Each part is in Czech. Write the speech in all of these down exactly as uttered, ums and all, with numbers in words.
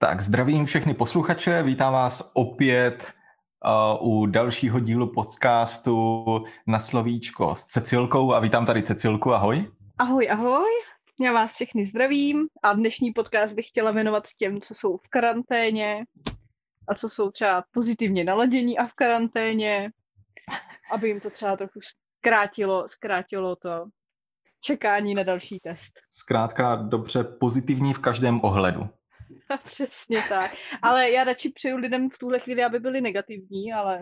Tak zdravím všechny posluchače, vítám vás opět uh, u dalšího dílu podcastu Na slovíčko s Cecilkou a vítám tady Cecilku, ahoj. Ahoj, ahoj, já vás všechny zdravím a dnešní podcast bych chtěla věnovat těm, co jsou v karanténě a co jsou třeba pozitivně naladění a v karanténě, aby jim to třeba trochu zkrátilo, zkrátilo to čekání na další test. Zkrátka dobře pozitivní v každém ohledu. Přesně tak. Ale já radši přeju lidem v tuhle chvíli, aby byli negativní, ale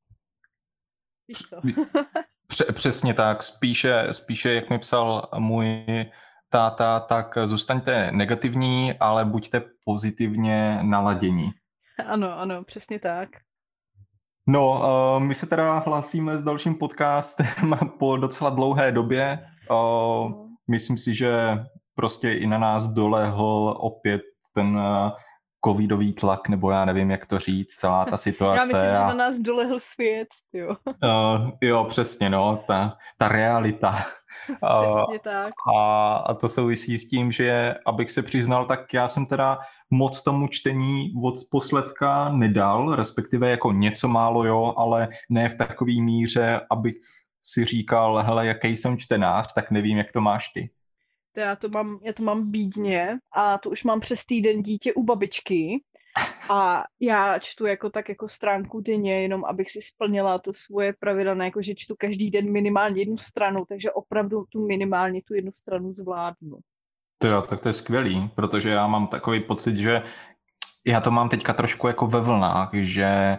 víš co. Pře- přesně tak, spíše, spíše jak mi psal můj táta, tak zůstaňte negativní, ale buďte pozitivně naladění. Ano, ano, přesně tak. No, uh, my se teda hlásíme s dalším podcastem po docela dlouhé době. Uh, no. Myslím si, že prostě i na nás dolehl opět ten uh, covidový tlak, nebo já nevím, jak to říct, celá ta situace. Já myslím, a... že na nás dolehl svět, jo. Uh, jo, přesně, no, ta, ta realita. Přesně uh, tak. A, a to souvisí s tím, že abych se přiznal, tak já jsem teda moc tomu čtení od posledka nedal, respektive jako něco málo, jo, ale ne v takový míře, abych si říkal, hele, jaký jsem čtenář, tak nevím, jak to máš ty. To já to mám, já to mám bídně a to už mám přes týden dítě u babičky a já čtu jako tak jako stránku denně, jenom abych si splnila to svoje pravidelné, jako že čtu každý den minimálně jednu stranu, takže opravdu tu minimálně tu jednu stranu zvládnu. Jo, tak to je skvělý, protože já mám takový pocit, že já to mám teďka trošku jako ve vlnách, že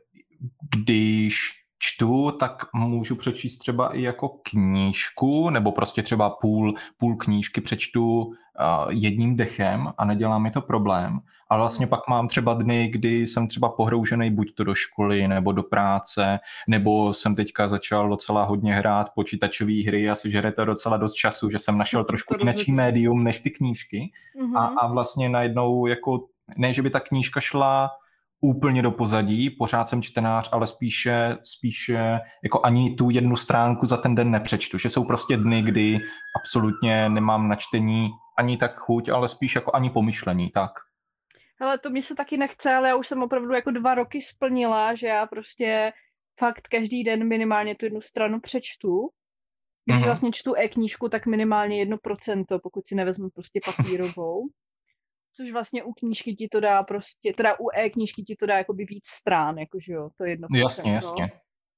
když čtu, tak můžu přečíst třeba i jako knížku, nebo prostě třeba půl, půl knížky přečtu uh, jedním dechem a nedělá mi to problém. A vlastně pak mám třeba dny, kdy jsem třeba pohroužený buď to do školy, nebo do práce, nebo jsem teďka začal docela hodně hrát počítačové hry a sežere to docela dost času, že jsem našel trošku jiný médium než ty knížky. Mm-hmm. A, a vlastně najednou jako, ne, že by ta knížka šla úplně do pozadí, pořád jsem čtenář, ale spíše, spíše jako ani tu jednu stránku za ten den nepřečtu, že jsou prostě dny, kdy absolutně nemám na čtení ani tak chuť, ale spíš jako ani pomyšlení, tak. Hele, to mi se taky nechce, ale já už jsem opravdu jako dva roky splnila, že já prostě fakt každý den minimálně tu jednu stranu přečtu. Když mm-hmm. vlastně čtu e-knížku, tak minimálně jedno procento, pokud si nevezmu prostě papírovou. Což vlastně u knížky ti to dá prostě, teda u e-knížky ti to dá jakoby víc strán, jakože jo, to je jedno. Jasně, jasně.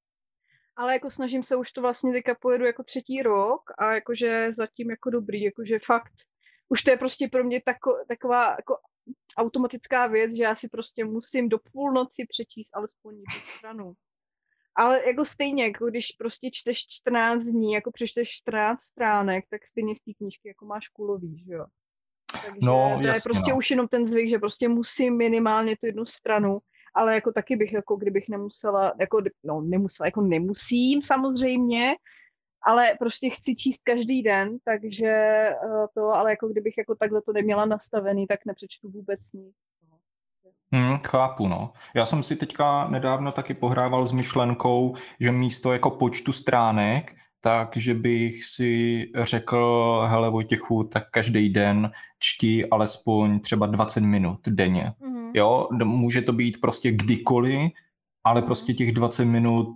Ale jako snažím se, už to vlastně teďka pojedu jako třetí rok a jakože zatím jako dobrý, jakože fakt, už to je prostě pro mě tako, taková jako automatická věc, že já si prostě musím do půlnoci přečíst alespoň jednu stranu. Ale jako stejně, jako když prostě čteš čtrnáct dní, jako přečteš čtrnáct stránek, tak stejně z té knížky jako máš kulový, že jo. Takže no, to jasně, je prostě no. už jenom ten zvyk, že prostě musím minimálně tu jednu stranu, ale jako taky bych, jako kdybych nemusela, jako, no nemusela, jako nemusím samozřejmě, ale prostě chci číst každý den, takže to, ale jako kdybych jako takhle to neměla nastavený, tak nepřečtu vůbec nic. Hmm, chápu, no. Já jsem si teďka nedávno taky pohrával s myšlenkou, že místo jako počtu stránek, takže bych si řekl, hele Vojtěchu, tak každý den čti alespoň třeba dvacet minut denně. Mm-hmm. Jo, může to být prostě kdykoliv, ale prostě těch dvacet minut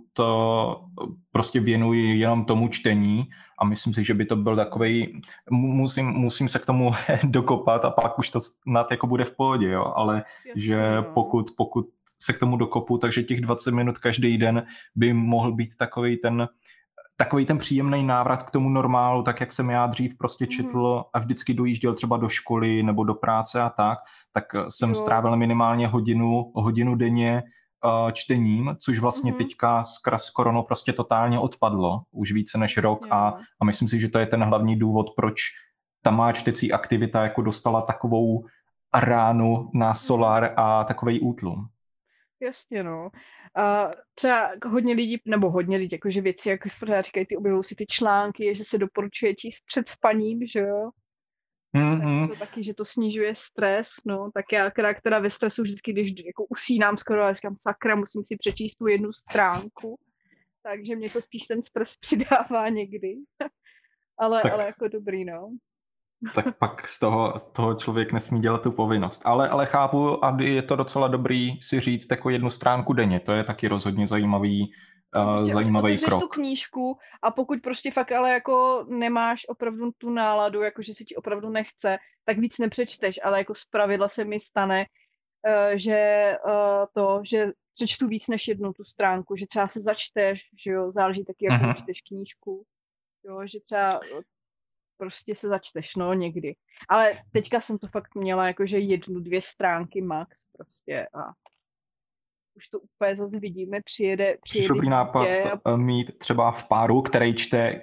prostě věnuji jenom tomu čtení a myslím si, že by to byl takovej, musím, musím se k tomu dokopat a pak už to snad jako bude v pohodě, jo, ale Jasně, že no. pokud, pokud se k tomu dokopu, takže těch dvacet minut každý den by mohl být takovej ten takový ten příjemný návrat k tomu normálu, tak jak jsem já dřív prostě četl mm. a vždycky dojížděl třeba do školy nebo do práce a tak, tak jsem jo. strávil minimálně hodinu, hodinu denně uh, čtením, což vlastně mm-hmm. teďka skrz koronu prostě totálně odpadlo, už více než rok a, a myslím si, že to je ten hlavní důvod, proč ta má čtecí aktivita jako dostala takovou ránu na solar a takovej útlum. Jasně, no. A třeba hodně lidí, nebo hodně lidí, jakože věci, jak říkají, ty objevují si ty články, že se doporučuje číst před spaním, že jo. Mm-hmm. Tak to taky, že to snižuje stres, no. Tak já, která, která ve stresu vždycky, když jako usínám skoro, a říkám, sakra, musím si přečíst tu jednu stránku. Takže mě to spíš ten stres přidává někdy. ale, tak. ale jako dobrý, no. tak pak z toho, z toho člověk nesmí dělat tu povinnost. Ale, ale chápu, a je to docela dobrý si říct jako jednu stránku denně. To je taky rozhodně zajímavý, No uh, prostě zajímavý otevřeš krok. tu knížku a pokud prostě fakt ale jako nemáš opravdu tu náladu, jako že se ti opravdu nechce, tak víc nepřečteš, ale jako zpravidla se mi stane, uh, že uh, to, že přečtu víc než jednu tu stránku, že třeba se začteš, že jo, záleží taky, jakou Mhm. čteš knížku, jo, že třeba prostě se začteš, no, někdy. Ale teďka jsem to fakt měla jakože jednu, dvě stránky max prostě a už to úplně zase vidíme, přijede, Přišel přijede by nápad dítě a uh, mít třeba v páru, který čte.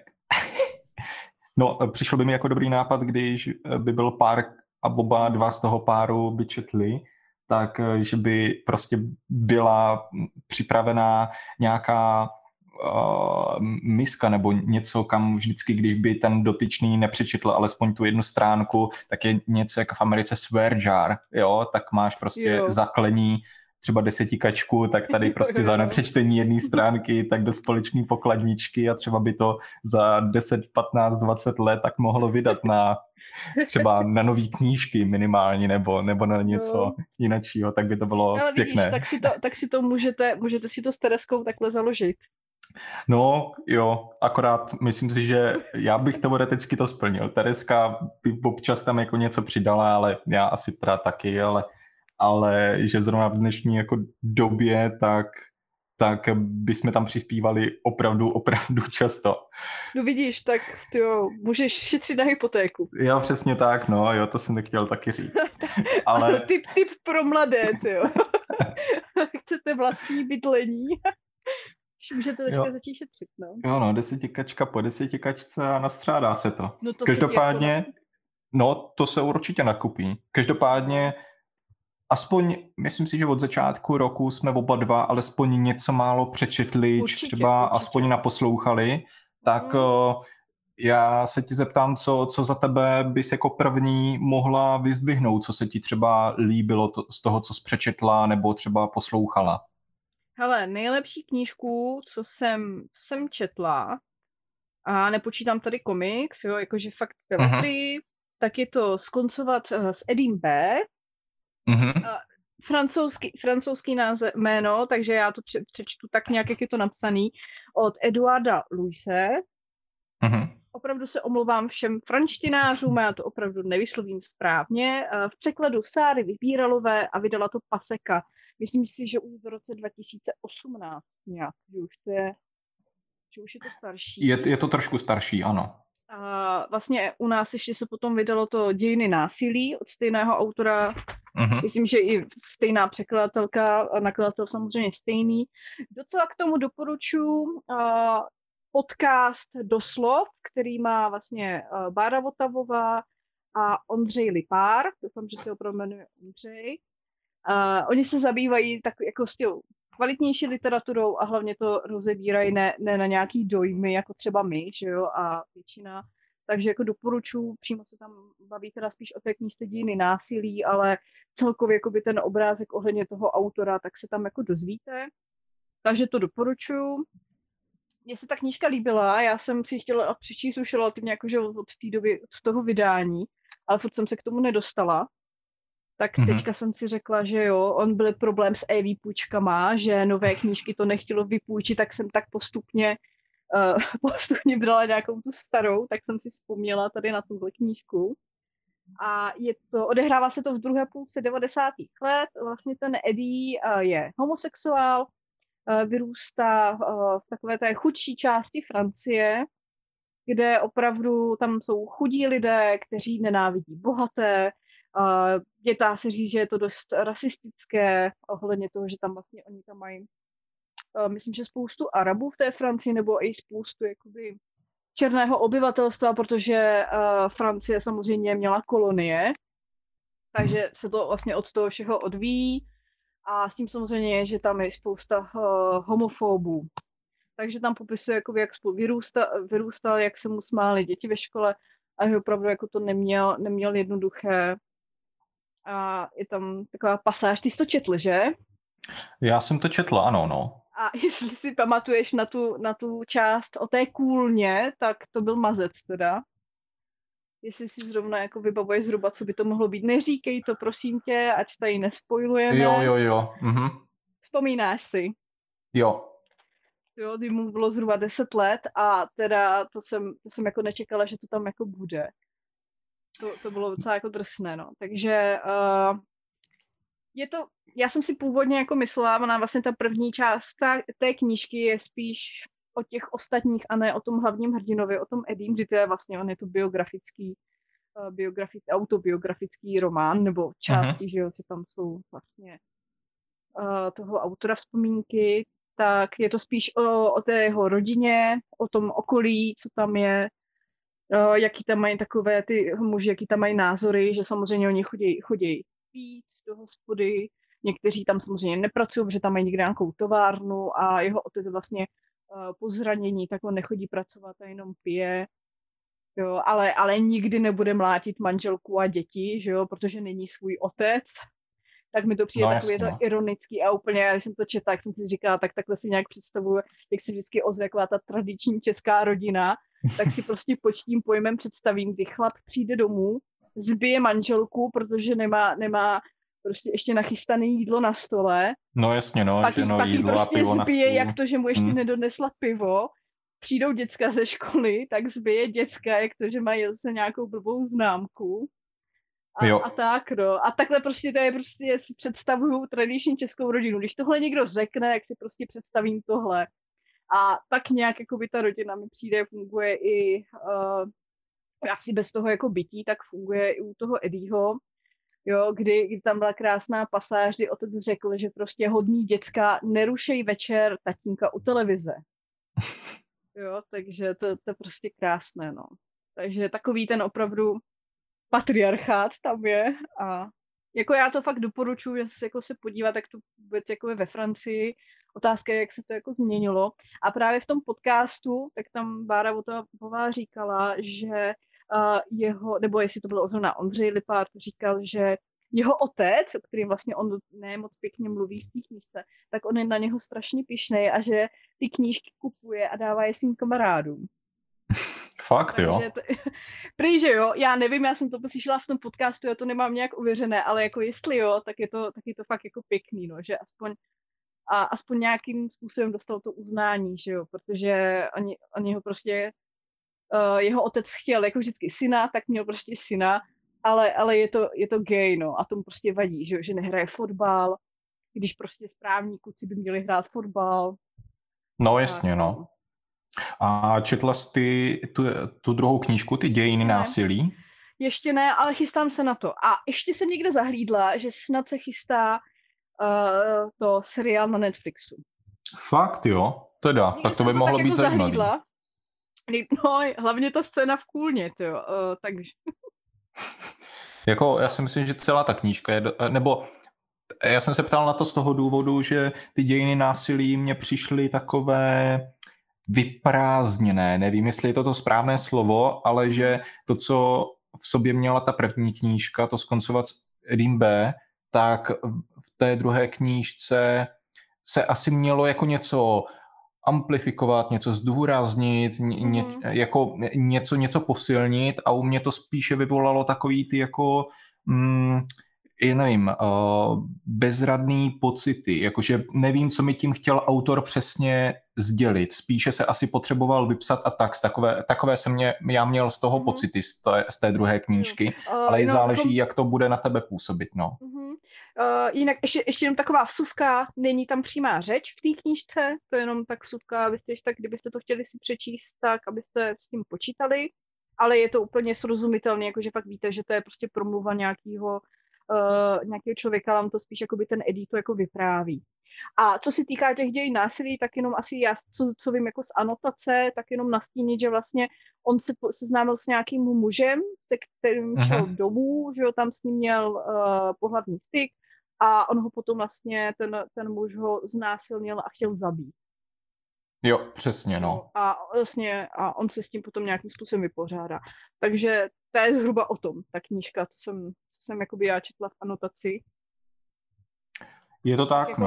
No, uh, přišel by mi jako dobrý nápad, když uh, by byl pár a oba dva z toho páru by četli, tak uh, že by prostě byla mm, připravená nějaká uh, miska nebo něco, kam vždycky, když by ten dotyčný nepřečetl alespoň tu jednu stránku, tak je něco jako v Americe swear jar, jo, tak máš prostě jo. zaklení třeba desetikačku, tak tady prostě Jo, za jo. nepřečtení jedné stránky, tak do společné pokladničky a třeba by to za deset, patnáct, dvacet let tak mohlo vydat na třeba na nový knížky minimálně, nebo, nebo na něco No. jiného, tak by to bylo Ale vidíš, pěkné. tak si to, tak si to můžete, můžete si to s Tereskou takhle založit. No jo, akorát myslím si, že já bych teoreticky to splnil. Tereska by občas tam jako něco přidala, ale já asi teda taky, ale, ale že zrovna v dnešní jako době, tak, tak bychom tam přispívali opravdu, opravdu často. No vidíš, tak tyjo, můžeš šetřit na hypotéku. Jo, přesně tak, no, jo, to jsem nechtěl taky říct. Ale Tip, tip pro mladé, tyjo. Chcete vlastní bydlení? Můžete teďka Jo. začít šetřit, no. jo, no, desetikačka po desetikačce a nastřádá se to. No to se ti Každopádně, jako no, to se určitě nakupí. Každopádně, aspoň, myslím si, že od začátku roku jsme oba dva alespoň něco málo přečetli, či Určitě, třeba určitě. aspoň naposlouchali, tak Mm. uh, já se ti zeptám, co, co za tebe bys jako první mohla vyzdvihnout, co se ti třeba líbilo to, z toho, co jsi přečetla, nebo třeba poslouchala. Hele, nejlepší knížku, co jsem, co jsem četla, a nepočítám tady komiks, jo, jakože fakt Peletry, tak je to Skoncovat uh, s Edim B. Mhm. Uh, francouzský, francouzský název, jméno, takže já to pře- přečtu tak nějak, jak je to napsaný, od Eduarda Luise. Mhm. Opravdu se omlouvám všem franštinářům, já to opravdu nevyslovím správně. Uh, v překladu Sáry Vybíralové a vydala to Paseka. Myslím si, že už v roce dva tisíce osmnáct nějak, že už to je, že už je to starší. Je, je to trošku starší, ano. A vlastně u nás ještě se potom vydalo to Dějiny násilí od stejného autora. Mhm. Myslím, že i stejná překladatelka a nakladatel samozřejmě stejný. Docela k tomu doporučuji uh, podcast Doslov, který má vlastně uh, Bára Votavová a Ondřej Lipár. Doufám, že se opravdu jmenuje Ondřej. Uh, oni se zabývají tak jako s tou kvalitnější literaturou a hlavně to rozebírají ne, ne na nějaký dojmy, jako třeba my, že jo, a většina. Takže jako doporučuji, přímo se tam baví teda spíš o té knížce Dějiny násilí, ale celkově jako by ten obrázek ohledně toho autora, tak se tam jako dozvíte. Takže to doporučuji. Mně se ta knížka líbila, já jsem si chtěla přečíst už relativně jakože od té doby, od toho vydání, ale furt jsem se k tomu nedostala. Tak Mhm. teďka jsem si řekla, že jo, on byl problém s e-výpůjčkama, že nové knížky to nechtělo vypůjčit, tak jsem tak postupně, uh, postupně brala nějakou tu starou, tak jsem si vzpomněla tady na tuhle knížku. A je to, odehrává se to v druhé půlce devadesátých let. Vlastně ten Eddie uh, je homosexuál, uh, vyrůstá uh, v takové té chudší části Francie, kde opravdu tam jsou chudí lidé, kteří nenávidí bohaté. Uh, je dá se říct, že je to dost rasistické ohledně toho, že tam vlastně oni tam mají, uh, myslím, že spoustu Arabů v té Francii, nebo i spoustu jakoby černého obyvatelstva, protože uh, Francie samozřejmě měla kolonie, takže se to vlastně od toho všeho odvíjí a s tím samozřejmě je, že tam je spousta uh, homofobů. Takže tam popisuje, jako jak spolu vyrůstal, vyrůstal, jak se mu smály děti ve škole a že opravdu jako to neměl, neměl jednoduché. A je tam taková pasáž, ty jsi to četl, že? Já jsem to četl, ano, no. A jestli si pamatuješ na tu, na tu část o té kůlně, tak to byl mazec teda. jestli si zrovna jako vybavuješ zhruba, co by to mohlo být. Neříkej to, prosím tě, ať tady nespoilujeme. Jo, jo, jo. Mhm. Vzpomínáš si? Jo. Jo, kdy mu bylo zhruba deset let a teda to jsem, to jsem jako nečekala, že to tam jako bude. To, to bylo docela jako drsné, no. Takže uh, je to, já jsem si původně jako myslela, ona vlastně ta první část ta, té knížky je spíš o těch ostatních a ne o tom hlavním hrdinovi, o tom Eddie, kdy to je vlastně, on je to biografický, uh, biografický, autobiografický román, nebo části, Mhm. že jo, co tam jsou vlastně uh, toho autora vzpomínky, tak je to spíš o, o té jeho rodině, o tom okolí, co tam je, uh, jaký tam mají takové ty muži, jaký tam mají názory, že samozřejmě oni chodí, chodí pít do hospody, někteří tam samozřejmě nepracují, protože tam mají někde nějakou továrnu a jeho otec vlastně uh, po zranění, tak on nechodí pracovat a jenom pije. Jo, ale, ale nikdy nebude mlátit manželku a děti, že jo, protože není svůj otec. Tak mi to přijde No takový to jasně. ironický a úplně, když jsem to četla, tak jsem si říkala, tak takhle si nějak představuju, jak si vždycky ozvekla ta tradiční česká rodina, tak si prostě pod tím pojmem představím, kdy chlap přijde domů, zbije manželku, protože nemá, nemá prostě ještě nachystané jídlo na stole, No jasně, no, pak že jí, no, pak jí jídlo a prostě pivo na zbije, stůl. jak to, že mu ještě Hm. nedonesla pivo, přijdou děcka ze školy, tak zbije děcka, jak to, že mají zase nějakou blbou známku. A, Jo. a tak, no. A takhle prostě to je prostě, si představuju tradiční českou rodinu. Když tohle někdo řekne, jak si prostě představím tohle. A tak nějak jako by ta rodina mi přijde, funguje i uh, asi bez toho jako bytí, tak funguje i u toho Eddieho. Jo, kdy, kdy tam byla krásná pasáž, kdy otec řekl, že prostě hodní děcka nerušej večer tatínka u televize. Jo, takže to, to je prostě krásné, no. Takže takový ten opravdu patriarchát tam je a jako já to fakt doporučuji, že se jako se podívat, jak to vůbec jako je ve Francii. Otázka je, jak se to jako změnilo. A právě v tom podcastu, tak tam Bára Votavová říkala, že uh, jeho, nebo jestli to bylo zrovna Ondřej Lipát, říkal, že jeho otec, o kterým vlastně on ne moc pěkně mluví v té knížce, tak on je na něho strašně pyšnej a že ty knížky kupuje a dává je svým kamarádům. Fakt, jo? Takže to, prý, že jo, já nevím, já jsem to slyšela v tom podcastu, já to nemám nějak uvěřené, ale jako jestli jo, tak je to, tak je to fakt jako pěkný, no, že aspoň, a aspoň nějakým způsobem dostal to uznání, že jo, protože oni, oni ho prostě, uh, jeho otec chtěl jako vždycky syna, tak měl prostě syna, ale, ale je to, je to gay, no, a tomu prostě vadí, že jo, že nehraje fotbal, když prostě správní kluci by měli hrát fotbal. No jasně, no. A četla jsi ty tu, tu druhou knížku, ty Dějiny Ne. násilí? Ještě ne, ale chystám se na to. A ještě jsem někde zahlídla, že snad se chystá uh, to seriál na Netflixu. Fakt, jo? Teda, Někde tak to jsem by mohlo tak být jako zajímavý. zahlídla. No, hlavně ta scéna v kůlně, jo. Uh, takže. Jako, já si myslím, že celá ta knížka je, do, nebo já jsem se ptal na to z toho důvodu, že ty Dějiny násilí mně přišly takové vyprázdněné. Nevím, jestli je to to správné slovo, ale že to, co v sobě měla ta první knížka, to skoncovat s Eddiem B., tak v té druhé knížce se asi mělo jako něco amplifikovat, něco zdůraznit, ně, Mm-hmm. jako něco, něco posilnit a u mě to spíše vyvolalo takový ty jako mm, já nevím, uh, bezradný pocity, jakože nevím, co mi tím chtěl autor přesně sdělit, spíše se asi potřeboval vypsat a tak, takové, takové jsem mě, já měl z toho mm-hmm. pocity z té, z té druhé knížky, uh, ale no, záleží, jako... jak to bude na tebe působit, no. Mm-hmm. Uh, jinak ještě, ještě jenom taková vsuvka, není tam přímá řeč v té knížce, to je jenom tak vsuvka, abyste, tak kdybyste to chtěli si přečíst, tak abyste s tím počítali, ale je to úplně srozumitelné, jakože fakt víte, že to je prostě promluva nějakého uh, nějakého člověka, vám to spíš jakoby ten Eddie to jako vypráví. A co se týká těch dějin násilí, tak jenom asi já, co, co vím jako z anotace, tak jenom nastínit, že vlastně on se seznámil s nějakým mužem, se kterým šel uh-huh. domů, že jo, tam s ním měl uh, pohlavní styk a on ho potom vlastně, ten, ten muž ho znásilnil a chtěl zabít. Jo, přesně, no. A vlastně a on se s tím potom nějakým způsobem vypořádá. Takže to je zhruba o tom, ta knížka, co jsem, co jsem jakoby já četla v anotaci. Je to tak, jako no. Já,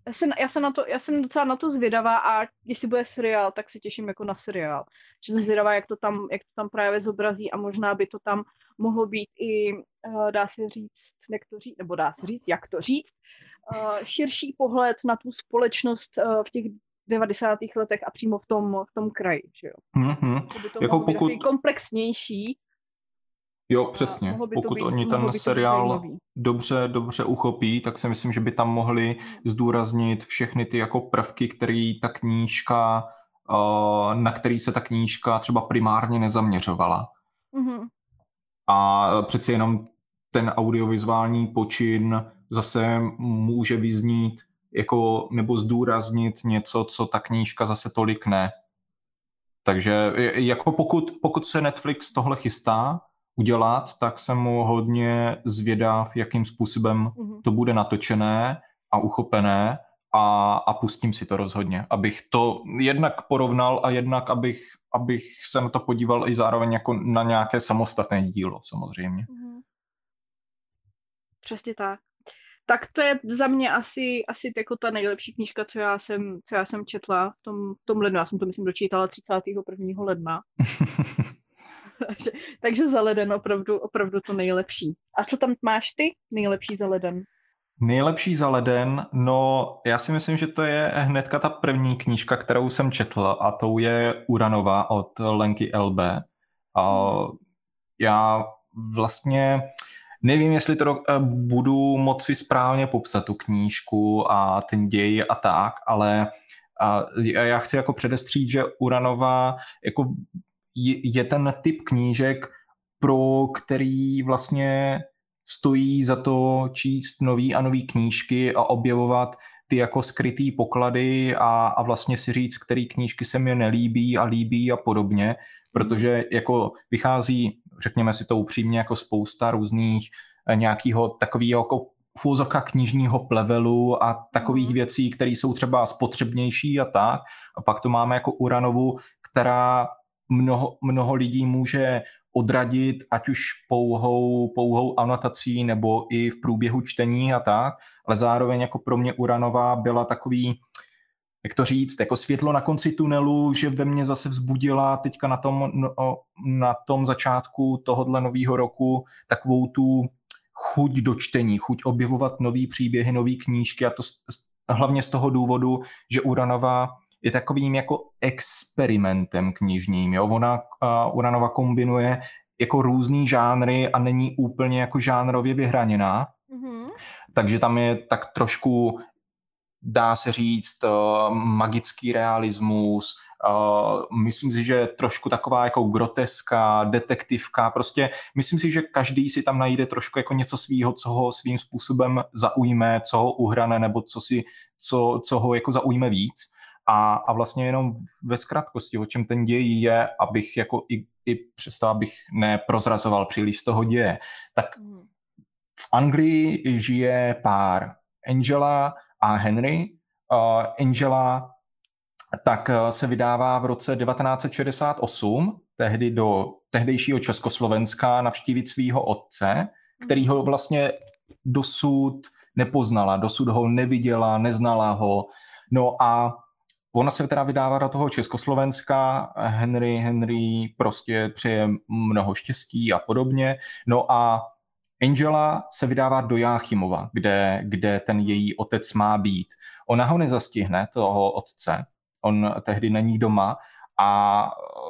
Já jsem, já jsem na to, já jsem docela na to zvědavá a jestli bude seriál, tak se těším jako na seriál. Že jsem zvědavá, jak to tam, jak to tam právě zobrazí a možná by to tam mohlo být i, uh, dá se říct, jak to říct, nebo dá se říct, jak to říct, uh, širší pohled na tu společnost uh, v těch devadesátých letech a přímo v tom, v tom kraji, že jo. Mm-hmm. To by to Jako mohlo být pokud... takový komplexnější. Jo, přesně. Mohlo by to Pokud být, oni ten mohlo by to být seriál zajímavý. dobře, dobře uchopí, tak si myslím, že by tam mohli zdůraznit všechny ty jako prvky, které ta knížka, uh, na který se ta knížka třeba primárně nezaměřovala. Mm-hmm. A přeci jenom ten audiovizuální počin zase může vyznít jako, nebo zdůraznit něco, co ta knížka zase tolik ne. Takže jako pokud, pokud se Netflix tohle chystá udělat, tak jsem mu hodně zvědav, jakým způsobem Mm-hmm. to bude natočené a uchopené a, a pustím si to rozhodně, abych to jednak porovnal a jednak abych, abych se na to podíval i zároveň jako na nějaké samostatné dílo samozřejmě. Mm-hmm. Přesně tak. Tak to je za mě asi, asi jako ta nejlepší knížka, co já jsem, co já jsem četla v tom, v tom lednu. Já jsem to, myslím, dočítala třicátého prvního ledna. takže, takže za leden opravdu, opravdu to nejlepší. A co tam máš ty nejlepší za leden? Nejlepší za leden? No, já si myslím, že to je hnedka ta první knížka, kterou jsem četl, a tou je Uranova od Lenky L B. A já vlastně nevím, jestli to budu moci správně popsat tu knížku a ten děj a tak, ale já chci jako předestřít, že Uranova jako je ten typ knížek, pro který vlastně stojí za to číst nový a nový knížky a objevovat ty jako skrytý poklady a, a vlastně si říct, který knížky se mi nelíbí a líbí a podobně, protože jako vychází, řekněme si to upřímně, jako spousta různých nějakého takového jako v úvozovkách knižního plevelu a takových mm. věcí, které jsou třeba spotřebnější a tak. A pak to máme jako Uranovu, která mnoho, mnoho lidí může odradit, ať už pouhou, pouhou anotací nebo i v průběhu čtení a tak, ale zároveň jako pro mě Uranová byla takový, jak to říct, jako světlo na konci tunelu, že ve mně zase vzbudila teďka na tom, no, na tom začátku tohohle nového roku takovou tu chuť do čtení, chuť objevovat nový příběhy, nový knížky a to hlavně z toho důvodu, že Uranova je takovým jako experimentem knižním. Jo? Ona, uh, Uranova kombinuje jako různý žánry a není úplně jako žánrově vyhraněná. Mm-hmm. Takže tam je tak trošku, dá se říct, uh, magický realismus, uh, myslím si, že trošku taková jako groteska, detektivka, prostě myslím si, že každý si tam najde trošku jako něco svýho, co ho svým způsobem zaujme, co ho uhrane, nebo co, si, co, co ho jako zaujme víc. A, a vlastně jenom ve zkrátkosti, o čem ten děj je, abych jako i, i přesto, abych neprozrazoval příliš z toho děje, tak v Anglii žije pár Angela a Henry. Uh, Angela tak se vydává v roce devatenáct set šedesát osm, tehdy do tehdejšího Československa navštívit svého otce, který ho vlastně dosud nepoznala, dosud ho neviděla, neznala ho. No a ona se teda vydává do toho Československa, Henry, Henry prostě přeje mnoho štěstí a podobně. No a Angela se vydává do Jáchymova, kde, kde ten její otec má být. Ona ho nezastihne, toho otce, on tehdy není doma a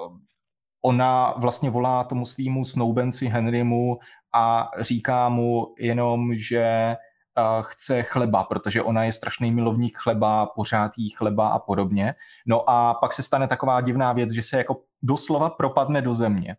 ona vlastně volá tomu svýmu snoubenci Henrymu a říká mu jenom, že chce chleba, protože ona je strašný milovník chleba, pořád jí chleba a podobně. No a pak se stane taková divná věc, že se jako doslova propadne do země.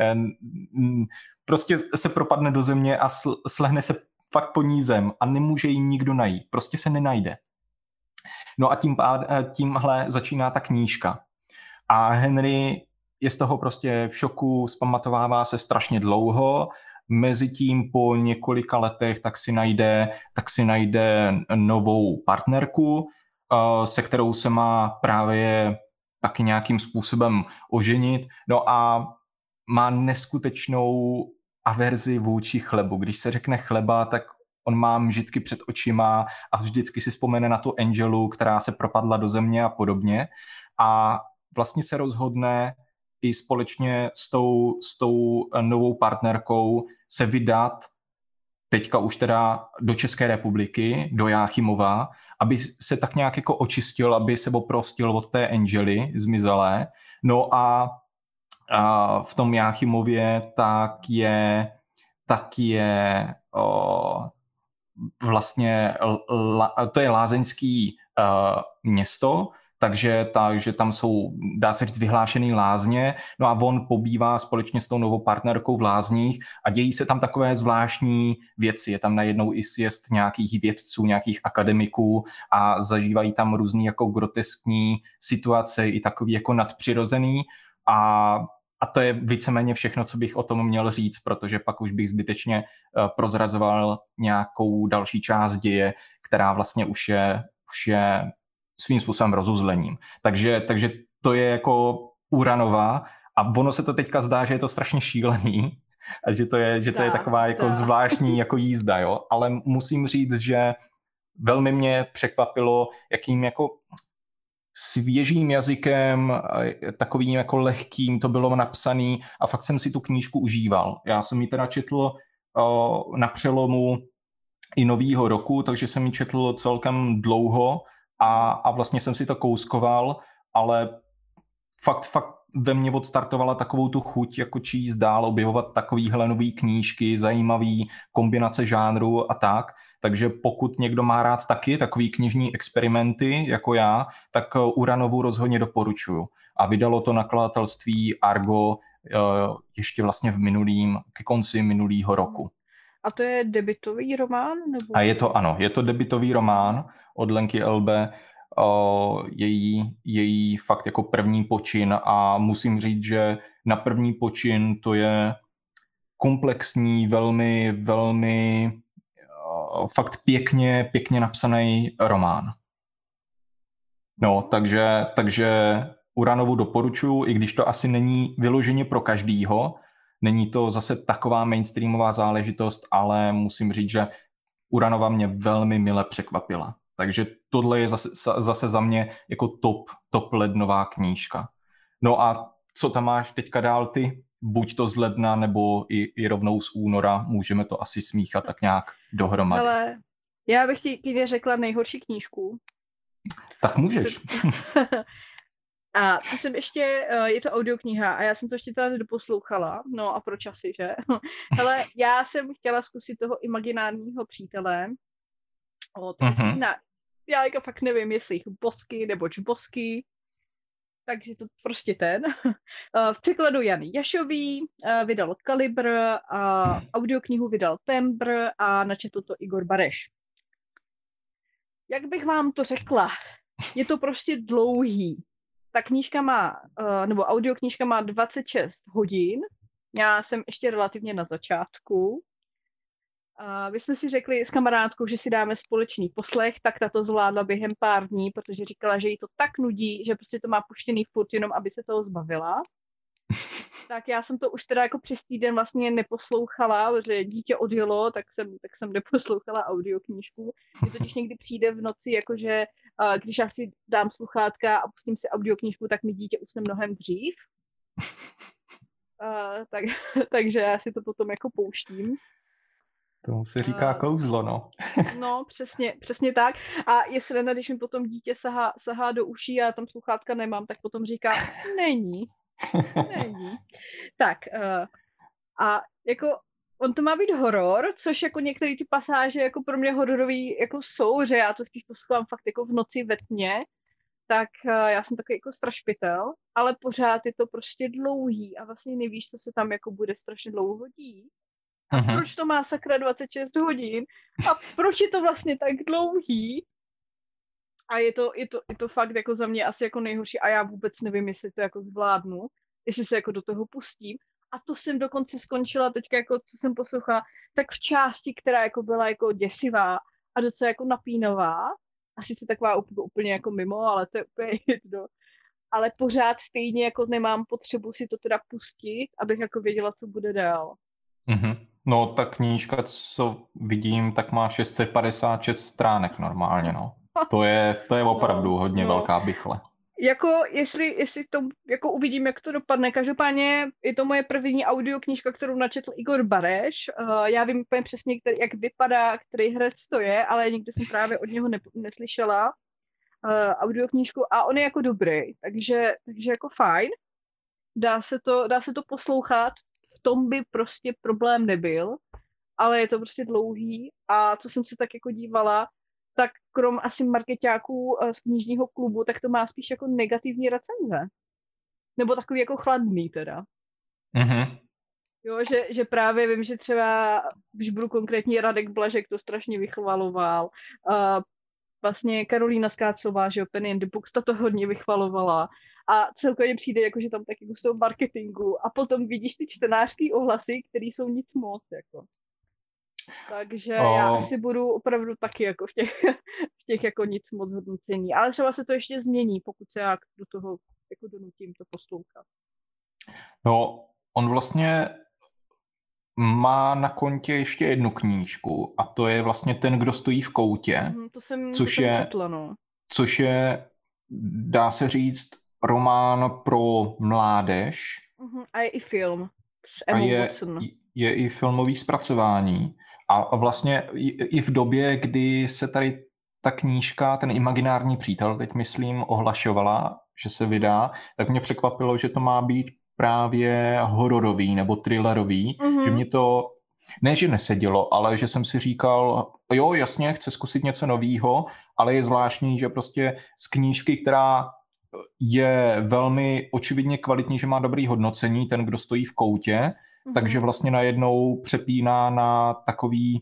Prostě se propadne do země a slehne se fakt po ní zem a nemůže ji nikdo najít. Prostě se nenajde. No a tím, tímhle začíná ta knížka. A Henry je z toho prostě v šoku, zpamatovává se strašně dlouho. Mezitím po několika letech tak si najde, tak si najde novou partnerku, se kterou se má právě taky nějakým způsobem oženit. No a má neskutečnou averzi vůči chlebu. Když se řekne chleba, tak on má mžitky před očima a vždycky si vzpomene na tu Angelu, která se propadla do země a podobně. A vlastně se rozhodne i společně s tou, s tou novou partnerkou se vydat teďka už teda do České republiky, do Jáchymova, aby se tak nějak jako očistil, aby se oprostil od té Angely zmizelé. No a, a v tom Jáchymově tak je, tak je o, vlastně, la, to je lázeňský uh, město, takže, takže tam jsou, dá se říct, vyhlášený lázně, no a on pobývá společně s tou novou partnerkou v lázních a dějí se tam takové zvláštní věci. Je tam najednou i sjezd nějakých vědců, nějakých akademiků a zažívají tam různý jako groteskní situace, i takový jako nadpřirozený a A to je víceméně všechno, co bych o tom měl říct, protože pak už bych zbytečně prozrazoval nějakou další část děje, která vlastně už je, už je svým způsobem rozuzlením. Takže, takže to je jako Uranova a ono se to teďka zdá, že je to strašně šílený a že to je, že to je taková jako zvláštní jako jízda, jo. Ale musím říct, že velmi mě překvapilo, jakým jako svěžím jazykem, takovým jako lehkým to bylo napsaný a fakt jsem si tu knížku užíval. Já jsem ji teda četl uh, na přelomu i novýho roku, takže jsem ji četl celkem dlouho a, a vlastně jsem si to kouskoval, ale fakt, fakt ve mně odstartovala takovou tu chuť, jako číst dál, objevovat takovýhle nový knížky, zajímavý kombinace žánru a tak. Takže pokud někdo má rád taky takový knižní experimenty, jako já, tak Uranovu rozhodně doporučuju. A vydalo to nakladatelství Argo ještě vlastně v minulým, ke konci minulého roku. A to je debutový román? Nebo... A je to, ano, je to debutový román od Lenky Elbe, její, její fakt jako první počin a musím říct, že na první počin to je komplexní, velmi, velmi fakt pěkně, pěkně napsaný román. No, takže, takže Uranovu doporučuji, i když to asi není vyloženě pro každýho, není to zase taková mainstreamová záležitost, ale musím říct, že Uranova mě velmi mile překvapila. Takže tohle je zase, zase za mě jako top, top lednová knížka. No a co tam máš teďka dál ty? Buď to z ledna, nebo i, i rovnou z února, můžeme to asi smíchat tak nějak dohromady. Ale já bych ti klidně řekla nejhorší knížku. Tak můžeš. A to jsem ještě, je to audiokniha a já jsem to ještě teda nedoposlouchala, no a proč asi, že? Ale já jsem chtěla zkusit toho imaginárního přítele. O, to mm-hmm. na, já jako fakt nevím, jestli Bosky nebo Čbosky, takže to prostě ten. V překladu Jany Jašový, vydal Kalibr, a audioknihu vydal Tembr a načetl to Igor Bareš. Jak bych vám to řekla? Je to prostě dlouhý. Ta knížka má, nebo audioknížka má dvacet šest hodin. Já jsem ještě relativně na začátku. Uh, my jsme si řekli s kamarádkou, že si dáme společný poslech, tak ta to zvládla během pár dní, protože říkala, že jí to tak nudí, že prostě to má puštěný furt jenom, aby se toho zbavila. Tak já jsem to už teda jako přes týden vlastně neposlouchala, protože dítě odjelo, tak jsem, tak jsem neposlouchala audioknížku. Mně totiž někdy přijde v noci, jakože uh, když já si dám sluchátka a pustím si audioknížku, tak mi dítě usne mnohem dřív. Uh, tak, takže já si to potom jako pouštím. Tomu se říká uh, kouzlo, no. No, přesně, přesně tak. A jestli Lena, když mi potom dítě sahá, sahá do uší a já tam sluchátka nemám, tak potom říká, není. Není. Tak, uh, a jako on to má být horor, což jako některé ty pasáže jako pro mě hororový jako jsou, že já to spíš poslouchám fakt jako v noci ve tmě, tak uh, já jsem takový jako strašpitel, ale pořád je to prostě dlouhý a vlastně nevíš, co se tam jako bude strašně dlouho dít. A uh-huh. proč to má sakra dvacet šest hodin? A proč je to vlastně tak dlouhý? A je to, je to, je to fakt jako za mě asi jako nejhorší a já vůbec nevím, jestli to jako zvládnu, jestli se jako do toho pustím. A to jsem dokonce skončila teďka jako, co jsem poslouchala, tak v části, která jako byla jako děsivá a docela jako napínavá. A sice taková úplně, úplně jako mimo, ale to je úplně jedno. Ale pořád stejně jako nemám potřebu si to teda pustit, abych jako věděla, co bude dál. Mhm. No, ta knížka, co vidím, tak má šest set padesát šest stránek normálně, no. To je, to je opravdu No, hodně no. velká bychle. Jako, jestli, jestli to, jako uvidím, jak to dopadne. Každopádně je to moje první audioknížka, kterou načetl Igor Bareš. Uh, já vím úplně přesně, který, jak vypadá, který herec to je, ale nikdy jsem právě od něho ne, neslyšela uh, audioknížku a on je jako dobrý, takže, takže jako fajn. Dá se to, dá se to poslouchat, v tom by prostě problém nebyl, ale je to prostě dlouhý a co jsem se tak jako dívala, tak krom asi markeťáků z knižního klubu, tak to má spíš jako negativní recenze. Nebo takový jako chladný teda. Mhm. Jo, že, že právě vím, že třeba, když budu konkrétní, Radek Blažek to strašně vychvaloval. Uh, vlastně Karolína Skácová, že jo, Penny and the Books, ta to hodně vychvalovala. A celkově přijde, jako, že tam tak jako z toho marketingu. A potom vidíš ty čtenářský ohlasy, které jsou nic moc, jako. Takže já O, asi budu opravdu taky jako v těch, v těch jako nic moc hodnocení. Ale třeba se to ještě změní, pokud se já do toho jako donutím to poslouchat. no, on vlastně má na kontě ještě jednu knížku a to je vlastně Ten, kdo stojí v koutě, Mm, to jsem, to což jsem je, četla, no. což je, dá se říct, román pro mládež Mm, a je i film s a Emma je, Watson. je i filmový zpracování. A vlastně i, i v době, kdy se tady ta knížka, ten imaginární přítel, teď myslím, ohlašovala, že se vydá, tak mě překvapilo, že to má být právě hororový nebo thrillerový, Mm-hmm. že mě to ne, že nesedělo, ale že jsem si říkal, jo, jasně, chci zkusit něco novýho, ale je zvláštní, že prostě z knížky, která je velmi očividně kvalitní, že má dobrý hodnocení, Ten, kdo stojí v koutě, mm-hmm. takže vlastně najednou přepíná na takový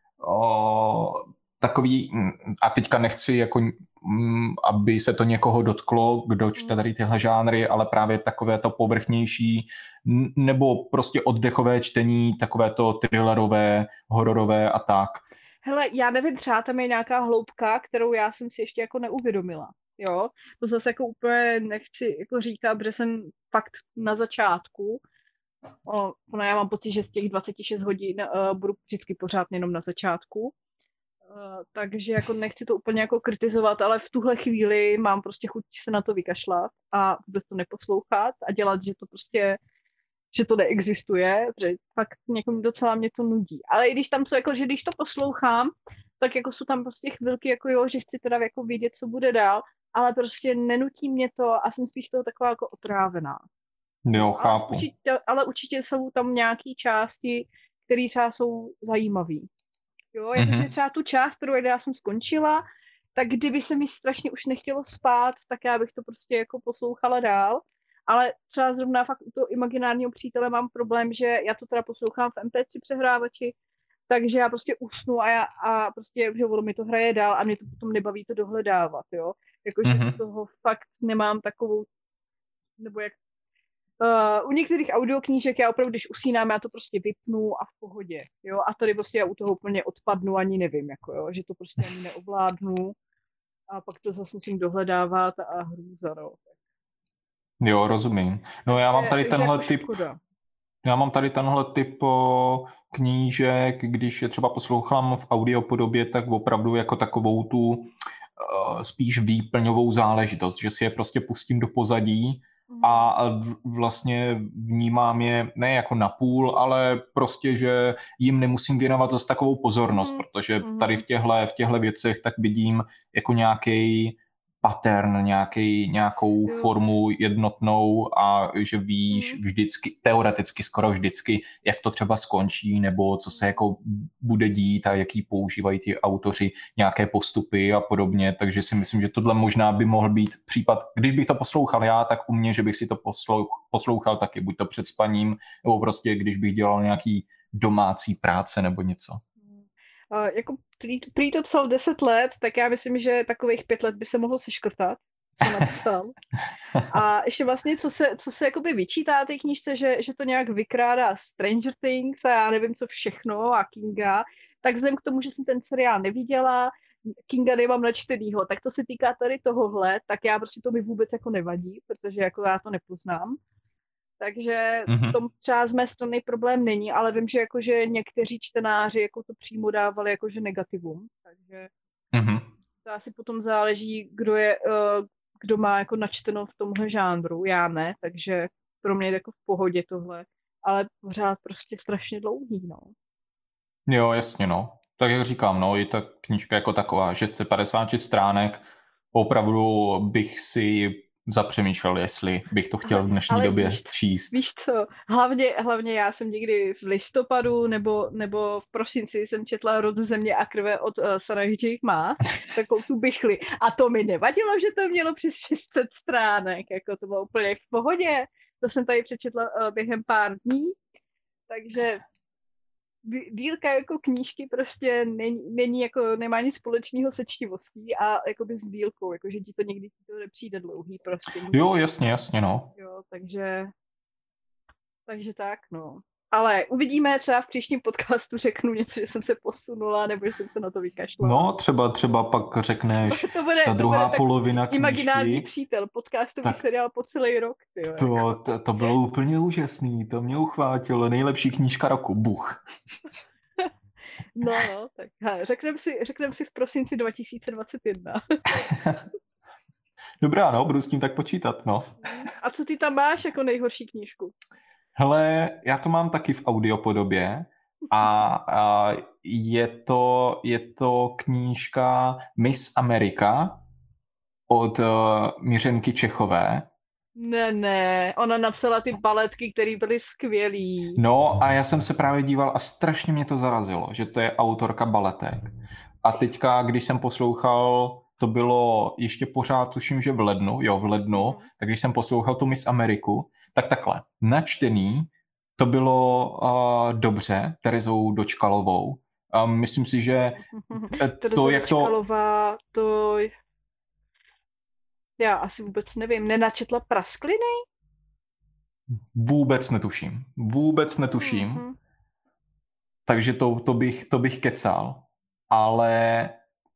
o, takový, a teďka nechci jako, m, aby se to někoho dotklo, kdo čte tady tyhle žánry, ale právě takové to povrchnější nebo prostě oddechové čtení, takové to thrillerové, hororové a tak. Hele, já nevím, třeba tam je nějaká hloubka, kterou já jsem si ještě jako neuvědomila. Jo, to zase jako úplně nechci jako říkat, protože jsem fakt na začátku. Ono, ono já mám pocit, že z těch dvacet šest hodin uh, budu vždycky pořád jenom na začátku. Uh, takže jako nechci to úplně jako kritizovat, ale v tuhle chvíli mám prostě chuť se na to vykašlat a vůbec to neposlouchat a dělat, že to prostě že to neexistuje, že fakt někomu docela mě to nudí. Ale i když tam jsou, jako, že když to poslouchám, tak jako jsou tam prostě chvilky, jako jo, že chci teda jako vědět, co bude dál, ale prostě nenutí mě to a jsem spíš toho taková jako otrávená. Jo, chápu. Ale určitě, ale určitě jsou tam nějaké části, které třeba jsou zajímavé. Jo, jakože mm-hmm. třeba tu část, kterou já jsem skončila, tak kdyby se mi strašně už nechtělo spát, tak já bych to prostě jako poslouchala dál. Ale třeba zrovna fakt u toho imaginárního přítele mám problém, že já to teda poslouchám v em pé tři přehrávači, takže já prostě usnu a já a prostě, že ono mi to hraje dál a mě to potom nebaví to dohledávat, jo. Jakože mm-hmm. toho fakt nemám takovou, nebo jak Uh, u některých audioknížek já opravdu, když usínám, já to prostě vypnu a v pohodě, jo, a tady prostě já u toho úplně odpadnu, ani nevím, jako jo, že to prostě ani neovládnu a pak to zase musím dohledávat a hrůza, no. Jo, rozumím. No já mám tady tenhle jako typ, já mám tady tenhle typ o, knížek, když je třeba poslouchám v audiopodobě, tak opravdu jako takovou tu uh, spíš výplňovou záležitost, že si je prostě pustím do pozadí a vlastně vnímám je ne jako napůl, ale prostě, že jim nemusím věnovat zase takovou pozornost, protože tady v těchto v těchto věcech tak vidím jako nějaký pattern, nějaký, nějakou jo. formu jednotnou a že víš hmm. vždycky, teoreticky skoro vždycky, jak to třeba skončí, nebo co se jako bude dít a jaký používají ti autoři nějaké postupy a podobně, takže si myslím, že tohle možná by mohl být případ, když bych to poslouchal já, tak u mě, že bych si to poslouchal, poslouchal taky, buď to před spaním, nebo prostě když bych dělal nějaký domácí práce nebo něco. Uh, jako prý to psal deset let, tak já myslím, že takových pět let by se mohlo seškrtat, co napsal. A ještě vlastně, co se, co se jakoby vyčítá té knížce, že, že to nějak vykrádá Stranger Things a já nevím, co všechno a Kinga, tak vzhledem k tomu, že jsem ten seriál neviděla, Kinga nemám načtenýho, tak to se týká tady tohohle, tak já prostě to mi vůbec jako nevadí, protože jako já to nepoznám. Takže Mhm. tom třeba z mé strany problém není, ale vím, že jakože někteří čtenáři jako to přímo dávali jakože negativum, takže Mhm. to asi potom záleží, kdo je, eh, kdo má jako načteno v tomhle žánru, já ne, takže pro mě je jako v pohodě tohle, ale pořád prostě strašně dlouhý, no. Jo, jasně, no. Tak jak říkám, no, i ta knížka jako taková, šest set padesát šest stránek, opravdu bych si zapřemýšlel, jestli bych to chtěl Ale, v dnešní ale době víš, číst. víš co, hlavně, hlavně já jsem někdy v listopadu nebo, nebo v prosinci jsem četla Rod země a krve od uh, Sarah J. Maas, takovou tu bychli. A to mi nevadilo, že to mělo přes šest set stránek, jako to bylo úplně v pohodě. To jsem tady přečetla uh, během pár dní, takže dí- dílka jako knížky prostě není, není jako, nemá nic společného se čtivostí a jakoby s dílkou, jakože ti to někdy ti to nepřijde dlouhý prostě. Jo, jasně, jasně, no. Jo, takže, takže tak, no. Ale uvidíme, třeba v příštím podcastu řeknu něco, že jsem se posunula, nebo že jsem se na to vykašlala. No, třeba, třeba pak řekneš, to bude, ta to druhá bude tak polovina imaginární knížky, přítel, podcastový tak seriál po celý rok, tyjo. to, to, to bylo úplně úžasný, to mě uchvátilo, nejlepší knížka roku, buch. No, no, tak řekneme si, řeknem si v prosinci dva tisíce dvacet jedna. Dobrá, no, budu s tím tak počítat, no. A co ty tam máš jako nejhorší knížku? Hele, já to mám taky v audiopodobě a, a je, to, je to knížka Miss America od uh, Mířenky Čechové. Ne, ne, ona napsala ty baletky, které byly skvělý. No a já jsem se právě díval a strašně mě to zarazilo, že to je autorka baletek. A teďka, když jsem poslouchal, to bylo ještě pořád, tuším, že v lednu, jo, v lednu, tak když jsem poslouchal tu Miss Ameriku, tak takhle, načtený, to bylo uh, dobře, Terezou Dočkalovou. Um, myslím si, že to, jak to... Dočkalová, to... Já asi vůbec nevím, nenačetla Praskliny? Vůbec netuším. Vůbec netuším. Mm-hmm. Takže to, to, bych, to bych kecal. Ale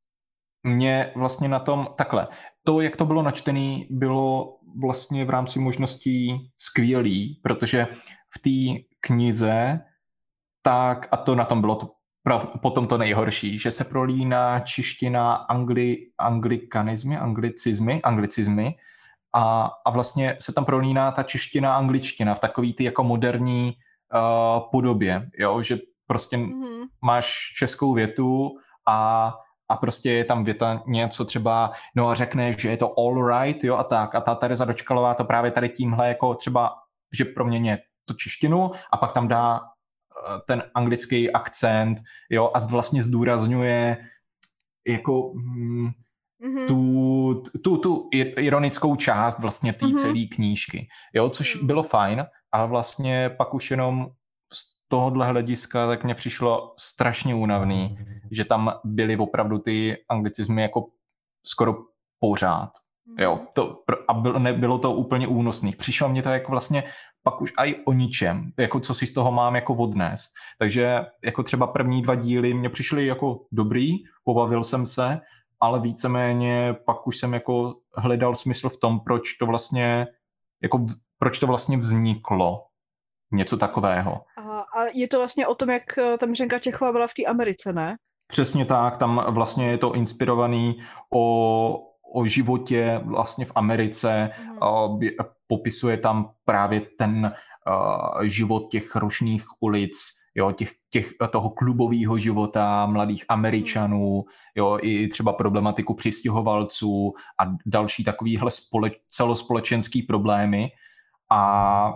mě vlastně na tom takhle. To, jak to bylo načtený, bylo vlastně v rámci možností skvělý, protože v té knize tak, a to na tom bylo to prav, potom to nejhorší, že se prolíná čeština angli, anglikanizmy, anglicizmy, anglicizmy a, a vlastně se tam prolíná ta čeština angličtina v takový ty jako moderní uh, podobě, jo, že prostě mm-hmm. máš českou větu a a prostě je tam věta něco třeba, no a řekneš, že je to all right, jo, a tak. A ta Tereza Dočkalová to právě tady tímhle jako třeba, že proměně tu češtinu a pak tam dá ten anglický akcent, jo, a vlastně zdůrazňuje jako hm, mm-hmm. tu, tu, tu ironickou část vlastně té mm-hmm. celé knížky, jo, což mm. bylo fajn, ale vlastně pak už jenom z tohohle hlediska tak mně přišlo strašně únavný, že tam byly opravdu ty anglicizmy jako skoro pořád, jo, to, a bylo, nebylo to úplně únosný. Přišlo mě to jako vlastně pak už aj o ničem, jako co si z toho mám jako odnést. Takže jako třeba první dva díly mě přišly jako dobrý, pobavil jsem se, ale víceméně pak už jsem jako hledal smysl v tom, proč to vlastně, jako proč to vlastně vzniklo. Něco takového. Aha, a je to vlastně o tom, jak ta Mířenka Čechová byla v té Americe, ne? Přesně tak, tam vlastně je to inspirovaný o, o životě vlastně v Americe, mm. uh, popisuje tam právě ten uh, život těch ročních ulic, jo, těch, těch, toho klubového života mladých Američanů, mm. jo, i třeba problematiku přistěhovalců a další takovýhle spole, celospolečenský problémy. A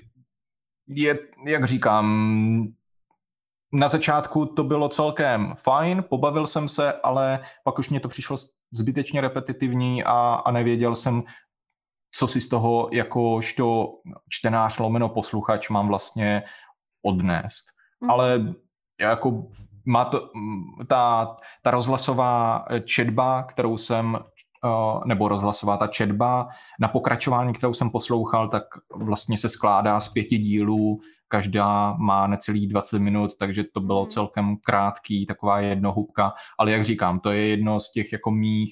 je, jak říkám, na začátku to bylo celkem fajn, pobavil jsem se, ale pak už mě to přišlo zbytečně repetitivní a, a nevěděl jsem, co si z toho jakožto čtenář lomeno posluchač mám vlastně odnést. Mm. Ale jako má to, ta, ta rozhlasová četba, kterou jsem, nebo rozhlasová ta četba na pokračování, kterou jsem poslouchal, tak vlastně se skládá z pěti dílů, každá má necelých dvacet minut, takže to bylo mm. celkem krátký, taková jednohubka, ale jak říkám, to je jedno z těch jako mých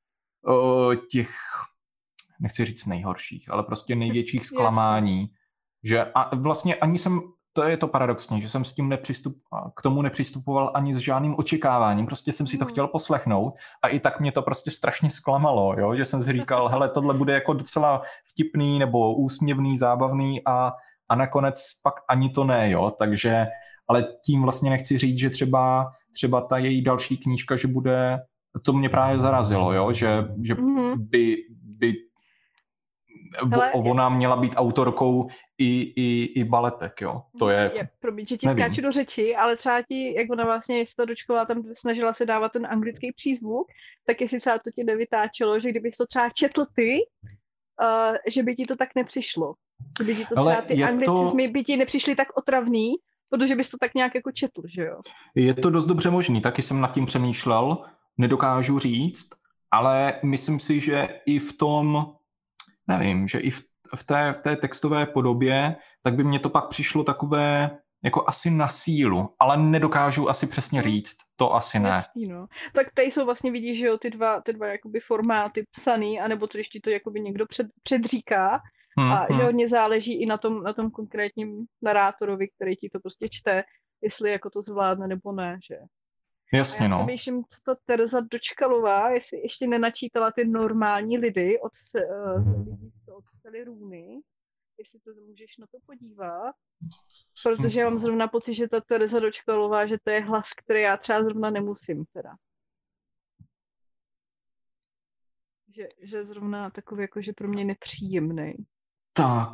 uh, těch, nechci říct nejhorších, ale prostě největších zklamání, Že a vlastně ani jsem, to je to paradoxní, že jsem s tím nepřistup, k tomu nepřistupoval ani s žádným očekáváním, prostě jsem si to Mhm. chtěl poslechnout a i tak mě to prostě strašně zklamalo, jo? Že jsem si říkal, hele, tohle bude jako docela vtipný nebo úsměvný, zábavný a, a nakonec pak ani to ne, jo? Takže, ale tím vlastně nechci říct, že třeba, třeba ta její další knížka, že bude, to mě právě zarazilo, jo? Že, že Mhm. by, by Hele, ona měla být autorkou i, i, i baletek, jo. To je, je, promiň, že ti nevím. skáču do řeči, ale třeba ti, jak ona vlastně se to dočkala, tam snažila se dávat ten anglický přízvuk, tak jestli třeba to ti nevytáčelo, že kdybys to třeba četl ty, uh, že by ti to tak nepřišlo. Že by ti to třeba Ale ty je anglicizmy to, by ti nepřišly tak otravný, protože bys to tak nějak jako četl, že jo? je to dost dobře možný, taky jsem nad tím přemýšlel, nedokážu říct, ale myslím si, že i v tom, nevím, že i v, v, té, v té textové podobě, tak by mě to pak přišlo takové jako asi na sílu, ale nedokážu asi přesně říct, to asi ne. Jasný, no. Tak tady jsou vlastně, vidíš, že jo, ty dva, ty dva jakoby formáty psaný, anebo to, když ti to jakoby někdo před, předříká, Hmm, a že hmm. hodně záleží i na tom, na tom konkrétním narátorovi, který ti to prostě čte, jestli jako to zvládne nebo ne, že. A Jasně, já no. přemýšlím, co ta Tereza Dočkalová, jestli ještě nenačítala ty normální lidi od, se, uh, lidí, co odpsali růny, jestli to můžeš na to podívat. Protože já mám zrovna pocit, že ta Tereza Dočkalová, že to je hlas, který já třeba zrovna nemusím teda. Že, že zrovna takový jako, že pro mě nepříjemný. Tak.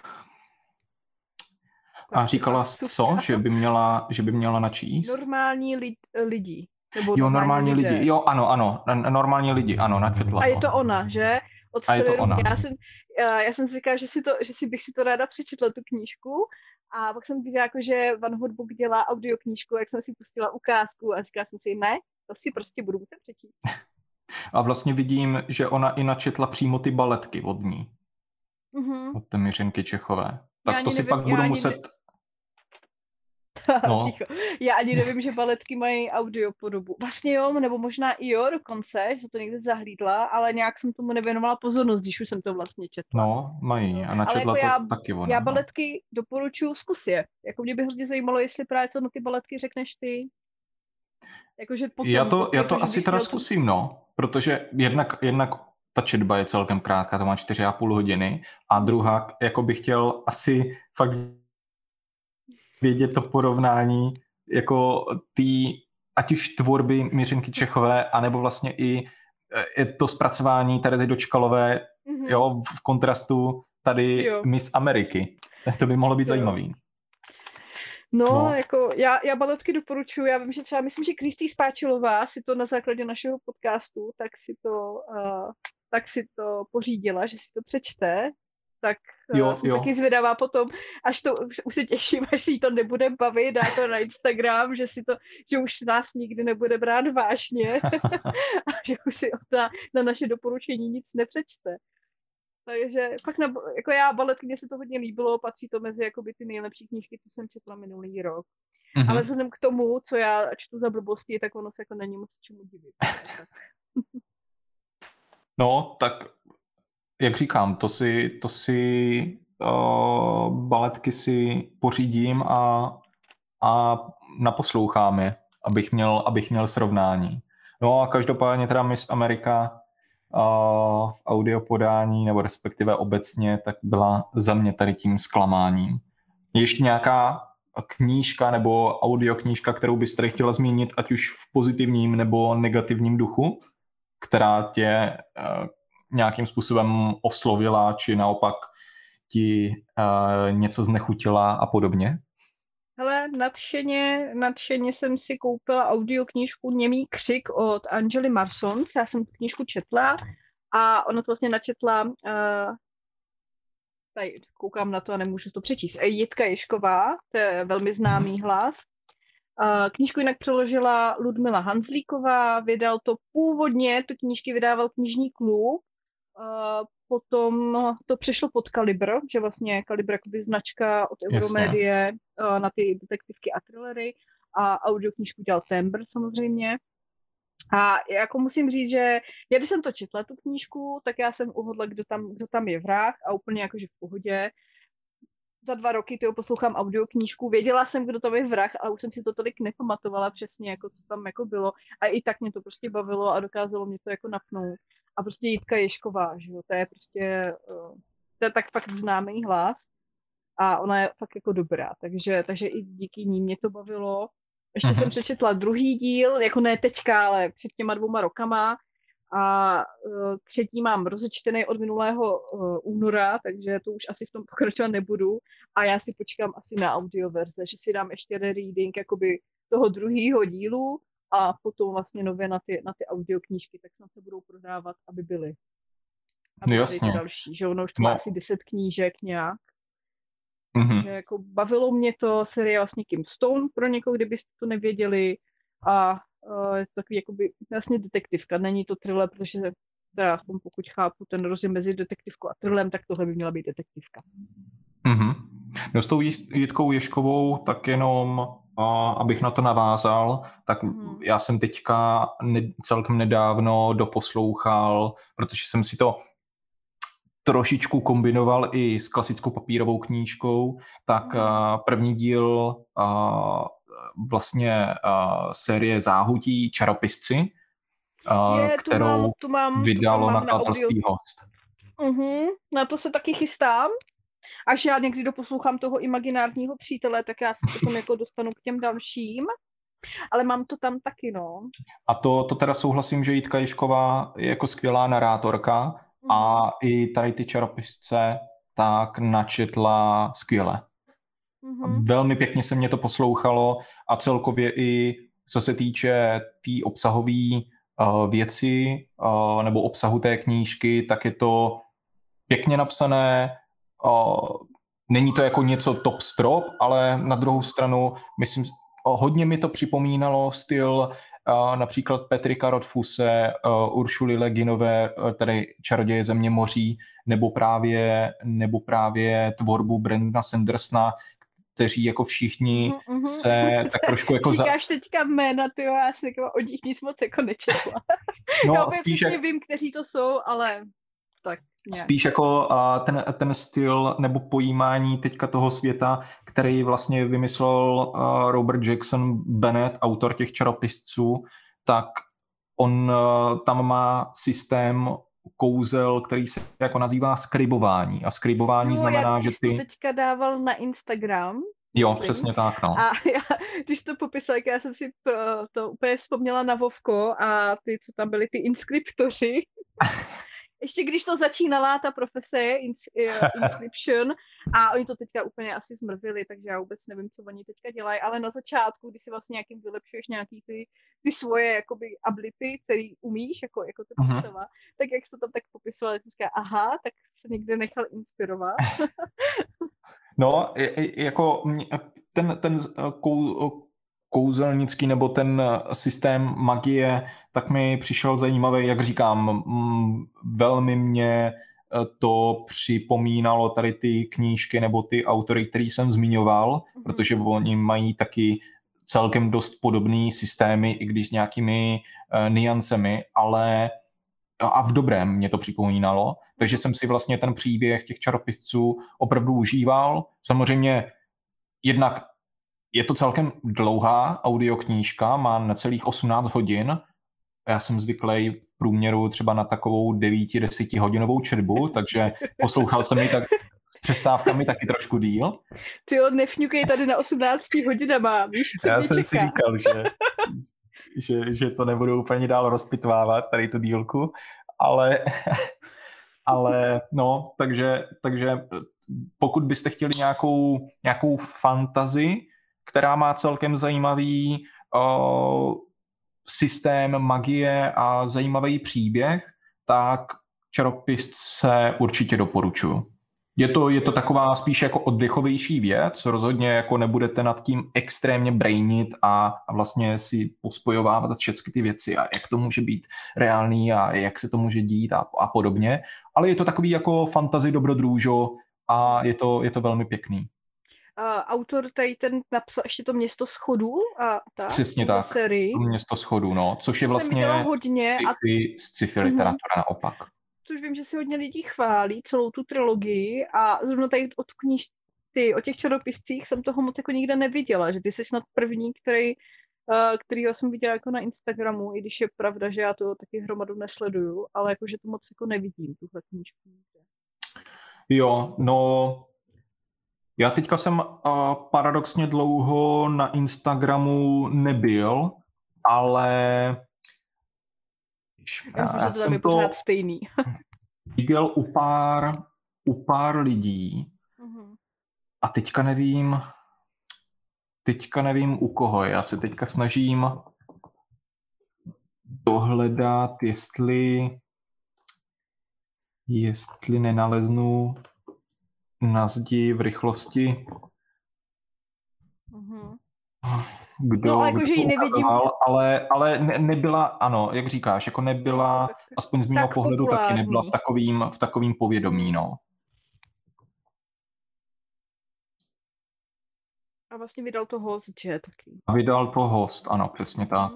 A říkala jsi co, že by měla, že by měla načíst? Normální lid, lidi. Nebo Jo, normální, normální lidé. lidi. Jo, ano, ano. n- Normální lidi, ano, načetla A to. je to ona, že? Od A je to Seleru. ona. Já jsem, já, já jsem si říkala, že si, to, že si bych si to ráda přečetla, tu knížku. A pak jsem viděla, jako, že Van Hotbook dělá audioknížku, jak jsem si pustila ukázku a říkala jsem si, ne, to si prostě budu muset přečíst. A vlastně vidím, že ona i načetla přímo ty baletky od ní. Mm-hmm. Od té Miřenky Čechové. Tak Já to ani si nevím, pak já budu ani muset... ne- No, Ticho. Já ani nevím, že baletky mají audio podobu. Vlastně jo, nebo možná i jo dokonce, že jsem to někde zahlídla, ale nějak jsem tomu nevěnovala pozornost, když už jsem to vlastně četla. no, mají. Jo. A Ale načetla jako to já, taky ona. já No. baletky doporučuji, zkus je. Jako mě by hrozně zajímalo, jestli právě co na ty baletky řekneš ty. Jakože potom, Já to, potom já jako, to že asi bych teda měl tu- zkusím, no. Protože jednak, jednak ta četba je celkem krátká, to má čtyři a půl hodiny. A druhá, jako bych chtěl asi fakt vědět to porovnání jako tý, ať už tvorby Miřenky Čechové, anebo vlastně i e, to zpracování Terezy Dočkalové, Mhm. jo, v kontrastu tady Jo. Miss Ameriky. To by mohlo být Jo. zajímavý. No, No. jako já, já baletky doporučuji, já vím, že třeba, myslím, že Kristý Spáčilová si to na základě našeho podcastu, tak si to, uh, tak si to pořídila, že si to přečte, tak uh, Jo, jsem jo. taky zvědavá potom, až to, už, už se těším, až si jí to nebude bavit, dá to na Instagram, že si to, že už z nás nikdy nebude brát vážně a že už si na, na naše doporučení nic nepřečte. Takže fakt na, jako já baletky, mně se to hodně líbilo, patří to mezi jakoby ty nejlepší knížky, co jsem četla minulý rok. Mhm. Ale vzhledem k tomu, co já čtu za blbosti, tak ono se jako není moc čemu divit. Tak. No, tak jak říkám, to si, to si uh, baletky si pořídím a, a naposlouchám je, abych měl, abych měl srovnání. No a každopádně teda Miss Amerika uh, v audiopodání, nebo respektive obecně, tak byla za mě tady tím zklamáním. Je ještě nějaká knížka nebo audioknížka, kterou bys tady chtěla zmínit, ať už v pozitivním nebo negativním duchu, která tě uh, nějakým způsobem oslovila, či naopak ti uh, něco znechutila a podobně? Hele, nadšeně, nadšeně jsem si koupila audioknížku Němý křik od Angely Marsons. Já jsem tu knížku četla a ona to vlastně načetla, uh, tady koukám na to a nemůžu to přečíst, Jitka Ježková, to je velmi známý hlas. Uh, knížku jinak přeložila Ludmila Hanzlíková, vydal to původně, tu knížky vydával knižní klub, uh, potom to přešlo pod Kalibr, že vlastně Kalibr jakoby značka od Euromedie uh, na ty detektivky a thrillery a audioknížku dělal Tembr samozřejmě. A jako musím říct, že já když jsem to četla, tu knížku, tak já jsem uhodla, kdo tam, kdo tam je vrah a úplně jakože v pohodě. za dva roky tyho poslouchám audioknížku. Věděla jsem, kdo to je vrah, ale už jsem si to tolik nepamatovala přesně, jako co tam jako bylo. A i tak mě to prostě bavilo a dokázalo mě to jako napnout. A prostě Jitka Ježková, že jo, to je prostě, uh, to je tak fakt známý hlas. A ona je fakt jako dobrá, takže, takže i díky ní mě to bavilo. Ještě Mhm. jsem přečetla druhý díl, jako ne teďka, ale před těma dvouma rokama. A uh, třetí mám rozečtený od minulého uh, února, takže to už asi v tom pokračovat nebudu. A já si počkám asi na audioverze, že si dám ještě rereading jakoby toho druhého dílu a potom vlastně nově na ty, na ty audioknížky, tak snad se budou prodávat, aby byly. Aby byly ty Jasně. další, že ono už to No. má asi deset knížek nějak. Mhm. Takže jako bavilo mě to série vlastně Kim Stone, pro někoho, kdybyste to nevěděli. A uh, je to takový jakoby vlastně detektivka, není to thriller, protože teda, pokud chápu ten rozdíl mezi detektivkou a thrillerem, tak tohle by měla být detektivka. Mhm. No s tou Jit- Jitkou Ježkovou, tak jenom, a, abych na to navázal, tak Mhm. já jsem teďka ne, celkem nedávno doposlouchal, protože jsem si to trošičku kombinoval i s klasickou papírovou knížkou, tak Mhm. a, první díl a, vlastně a, série Záhutí čaropisci, a, Je, tu mám, kterou tu mám, tu tam vydalo mám na audio. nakladatelství Host. Mhm, na to se taky chystám. Až já někdy doposlouchám toho imaginárního přítele, tak já se potom jako dostanu k těm dalším. Ale mám to tam taky, no. A to, to teda souhlasím, že Jitka Ježková je jako skvělá narátorka Mhm. a i tady ty čaropisce tak načetla skvěle. Mhm. Velmi pěkně se mě to poslouchalo a celkově i co se týče té tý obsahové uh, věci uh, nebo obsahu té knížky, tak je to pěkně napsané, uh, není to jako něco top strop, ale na druhou stranu myslím, hodně mi to připomínalo styl uh, například Petrika Rothfusse, uh, Uršuly Le Guinové, uh, tedy Čaroděje země moří, nebo právě, nebo právě tvorbu Brendana Sandersona, kteří jako všichni Mhm, mhm. se tak trošku jako za... Říkáš teďka jména, tyjo, já si jako o nich nic moc jako nečetla. No, já úplně spíš přesně jak... vím, kteří to jsou, ale tak nějak. Spíš jako uh, ten, ten styl nebo pojímání teďka toho světa, který vlastně vymyslel uh, Robert Jackson Bennett, autor těch čaropisců, tak on uh, tam má systém kouzel, který se jako nazývá skribování. A skribování No, znamená, jak že jsi ty... to teďka dával na Instagram. Jo, myslím. přesně tak, no. A já, když jsi to popisal, já jsem si to, to úplně vzpomněla na Vovko a ty, co tam byli, ty inskriptoři. Ještě když to začínala ta profese ins, uh, Inscription a oni to teďka úplně asi zmrvili, takže já vůbec nevím, co oni teďka dělají, ale na začátku, když si vlastně nějakým vylepšuješ nějaký ty, ty svoje jakoby ability, který umíš, jako, jako to postava, uh-huh. tak jak jsi to tam tak popisoval, tak říká, aha, tak se někde nechal inspirovat. No, jako ten, ten kou, kouzelnický nebo ten systém magie, tak mi přišel zajímavý, jak říkám, velmi mě to připomínalo tady ty knížky nebo ty autory, který jsem zmiňoval, mm-hmm. protože oni mají taky celkem dost podobný systémy, i když s nějakými uh, niancemi, ale a v dobrém mě to připomínalo, takže jsem si vlastně ten příběh těch čaropisců opravdu užíval. Samozřejmě jednak je to celkem dlouhá audioknížka, má necelých osmnáct hodin. Já jsem zvyklý v průměru třeba na takovou devět deset hodinovou četbu, takže poslouchal jsem ji tak s přestávkami taky trošku díl. Ty jo, nefňukej tady na osmnáct hodinama, víš, co Já mě jsem čeká. si říkal, že, že, že to nebudu úplně dál rozpitvávat, tady tu dílku, ale, ale no, takže, takže pokud byste chtěli nějakou, nějakou fantazii, která má celkem zajímavý uh, systém magie a zajímavý příběh, tak čaropisce určitě doporučuji. Je to, je to taková spíš jako oddechovější věc, rozhodně jako nebudete nad tím extrémně brainit a, a vlastně si pospojovávat všechny ty věci a jak to může být reálný a jak se to může dít a, a podobně, ale je to takový jako fantasy dobrodružo a je to, je to velmi pěkný. Uh, autor tady ten napsal ještě to Město schodů a tak. Přesně tak, sérii. Město schodů, no, což je To vlastně hodně sci-fi, a... sci-fi literatura uh-huh. naopak. Což vím, že si hodně lidí chválí, celou tu trilogii a zrovna tady od kníž, ty, o těch čaropiscích jsem toho moc jako nikde neviděla, že ty jsi snad první, který, uh, kterýho jsem viděla jako na Instagramu, i když je pravda, že já to taky hromadu nesleduju, ale jakože to moc jako nevidím, tuhle knížku. Jo, no já teďka jsem uh, paradoxně dlouho na Instagramu nebyl, ale Já myslím, že to tam je to pořád stejný. viděl u pár, u pár lidí Mhm. a teďka nevím, teďka nevím u koho. Já se teďka snažím dohledat, jestli jestli nenaleznu na zdi v rychlosti, Mhm. kdo, No, a jako, kdo že to ji nevidím. ukazoval, ale, ale ne, nebyla, ano, jak říkáš, jako nebyla, Tak- aspoň z mého tak pohledu taky populární. nebyla v takovým, v takovým povědomí, no. A vlastně vydal to host, že taky. A vydal to host, ano, přesně tak.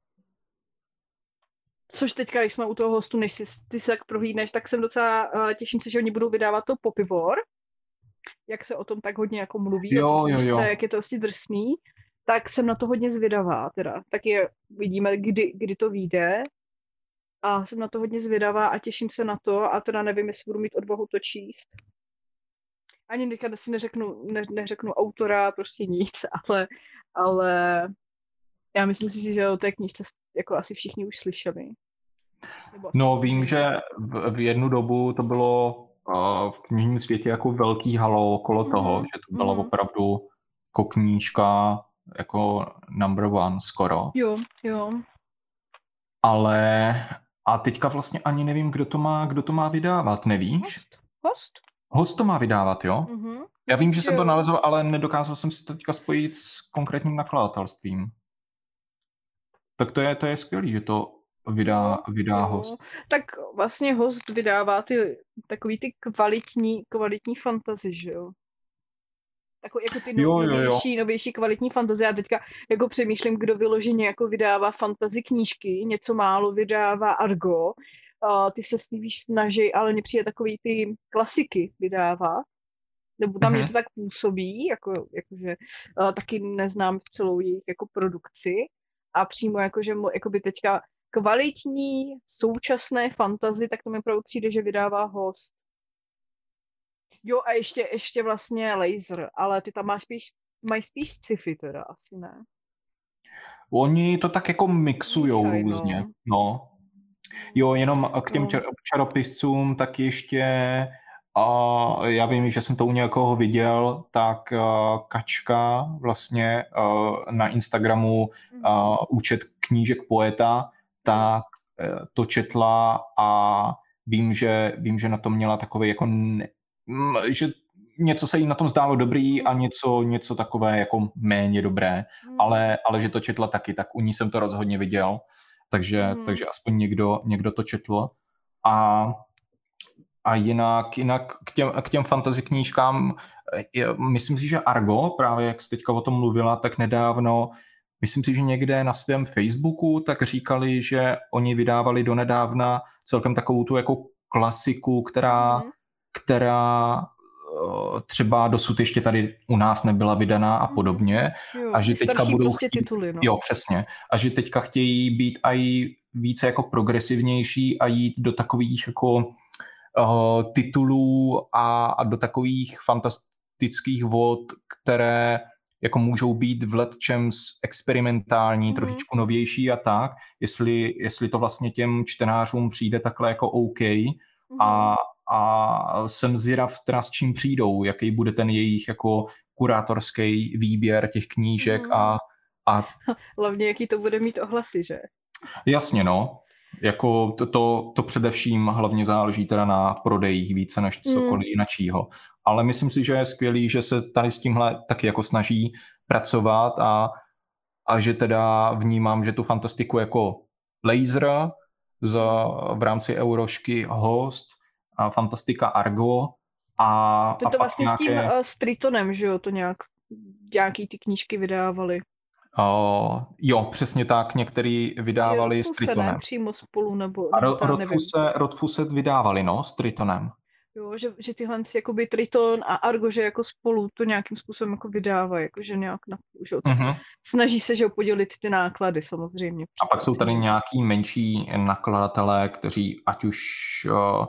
Což teďka, když jsme u toho hostu, než si, ty se tak prohlídneš, tak jsem docela, uh, těším se, že oni budou vydávat to Popivor, jak se o tom tak hodně jako mluví, Jo, o té jo, knížce, jo. jak je to vlastně drsný, tak jsem na to hodně zvědavá teda. Tak je, vidíme, kdy, kdy to vyjde. A jsem na to hodně zvědavá a těším se na to a teda nevím, jestli budu mít odvahu to číst. Ani teďka si neřeknu, ne, neřeknu autora, prostě nic, ale, ale já myslím si, že o té knížce jako asi všichni už slyšeli. Nebo asi No všichni. vím, že v, v jednu dobu to bylo uh, v knižním světě jako velký halo okolo Mhm, toho, že to byla mhm. opravdu jako knížka jako number one skoro. Jo, jo. Ale a teďka vlastně ani nevím, kdo to má, kdo to má vydávat, nevíš? Host? Host? Host to má vydávat, jo? Mhm. Já vím, že jsem to Jo. nalezl, ale nedokázal jsem si to teďka spojit s konkrétním nakladatelstvím. Tak to je, to je skvělý, že to vydá, Jo, vydá jo. host. Tak vlastně host vydává ty takový ty kvalitní, kvalitní fantasy, že jo? Jako, jako ty Jo, no, jo, jo. novější, novější kvalitní fantasy. Já teďka jako přemýšlím, kdo vyloženě jako vydává fantasy knížky, něco málo vydává Argo. Uh, ty se s tím víš snaží, ale mně přijde takový ty klasiky vydává. Nebo tam Mhm. mě to tak působí, jako, jakože uh, taky neznám celou jejich jako produkci. A přímo jakože mo- jakoby teďka kvalitní současné fantasy, tak to mi opravdu přijde, že vydává host. Jo, a ještě, ještě vlastně Laser, ale ty tam máš spíš, mají spíš sci-fi teda, asi ne. Oni to tak jako mixujou Míchaj, no. různě. No. Jo, jenom k těm No. čar- čaropiscům tak ještě, a já vím, že jsem to u někoho viděl, tak a, Kačka vlastně a, na Instagramu a, účet knížek poeta, tak e, to četla a vím, že, vím, že na to měla takový jako, ne, m, že něco se jí na tom zdálo dobrý a něco, něco takové jako méně dobré, Mm. ale, ale že to četla taky, tak u ní jsem to rozhodně viděl. Takže, Mhm. takže aspoň někdo, někdo to četl. A, a jinak, jinak k těm, k těm fantasy knížkám, je, myslím si, že Argo, právě jak jsi teďka o tom mluvila, tak nedávno, myslím si, že někde na svém Facebooku tak říkali, že oni vydávali donedávna celkem takovou tu jako klasiku, která, Mhm. která eh, třeba dosud ještě tady u nás nebyla vydaná a podobně. Jo, A že ty teďka starší budou prostě chtít, tituly, no. jo, přesně. A že teďka chtějí být i více jako progresivnější a jít do takových jako uh, titulů a, a do takových fantastických vod, které jako můžou být v lecčems experimentální, Mhm. trošičku novější a tak, jestli, jestli to vlastně těm čtenářům přijde takhle jako OK. A, a jsem zvědav teda s čím přijdou, jaký bude ten jejich jako kurátorský výběr těch knížek Mhm. a, a Hlavně, jaký to bude mít ohlasy, že? jasně, no. Jako to, to, to především hlavně záleží teda na prodejích více než cokoliv jinačího. Ale myslím si, že je skvělý, že se tady s tímhle taky jako snaží pracovat a, a že teda vnímám, že tu fantastiku jako Laser z, v rámci Eurošky host a fantastika Argo a, To a to pak vlastně s tím nějaké... uh, s Tritonem, že jo, to nějak nějaký ty knížky vydávali. Uh, jo, přesně tak, některý vydávali s Rodfuse, ne? Tritonem. Přímo spolu, nebo, A nebo Ro- to já nevím. Rodfuse, Rodfuse vydávali, no, s Tritonem. Jo, že, že tyhle jakoby Triton a Argo, že jako spolu to nějakým způsobem jako vydávají, jakože nějak na že jo, tak Mhm. snaží se, že jo, podělit ty náklady samozřejmě. A pak jsou tady Při- nějaký menší nakladatelé, kteří ať už uh,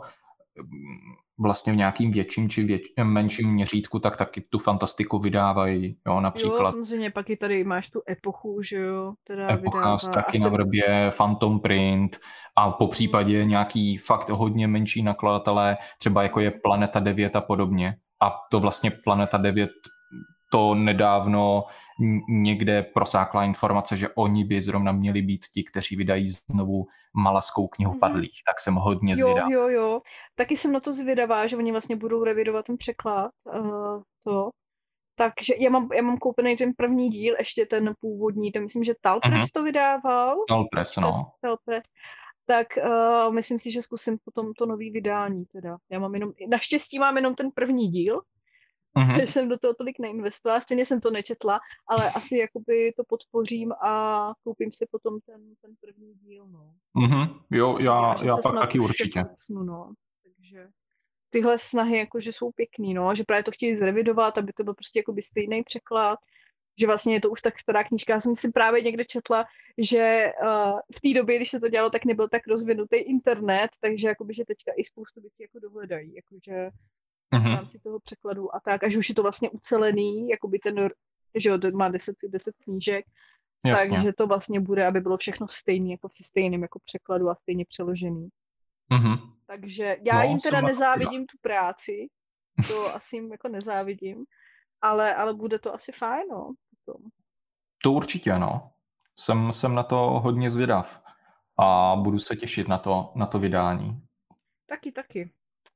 vlastně v nějakým větším či věč, menším měřítku, tak taky tu fantastiku vydávají. Jo, Jo, například samozřejmě, pak i tady máš tu epochu, že jo, která Epocha, vydává. A Straky na se, vrbě, Phantom Print a po případě nějaký fakt hodně menší nakladatelé, třeba jako je Planeta devět a podobně. A to vlastně Planeta devět to nedávno někde prosákla informace, že oni by zrovna měli být ti, kteří vydají znovu Malaskou knihu Mhm. padlých, tak jsem hodně Jo, zvědav. jo, jo. Taky jsem na to zvědavá, že oni vlastně budou revidovat ten překlad. Uh, to. Takže já mám, já mám koupený ten první díl, ještě ten původní, to myslím, že Talpress Mhm. to vydával. Talpress, no. Talpress. Tak uh, myslím si, že zkusím potom to nový vydání teda. Já mám jenom, naštěstí mám jenom ten první díl, Mhm. že jsem do toho tolik neinvestovala, stejně jsem to nečetla, ale asi jakoby to podpořím a koupím si potom ten, ten první díl, no. Mhm. Jo, já, A že já se pak snad taky už určitě. kucnu, no. Takže tyhle snahy jakože jsou pěkný, no, že právě to chtějí zrevidovat, aby to byl prostě jakoby stejný překlad, že vlastně je to už tak stará knížka. Já jsem si právě někde četla, že uh, v té době, když se to dělalo, tak nebyl tak rozvinutý internet, takže jakoby, že teďka i spoustu věcí jako dohledají, jakože v Mhm. rámci toho překladu a tak, až už je to vlastně ucelený, jakoby ten, že jo, ten má deset, deset knížek, Jasně. takže to vlastně bude, aby bylo všechno stejné, jako v stejném jako překladu a stejně přeložený. Mhm. Takže já No, jim teda jsem na to nezávidím tu práci, to asi jim jako nezávidím, ale, ale bude to asi fajn, no. potom. To určitě, no. Jsem, jsem na to hodně zvědav a budu se těšit na to, na to vydání. Taky, taky.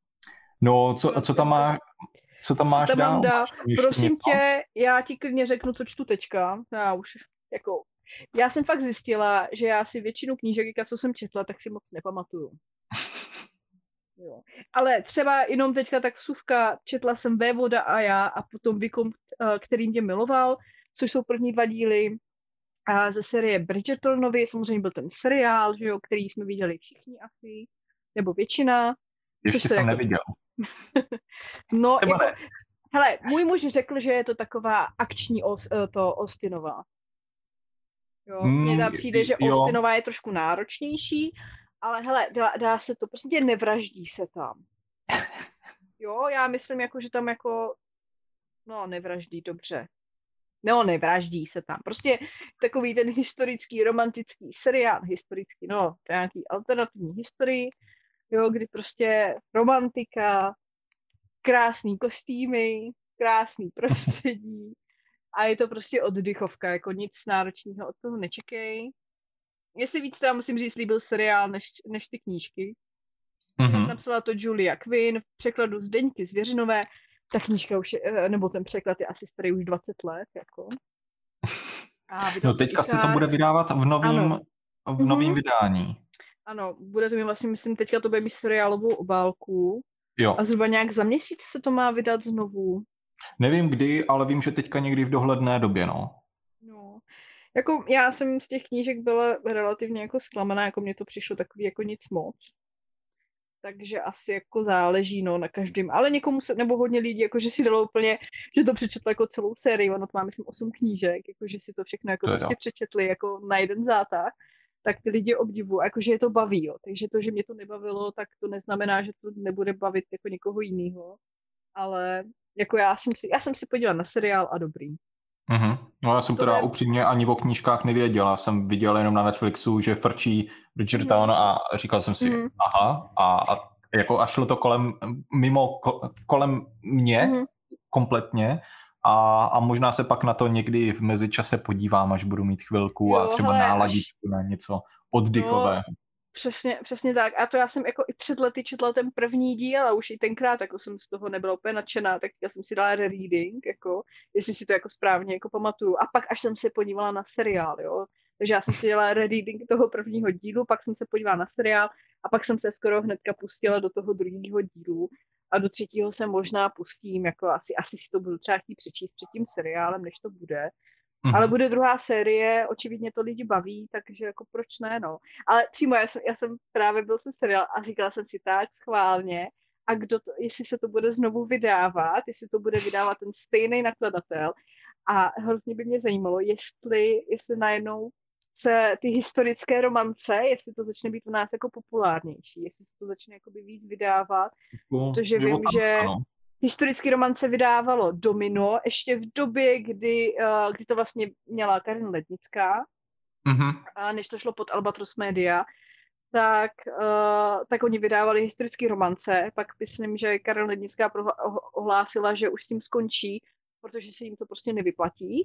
No, co, co tam má, co tam Co máš tam dál? mám dál? Máš tam ještě Prosím něco? tě, já ti klidně řeknu, co čtu teďka. Já už jako... Já jsem fakt zjistila, že já si většinu knížek, co jsem četla, tak si moc nepamatuju. Jo. Ale třeba jenom teďka tak vsuvka, četla jsem Vévoda a já a potom Vicomte, který mě miloval, což jsou první dva díly a ze série Bridgertonovi, samozřejmě byl ten seriál, že jo, který jsme viděli všichni asi, nebo většina. Ještě jsem jako... neviděl. no, Třeba jako, ne. hele, můj muž řekl, že je to taková akční os, to Austinová. Jo, mně Mm, tam přijde, že jo. Austinová je trošku náročnější, ale hele, dá, dá se to, prostě nevraždí se tam. Jo, já myslím, jako, že tam jako, no, nevraždí, dobře. No, nevraždí se tam. Prostě takový ten historický, romantický seriál, historický, no, to je nějaký alternativní historii, jo, kdy prostě romantika, krásný kostýmy, krásný prostředí a je to prostě oddychovka, jako nic náročného od toho nečekej. Mně si víc teda, musím říct, líbil seriál než, než ty knížky. Jinak Mhm. napsala to Julia Quinn v překladu Zdeňky Zvěřinové. Ta knížka už je, nebo ten překlad je asi starý už dvacet let, jako. A No teďka se to Ichár. bude vydávat v novým, v novým Mhm. vydání. Ano, bude to mi vlastně, myslím, teďka to bude mít seriálovou obálku. Jo. A zhruba nějak za měsíc se to má vydat znovu. Nevím kdy, ale vím, že teďka někdy v dohledné době, no. No. Jako já jsem z těch knížek byla relativně jako zklamaná, jako mně to přišlo takový jako nic moc. Takže asi jako záleží, no, na každém. Ale někomu se, nebo hodně lidí, jako že si dalo úplně, že to přečetla jako celou sérii, ono to má, myslím, osm knížek, jako že si to všechno jako To prostě jo. přečetli jako na jeden zátah, tak ty lidi obdivují, jakože je to baví, jo. Takže to, že mě to nebavilo, tak to neznamená, že to nebude bavit jako někoho jiného. Ale jako já jsem si, já jsem si podívala na seriál a dobrý. Mhm. No já jsem To teda je- upřímně ani o knížkách nevěděl. Já jsem viděl jenom na Netflixu, že frčí Bridgerton a říkal jsem si, Mhm. aha, a, a jako a šlo to kolem, mimo, ko, kolem mě Mhm. kompletně a, a možná se pak na to někdy v mezičase podívám, až budu mít chvilku Jo, a třeba hele, náladičku na něco oddychového. Přesně, přesně tak. A to já jsem jako i před lety četla ten první díl a už i tenkrát jako jsem z toho nebyla úplně nadšená, tak já jsem si dala rereading, jako, jestli si to jako správně jako pamatuju. A pak až jsem se podívala na seriál, jo. Takže já jsem si dělala rereading toho prvního dílu, pak jsem se podívala na seriál a pak jsem se skoro hnedka pustila do toho druhého dílu a do třetího se možná pustím, jako asi, asi si to budu třeba chtít přečíst před tím seriálem, než to bude. Mhm. Ale bude druhá série, očividně to lidi baví, takže jako proč ne, no. Ale přímo já jsem, já jsem právě byl ten seriál a říkala jsem si tak schválně, a kdo to, jestli se to bude znovu vydávat, jestli to bude vydávat ten stejný nakladatel. A hrozně by mě zajímalo, jestli, jestli najednou se ty historické romance, jestli to začne být u nás jako populárnější, jestli se to začne jakoby víc vydávat, Jako, protože je vím, otázka, že no. historický romance vydávalo Domino ještě v době, kdy, uh, kdy to vlastně měla Karin Lednická, Mhm. a než to šlo pod Albatros Media, tak, uh, tak oni vydávali historický romance, pak myslím, že Karin Lednická prohla- ohlásila, že už s tím skončí, protože se jim to prostě nevyplatí.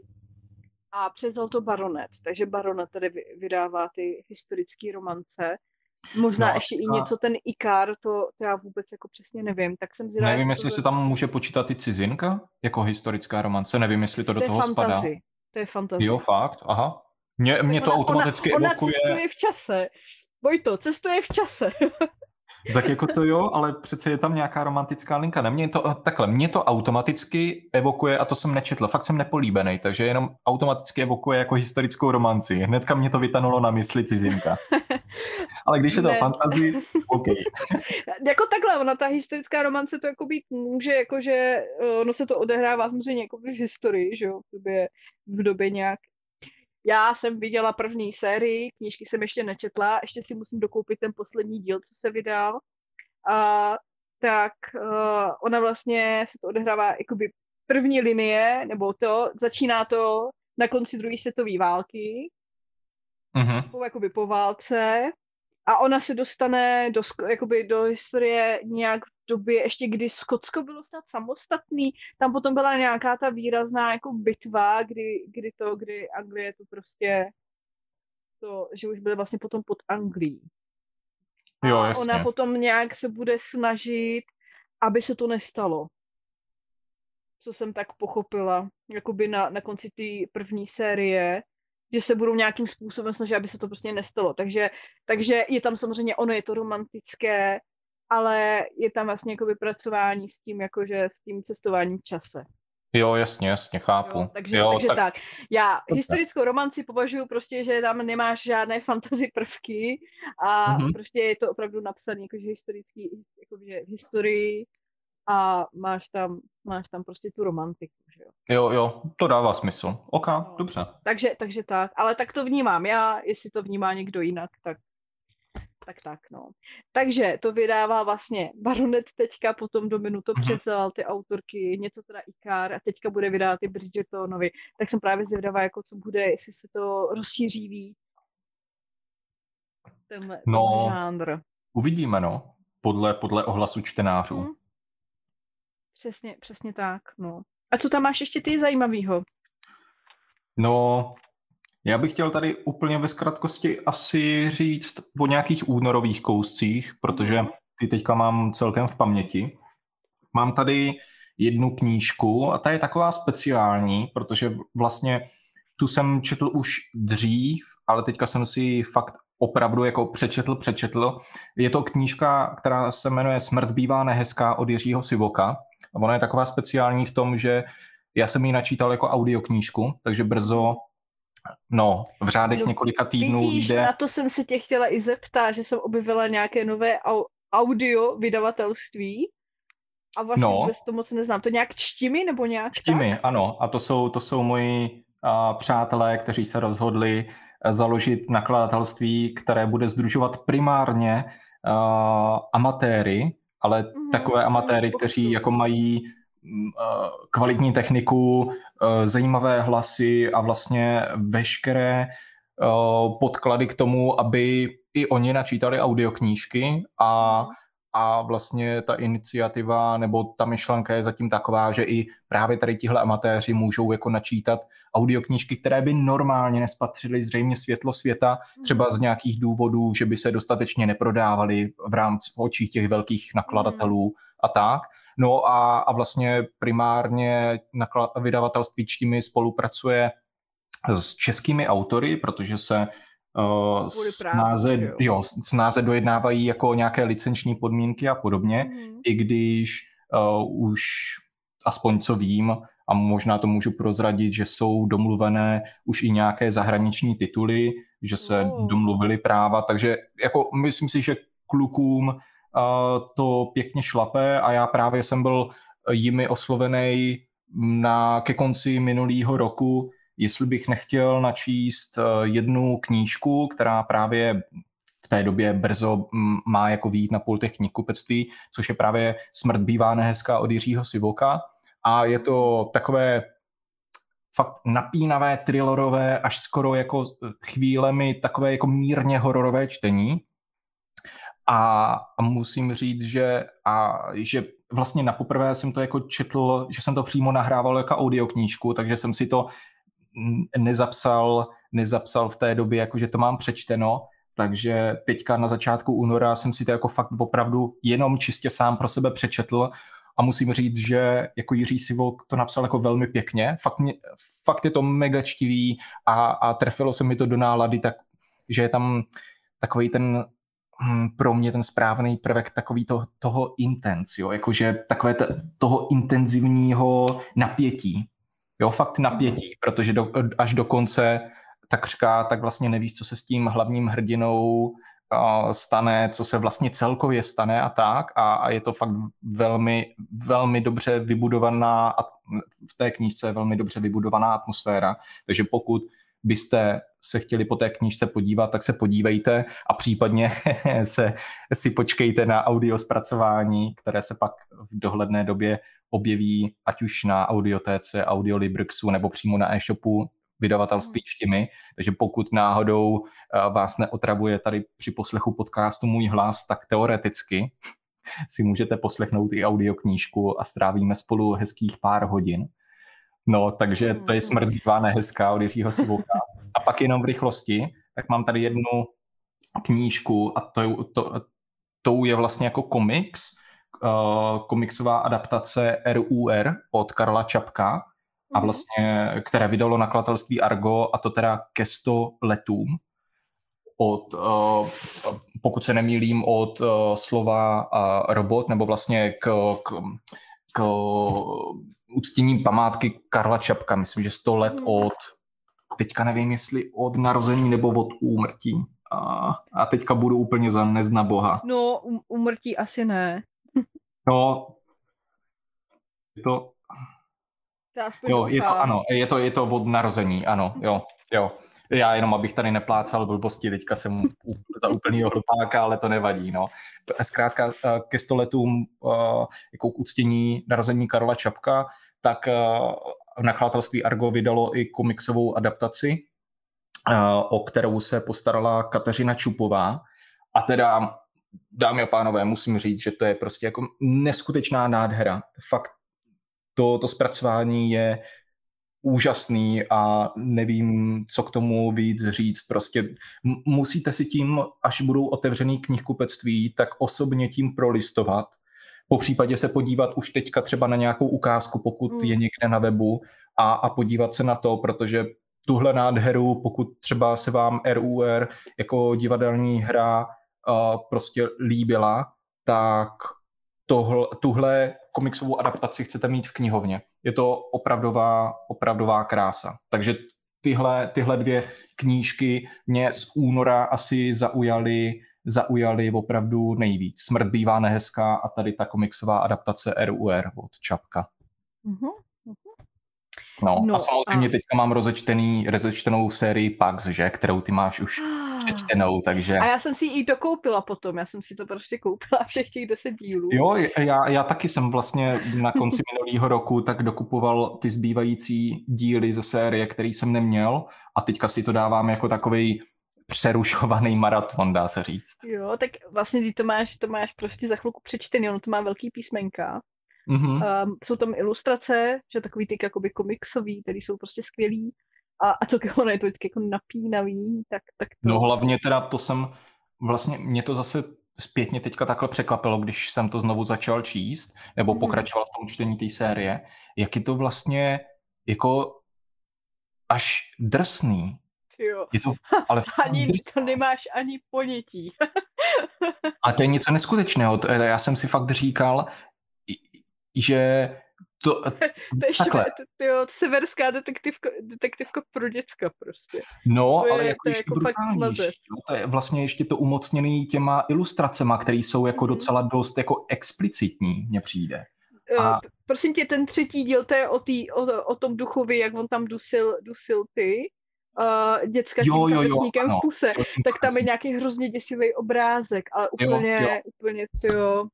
A převzal to Baronet, takže Baronet tady vydává ty historické romance. Možná No a ještě i teďka něco ten Ikar, to, to já vůbec jako přesně nevím, tak jsem zvědavá, nevím, jestli jestli to... se tam může počítat i cizinka jako historická romance, nevím, jestli to do To je toho spadá. fantasy, to je fantasy. Jo, fakt, aha. Mě, mě to ona, automaticky ona, evokuje... Ona cestuje v čase. Vojto, cestuje v čase. Tak jako to jo, ale přece je tam nějaká romantická linka. Ne, mě to, takhle, mě to automaticky evokuje, a to jsem nečetl, fakt jsem nepolíbený, takže jenom automaticky evokuje jako historickou romanci. Hnedka mě to vytanulo na mysli cizinka. Ale když je to fantasy, OK. Jako takhle, ona ta historická romance to jako být může, jakože ono se to odehrává samozřejmě jako v historii, že jo, v době, v době nějak. Já jsem viděla první sérii, knížky jsem ještě nečetla, ještě si musím dokoupit ten poslední díl, co se vydal. A tak uh, ona vlastně se to odehrává jakoby první linie, nebo to, začíná to na konci druhé světové války, Mm-hmm. po, jakoby po válce, a ona se dostane do, jakoby do historie nějak v době, ještě kdy Skotsko bylo snad samostatný, tam potom byla nějaká ta výrazná jako bitva, kdy, kdy to, kdy Anglie to prostě, to, že už byly vlastně potom pod Anglií. A jo, jasně. ona potom nějak se bude snažit, aby se to nestalo. Co jsem tak pochopila, jakoby na, na konci té první série, že se budou nějakým způsobem snažit, aby se to prostě nestalo. Takže, takže je tam samozřejmě, ono je to romantické, ale je tam vlastně jako vypracování s tím, jakože s tím cestováním v čase. Jo, jasně, jasně, chápu. Jo, takže jo, takže tak. tak. Já Dobře. historickou romanci považuji prostě, že tam nemáš žádné fantasy prvky a mm-hmm. prostě je to opravdu napsané jakože historický, jakože v historii a máš tam, máš tam prostě tu romantiku, že jo. Jo, jo, to dává smysl. OK, no. Dobře. Takže, takže tak, ale tak to vnímám já, jestli to vnímá někdo jinak, tak tak tak, no. Takže to vydává vlastně Baronet teďka, potom Domino to převzal, ty autorky, něco teda Ikar a teďka bude vydávat ty Bridgertonovi. Tak jsem právě zvědavá, jako co bude, jestli se to rozšíří víc. Tenhle, no, tenhle žánr. Uvidíme, no. Podle, podle ohlasu čtenářů. Hmm. Přesně, přesně tak, no. A co tam máš ještě ty zajímavýho? No, já bych chtěl tady úplně ve zkratkosti asi říct o nějakých únorových kouscích, protože ty teďka mám celkem v paměti. Mám tady jednu knížku a ta je taková speciální, protože vlastně tu jsem četl už dřív, ale teďka jsem si fakt opravdu jako přečetl, přečetl. Je to knížka, která se jmenuje Smrt bývá nehezká od Jiřího Sivoka. A ona je taková speciální v tom, že já jsem ji načítal jako audioknížku, takže brzo, no, v řádech no, několika týdnů vidíš, jde... na to jsem se tě chtěla i zeptat, že jsem objevila nějaké nové audio vydavatelství a vlastně no. vůbec to moc neznám. To nějak Čtimi nebo nějak Čtimi, tak? ano. A to jsou, to jsou moji uh, přátelé, kteří se rozhodli založit nakladatelství, které bude sdružovat primárně uh, amatéry, ale mm, takové amatéry, kteří jako mají uh, kvalitní techniku, uh, zajímavé hlasy a vlastně veškeré uh, podklady k tomu, aby i oni načítali audioknížky a mm. A vlastně ta iniciativa nebo ta myšlenka je zatím taková, že i právě tady tihle amatéři můžou jako načítat audioknížky, které by normálně nespatřily zřejmě světlo světa, třeba z nějakých důvodů, že by se dostatečně neprodávaly v rámci v očích těch velkých nakladatelů a tak. No a, a vlastně primárně naklad, vydavatelství Čtimi spolupracuje s českými autory, protože se Uh, snáze, práv, jo, snáze dojednávají jako nějaké licenční podmínky a podobně, mm. i když uh, už aspoň co vím, a možná to můžu prozradit, že jsou domluvené už i nějaké zahraniční tituly, že se oh. domluvily práva, takže jako myslím si, že klukům uh, to pěkně šlape a já právě jsem byl jimi oslovený na, ke konci minulého roku, jestli bych nechtěl načíst jednu knížku, která právě v té době brzo má jako vyjít na pultech knihkupectví, což je právě Smrt bývá nehezká od Jiřího Sivoka. A je to takové fakt napínavé, thrillerové, až skoro jako chvílemi takové jako mírně hororové čtení. A, a musím říct, že, a, že vlastně napoprvé jsem to jako četl, že jsem to přímo nahrával jako audioknížku, takže jsem si to nezapsal, nezapsal v té době, jako že to mám přečteno, takže teďka na začátku února jsem si to jako fakt opravdu jenom čistě sám pro sebe přečetl a musím říct, že jako Jiří Sivok to napsal jako velmi pěkně, fakt, mě, fakt je to mega čtivý a, a trefilo se mi to do nálady, tak, že je tam takový ten pro mě ten správný prvek takový to, toho intenz, jo, jakože takové t- toho intenzivního napětí, jo, fakt napětí, protože do, až do konce takřka, tak vlastně nevíš, co se s tím hlavním hrdinou uh, stane, co se vlastně celkově stane a tak a, a je to fakt velmi, velmi dobře vybudovaná, v té knížce je velmi dobře vybudovaná atmosféra, takže pokud byste se chtěli po té knížce podívat, tak se podívejte a případně se si počkejte na audio zpracování, které se pak v dohledné době objeví ať už na audiotéce, Audiolibrixu nebo přímo na e-shopu vydavatelství Štimy. Takže pokud náhodou vás neotravuje tady při poslechu podcastu můj hlas, tak teoreticky si můžete poslechnout i audioknížku a strávíme spolu hezkých pár hodin. No, takže to je Smrt bývá nehezká od Jiřího Sivoka. A pak jenom v rychlosti, tak mám tady jednu knížku a to je, to, to je vlastně jako komiks, uh, komiksová adaptace R U R od Karla Čapka, a vlastně, které vydalo nakladatelství Argo, a to teda ke sto letům. Od, uh, pokud se nemýlím, od uh, slova uh, robot, nebo vlastně k, k, k uctěním památky Karla Čapka. Myslím, že sto let od, teďka nevím, jestli od narození nebo od úmrtí. A, a teďka budu úplně za nezna boha. No, úmrtí asi ne. No, je to... Jo, je to, ano, je to, je to od narození, ano, jo, jo. Já jenom, abych tady neplácal blbosti, teďka jsem za úplnýho hlupáka, ale to nevadí, no. Zkrátka ke sto letům jako k uctění narození Karla Čapka, tak v nakladatelství Argo vydalo i komiksovou adaptaci, o kterou se postarala Kateřina Čupová. A teda, dámy a pánové, musím říct, že to je prostě jako neskutečná nádhera. Fakt to, to zpracování je úžasný a nevím, co k tomu víc říct. Prostě musíte si tím, až budou otevřený knihkupectví, tak osobně tím prolistovat. Po případě se podívat už teďka třeba na nějakou ukázku, pokud mm. je někde na webu a, a podívat se na to, protože tuhle nádheru, pokud třeba se vám R U R jako divadelní hra uh, prostě líbila, tak tohle, tuhle komiksovou adaptaci chcete mít v knihovně. Je to opravdová, opravdová krása. Takže tyhle, tyhle dvě knížky mě z února asi zaujaly, zaujaly opravdu nejvíc. Smrt bývá nehezká a tady ta komiksová adaptace R U R od Čapka. Mm-hmm. No, no a samozřejmě a... teďka mám rozečtený, rozečtenou sérii Pax, že, kterou ty máš už přečtenou, takže... A já jsem si ji dokoupila potom, já jsem si to prostě koupila všech těch deset dílů. Jo, já, já taky jsem vlastně na konci minulého roku tak dokupoval ty zbývající díly ze série, který jsem neměl a teďka si to dávám jako takovej přerušovaný maraton, dá se říct. Jo, tak vlastně ty to máš, to máš prostě za chvilku přečtený, ono to má velký písmenka. Mm-hmm. Um, jsou tam ilustrace, že takový ty jakoby komiksový, který jsou prostě skvělý a, a celkem ono je to vždycky jako napínavý, tak, tak to... No hlavně teda to jsem, vlastně mě to zase zpětně teďka takhle překvapilo, když jsem to znovu začal číst, nebo mm-hmm. pokračoval v tom čtení té série, jak je to vlastně jako až drsný. Jo. Je to, ale ani drsný. To nemáš ani ponětí. A to je něco neskutečného, já jsem si fakt říkal, že To, To je ještě takhle. to, to, jo, severská detektivka, detektivka pro děcka prostě. No, To ale je, jako to je ještě jako fakt brutálnější. mazec. Jo? To je vlastně ještě to umocněný těma ilustracema, které jsou jako Mhm. docela dost jako explicitní, mně přijde. Uh, A prosím tě, ten třetí díl, to je o, tý, o, o tom duchovi, jak on tam dusil, dusil ty uh, děcka s tím jo, jo, jo, kapesníkem ano. v puse, Jo, tím tak tam je kapesníkem. nějaký hrozně děsivý obrázek, ale Jo, úplně, jo. úplně, tyjo.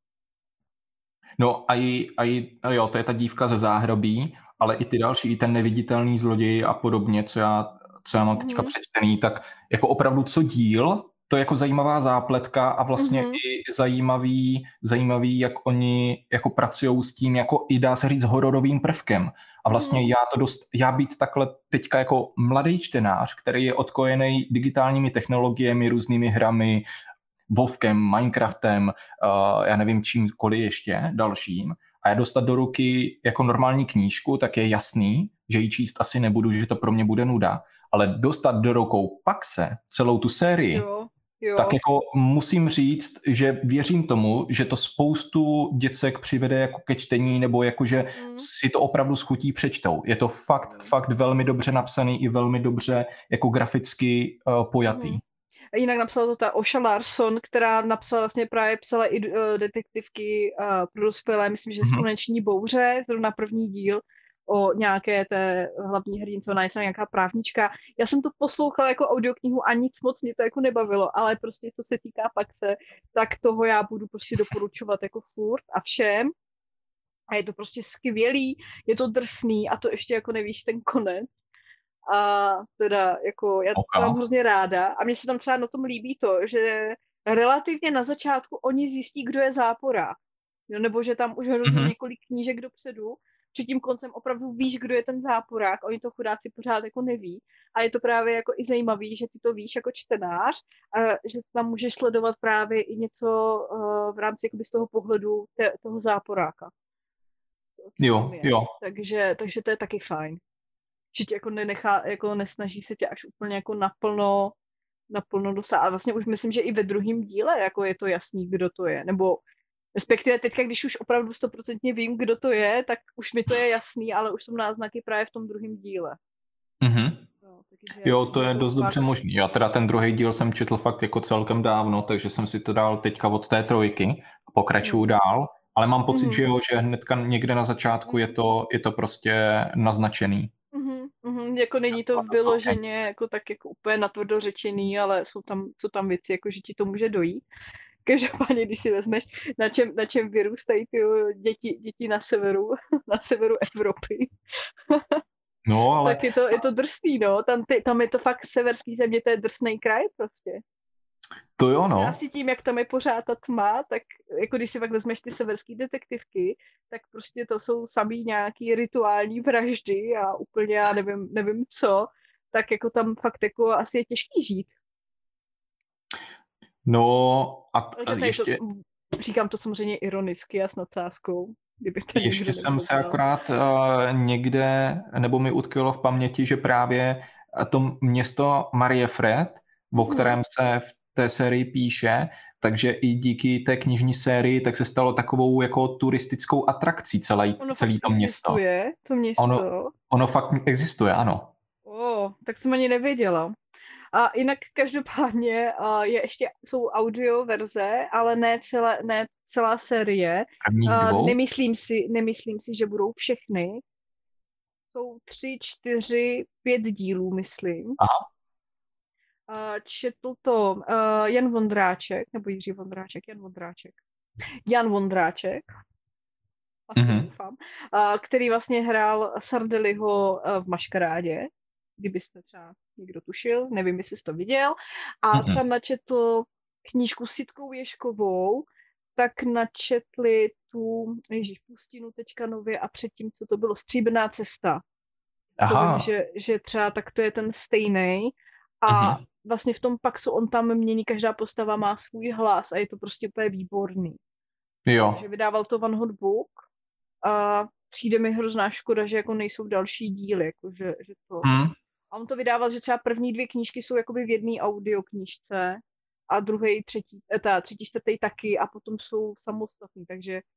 No a, i, a, i, a jo, to je ta dívka ze záhrobí, ale i ty další, i ten neviditelný zloděj a podobně, co já, co já mám teďka Mhm. přečtený, tak jako opravdu co díl, to je jako zajímavá zápletka a vlastně Mhm. i zajímavý, zajímavý, jak oni jako pracujou s tím, jako i dá se říct hororovým prvkem. A vlastně Mhm. já to dost, já být takhle teďka jako mladý čtenář, který je odkojený digitálními technologiemi, různými hrami, Vovkem, Minecraftem, uh, já nevím čímkoliv ještě dalším, a já dostat do ruky jako normální knížku, tak je jasný, že ji číst asi nebudu, že to pro mě bude nuda, ale dostat do rukou Paxe celou tu sérii, Jo, jo. tak jako musím říct, že věřím tomu, že to spoustu děcek přivede jako ke čtení, nebo jako, že Mm. si to opravdu schutí přečtou. Je to fakt, Mm. fakt velmi dobře napsaný i velmi dobře jako graficky uh, pojatý. Mm. A jinak napsala to ta Osha Larson, která napsala vlastně právě psala i uh, detektivky uh, pro dospělé, myslím, že Mhm. Sluneční bouře, zrovna první díl o nějaké té hlavní hrdince, ona je nějaká právnička. Já jsem to poslouchala jako audioknihu a nic moc mě to jako nebavilo, ale prostě co se týká Paxe, tak toho já budu prostě doporučovat jako furt a všem. A je to prostě skvělý, je to drsný a to ještě jako nevíš ten konec. A teda jako já to Okay. mám hrozně ráda a mně se tam třeba na tom líbí to, že relativně na začátku oni zjistí, kdo je záporák. No, nebo že tam už hrozně Mhm. několik knížek dopředu, před tím koncem opravdu víš, kdo je ten záporák, oni to chudáci pořád jako neví. A je to právě jako i zajímavý, že ty to víš jako čtenář a že tam můžeš sledovat právě i něco uh, v rámci jakoby z toho pohledu te, toho záporáka. Jo, jo. Takže, takže to je taky fajn. Že tě jako nenechá, jako nesnaží se tě až úplně jako naplno, naplno dosáhnout. A vlastně už myslím, že i ve druhém díle jako je to jasný, kdo to je. Nebo respektive teďka, když už opravdu stoprocentně vím, kdo to je, tak už mi to je jasný, ale už jsou náznaky právě v tom druhém díle. Mhm. No, takže Jo, to je dost fakt... dobře možný. Já teda ten druhý díl jsem četl fakt jako celkem dávno, takže jsem si to dal teďka od té trojky a pokračuju Mm. dál, ale mám pocit, Mm. že jo, že hnedka někde na začátku je to, je to prostě naznačený. Mm, mm, jako není to vyloženě jako tak jako úplně natvrdo řečený, ale jsou tam, jsou tam věci, jako že ti to může dojít. Každopádně, když si vezmeš, na čem, na čem vyrůstají ty děti, děti na severu, na severu Evropy, No, ale... tak je to, je to drsný, no. Tam, ty, tam je to fakt severský země, to je drsný kraj prostě. To jo, no. Asi tím, jak tam je pořád ta tma, tak jako když si pak vezmeš ty severský detektivky, tak prostě to jsou samý nějaký rituální vraždy a úplně já nevím, nevím co, tak jako tam fakt jako asi je těžký žít. No a, t- a ještě... To, říkám to samozřejmě ironicky a s nadsázkou. Ještě jsem se akorát uh, někde, nebo mi utkvělo v paměti, že právě to město Mariefred, o kterém hmm. se v té sérii píše, takže i díky té knižní sérii tak se stalo takovou jako turistickou atrakcí celé, celé to město. Existuje to město? Ono, ono fakt existuje, ano. Oh, tak jsem ani nevěděla. A jinak každopádně uh, je ještě, jsou audio verze, ale ne, celé, ne celá série. Uh, nemyslím si, nemyslím si, že budou všechny. Jsou tři, čtyři, pět dílů, myslím. Aha. Uh, četl to uh, Jan Vondráček, nebo Jiří Vondráček, Jan Vondráček. Jan Vondráček, asi mm-hmm. doufám, uh, který vlastně hrál Sardeliho uh, v Maškarádě, kdybyste třeba někdo tušil, nevím, jestli jsi to viděl. A mm-hmm. třeba načetl knížku s Jitkou Ježkovou, tak načetli tu, ježiš, Pustinu teďka nově a předtím, co to bylo, Stříbrná cesta. Aha. To vím, že, že třeba tak to je ten stejný. A mm-hmm. vlastně v tom Paxu on tam mění, každá postava má svůj hlas a je to prostě úplně výborný. Jo. Takže vydával to Van Hot Book a přijde mi hrozná škoda, že jako nejsou další díly, jako že, že to... Mm. A on to vydával, že třeba první dvě knížky jsou jakoby v jedné audioknížce a druhý, třetí, ta třetí, čtvrtý taky a potom jsou samostatný, takže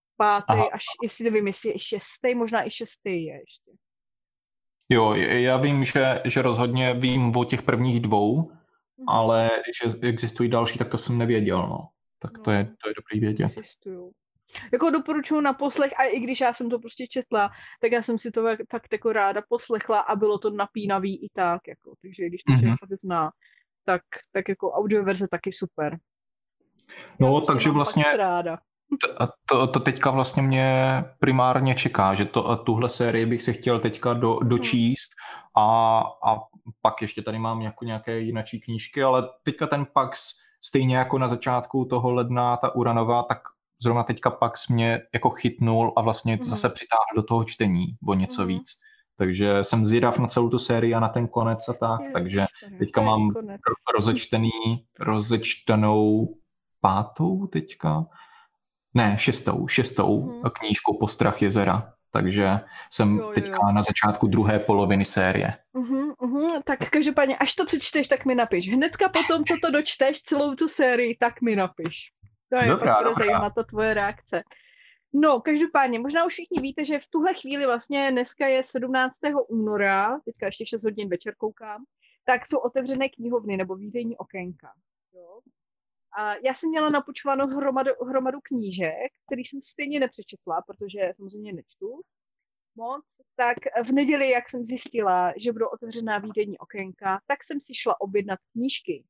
pátý, Aha. až, jestli nevím, jestli je šestý, možná i šestý je ještě. Jo, já vím, že, že rozhodně vím o těch prvních dvou, Mhm. ale že existují další, tak to jsem nevěděl, no. Tak to je, No, to je dobrý vědět. existují. Jako doporučuji na poslech, a i když já jsem to prostě četla, tak já jsem si to fakt jako ráda poslechla a bylo to napínavý i tak, jako. Takže když to člověk Mhm. fakt zná, tak, tak jako audioverze taky super. Já No, prostě takže mám vlastně fakt ráda. t- to, to teďka vlastně mě primárně čeká, že to, tuhle sérii bych si chtěl teďka do, Mhm. dočíst a, a pak ještě tady mám jako nějaké jinačí knížky, ale teďka ten Pax, stejně jako na začátku toho ledna ta Uranová, tak zrovna teďka Pax mě jako chytnul a vlastně Mhm. zase přitáhl do toho čtení o něco Mhm. víc. Takže jsem zvědav na celou tu sérii a na ten konec a tak, takže teďka To je i mám konec. rozečtený, rozečtenou pátou teďka, ne, šestou, šestou Mhm. knížku Postrach jezera, takže jsem Jo, jo, teďka jo. na začátku druhé poloviny série. Mhm, mhm. Tak každopádně, až to přečteš, tak mi napiš. Hnedka potom, co to dočteš, celou tu sérii, tak mi napiš. To je Dobrá, pak bude dobrá. zajímat ta tvoje reakce. No, každopádně, možná už všichni víte, že v tuhle chvíli vlastně dneska je sedmnáctého února, teďka ještě šest hodin večer koukám, tak jsou otevřené knihovny nebo výdejní okénka. Jo? A já jsem měla napočívanou hromadu, hromadu knížek, který jsem stejně nepřečetla, protože samozřejmě nečtu moc, tak v neděli, jak jsem zjistila, že budou otevřená výdejní okénka, tak jsem si šla objednat knížky.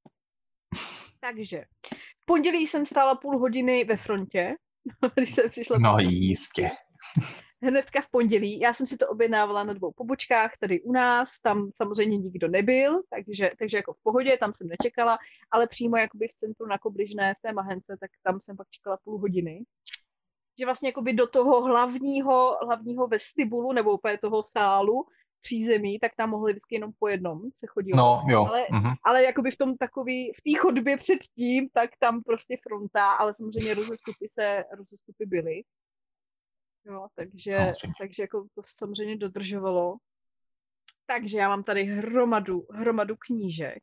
Takže v pondělí jsem stála půl hodiny ve frontě, když jsem si šla. No jistě. Hnedka v pondělí. Já jsem si to objednávala na dvou pobočkách tady u nás, tam samozřejmě nikdo nebyl, takže, takže jako v pohodě, tam jsem nečekala, ale přímo jakoby v centru na Kobližné, v té Mahence, tak tam jsem pak čekala půl hodiny. Že vlastně jakoby do toho hlavního, hlavního vestibulu, nebo úplně toho sálu přízemí, tak tam mohli vždycky jenom po jednom se chodilo. No, jo. Ale, Mhm. ale jakoby v tom takový, v té chodbě předtím, tak tam prostě fronta, ale samozřejmě rozestupy se, rozestupy byly. Jo, takže, Samozřejmě. takže jako to se samozřejmě dodržovalo. Takže já mám tady hromadu, hromadu knížek.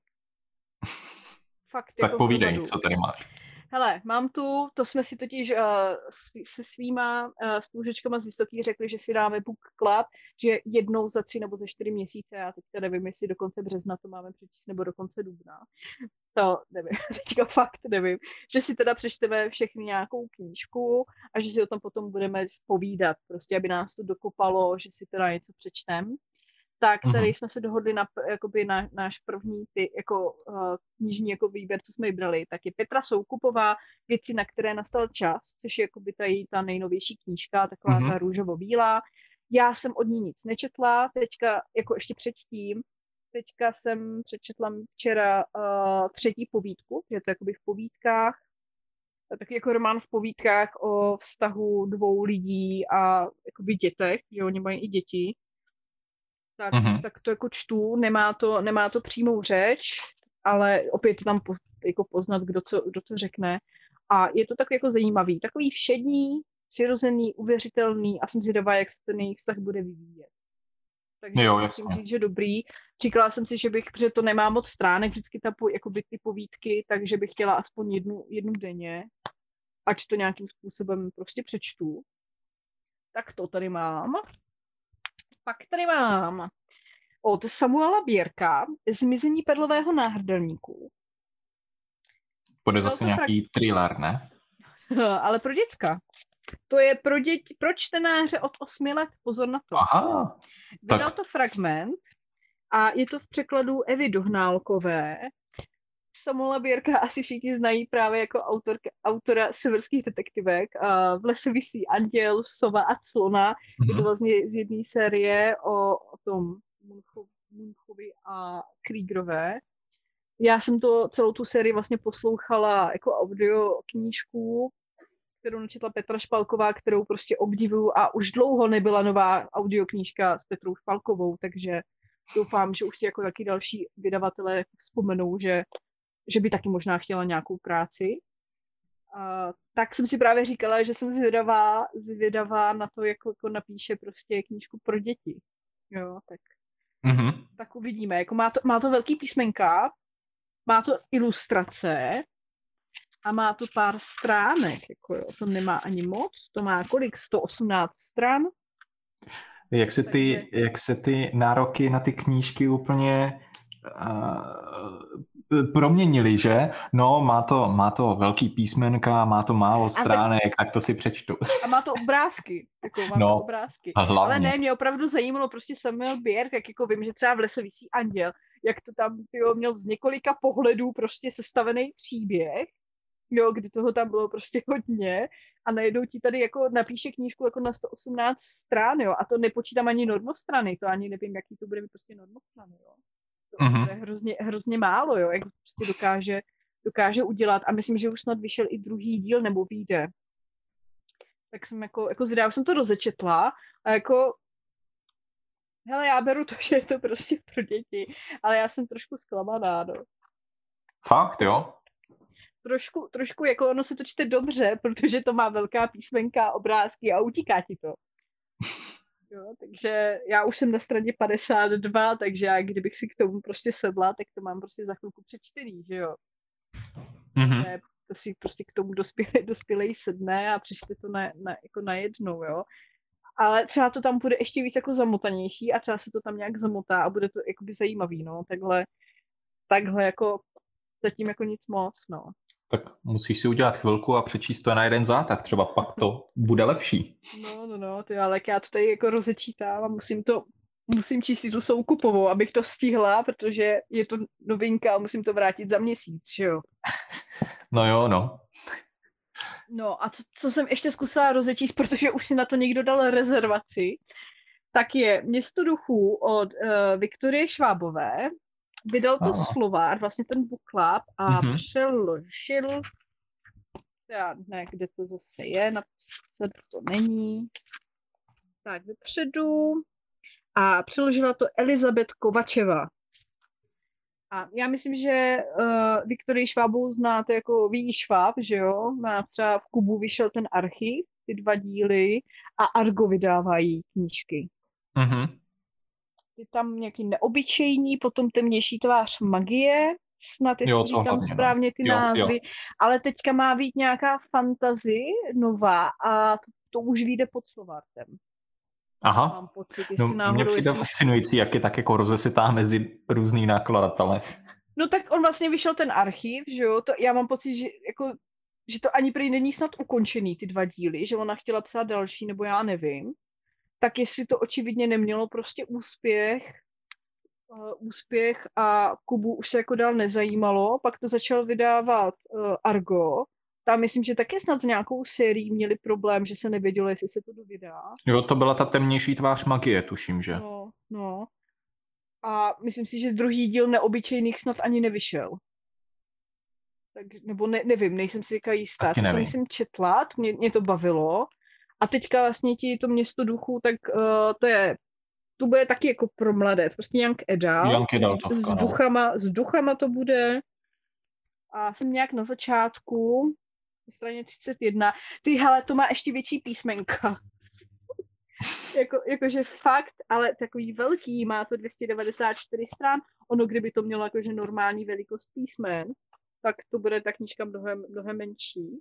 Fakt Tak jako povídej, hromadu. co tady máš. Hele, mám tu, to jsme si totiž uh, se svýma uh, spolužečkama z Vysoký řekli, že si dáme book club, že jednou za tři nebo za čtyři měsíce, já teďka nevím, jestli do konce března to máme přečíst, nebo do konce dubna. To nevím, teďka fakt nevím. Že si teda přečteme všechny nějakou knížku a že si o tom potom budeme povídat, prostě aby nás to dokopalo, že si teda něco přečtem. Tak tady Mhm. jsme se dohodli na, jakoby na náš první ty, jako, uh, knižní jako výběr, co jsme vybrali, tak je Petra Soukupová, Věci, na které nastal čas, což je jakoby tady ta nejnovější knížka, taková Mhm. ta růžovo-bílá. Já jsem od ní nic nečetla, teďka jako ještě předtím, teďka jsem přečetla včera uh, třetí povídku, že to je jakoby v povídkách, taky jako román v povídkách o vztahu dvou lidí a jakoby dětech, že oni mají i děti. Tak, Mhm. tak to jako čtu, nemá to, nemá to přímou řeč, ale opět to tam po, jako poznat, kdo co, kdo co řekne. A je to tak jako zajímavý, takový všední, přirozený, uvěřitelný a jsem zvědavá, jak se ten jejich vztah bude vyvíjet. Takže Jo, musím jasně. říct, že dobrý. Říkala jsem si, že bych, protože to nemá moc stránek, vždycky ta, jakoby ty povídky, takže bych chtěla aspoň jednu, jednu denně, ať to nějakým způsobem prostě přečtu. Tak to tady mám. Pak tady mám od Samuela Běrka Zmizení perlového náhrdelníku. Bude Vydal zase to nějaký thriller, ne? Ale pro děcka. To je pro, děti, pro čtenáře od osmi let, pozor na to. Aha. Vydal Tak to Fragment a je to v překladu Evy Dohnálkové. Samuela Běrka asi všichni znají právě jako autorka, autora severských detektivek. Uh, v lese visí anděl, sova a clona. Mhm. Je to vlastně z jedné série o, o tom Muncho, Munchovi a Kriegerové. Já jsem to celou tu sérii vlastně poslouchala jako audio knížku, kterou načetla Petra Špalková, kterou prostě obdivuju a už dlouho nebyla nová audioknížka s Petrou Špalkovou, takže doufám, že už si jako taky další vydavatelé vzpomenou, že, že by taky možná chtěla nějakou práci. A tak jsem si právě říkala, že jsem zvědavá, zvědavá na to, jak jako napíše prostě knížku pro děti. Jo, tak, Mhm. tak uvidíme. Jako má, to, má to velký písmenka, má to ilustrace a má to pár stránek, jako jo, to nemá ani moc, to má kolik, sto osmnáct stran. Jak se ty, Takže... jak se ty nároky na ty knížky úplně uh, proměnily, že? No, má to, má to velký písmenka, má to málo stránek, tak... tak to si přečtu. A má to obrázky, jako má no, to obrázky. Ale ne, mě opravdu zajímalo prostě Samuel Bierk, jak jako vím, že třeba v lese visí anděl, jak to tam tyjo, měl z několika pohledů prostě sestavený příběh, jo, kdy toho tam bylo prostě hodně a najednou ti tady jako napíše knížku jako na sto osmnáct strán, jo, a to nepočítám ani normostrany, to ani nevím, jaký to bude prostě normostrany, jo. To mm-hmm. je hrozně, hrozně málo, jo, jak prostě dokáže, dokáže udělat a myslím, že už snad vyšel i druhý díl nebo vyjde. Tak jsem jako, jako zvědavá, jsem to rozečetla a jako hele, já beru to, že je to prostě pro děti, ale já jsem trošku zklamaná, no. Fakt, jo? Trošku, trošku, jako ono se to čte dobře, protože to má velká písmenka, obrázky a utíká ti to. Jo, takže já už jsem na straně padesát dva, takže já, kdybych si k tomu prostě sedla, tak to mám prostě za chvilku přečtený, že jo. Mm-hmm. To si prostě k tomu dospělej, dospělej sedne a přečte to na, na, jako najednou, jo. Ale třeba to tam bude ještě víc jako zamotanější a třeba se to tam nějak zamotá a bude to jakoby zajímavý, no. Takhle, takhle jako zatím jako nic moc, no. Tak musíš si udělat chvilku a přečíst to na jeden zátah, třeba pak to bude lepší. No, no, no, ty, ale já to tady jako rozečítám a musím to, musím číst tu soukupovou, abych to stihla, protože je to novinka a musím to vrátit za měsíc, že jo. No jo, no. No a co, co jsem ještě zkusila rozečíst, protože už si na to někdo dal rezervaci, tak je Město duchů od uh, Viktorie Švábové. Vydal to oh. Slovár, vlastně ten book club a mm-hmm. přeložil, já ne, kde to zase je, napsat to není, tak vepředu a přeložila to Elizabeth Kovačeva. A já myslím, že uh, Viktorii Švábovou znáte jako Ví Šváb, že jo, má třeba v Kubu vyšel ten archiv, ty dva díly a Argo vydávají knížky. Mhm. Je tam nějaký neobyčejný, potom temnější tvář magie, snad jestli jo, říkám hlavně, správně ty jo, názvy, jo. Ale teďka má být nějaká fantasy nová a to, to už vyjde pod Slovartem. Aha, mám pocit, no, náhodou, mě přijde jestli... fascinující, jak je tak jako rozesytá mezi různý nakladatele. No tak on vlastně vyšel ten archiv, že jo, to, já mám pocit, že, jako, že to ani prý není snad ukončený, ty dva díly, že ona chtěla psát další, nebo já nevím. Tak jestli to očividně nemělo prostě úspěch, uh, úspěch a Kubu už se jako dál nezajímalo, pak to začal vydávat uh, Argo. Tam myslím, že taky snad s nějakou sérií měli problém, že se nevědělo, jestli se to dovydá. Jo, to byla ta temnější tvář magie, tuším, že? No, no. A myslím si, že druhý díl Neobyčejných snad ani nevyšel. Tak, nebo ne, nevím, nejsem si říká jistá. To jsem myslím četla, to mě, mě to bavilo. A teďka vlastně ti to Město duchů, tak uh, to je, to bude taky jako pro mladé, prostě young adult. Young adultovka, s, duchama, s duchama to bude. A jsem nějak na začátku, na straně třicet jedna. Ty, hele, to má ještě větší písmenka. jako, jakože fakt, ale takový velký, má to dvě stě devadesát čtyři stran. Ono, kdyby to mělo jakože normální velikost písmen, tak to bude ta knížka mnohem, mnohem menší.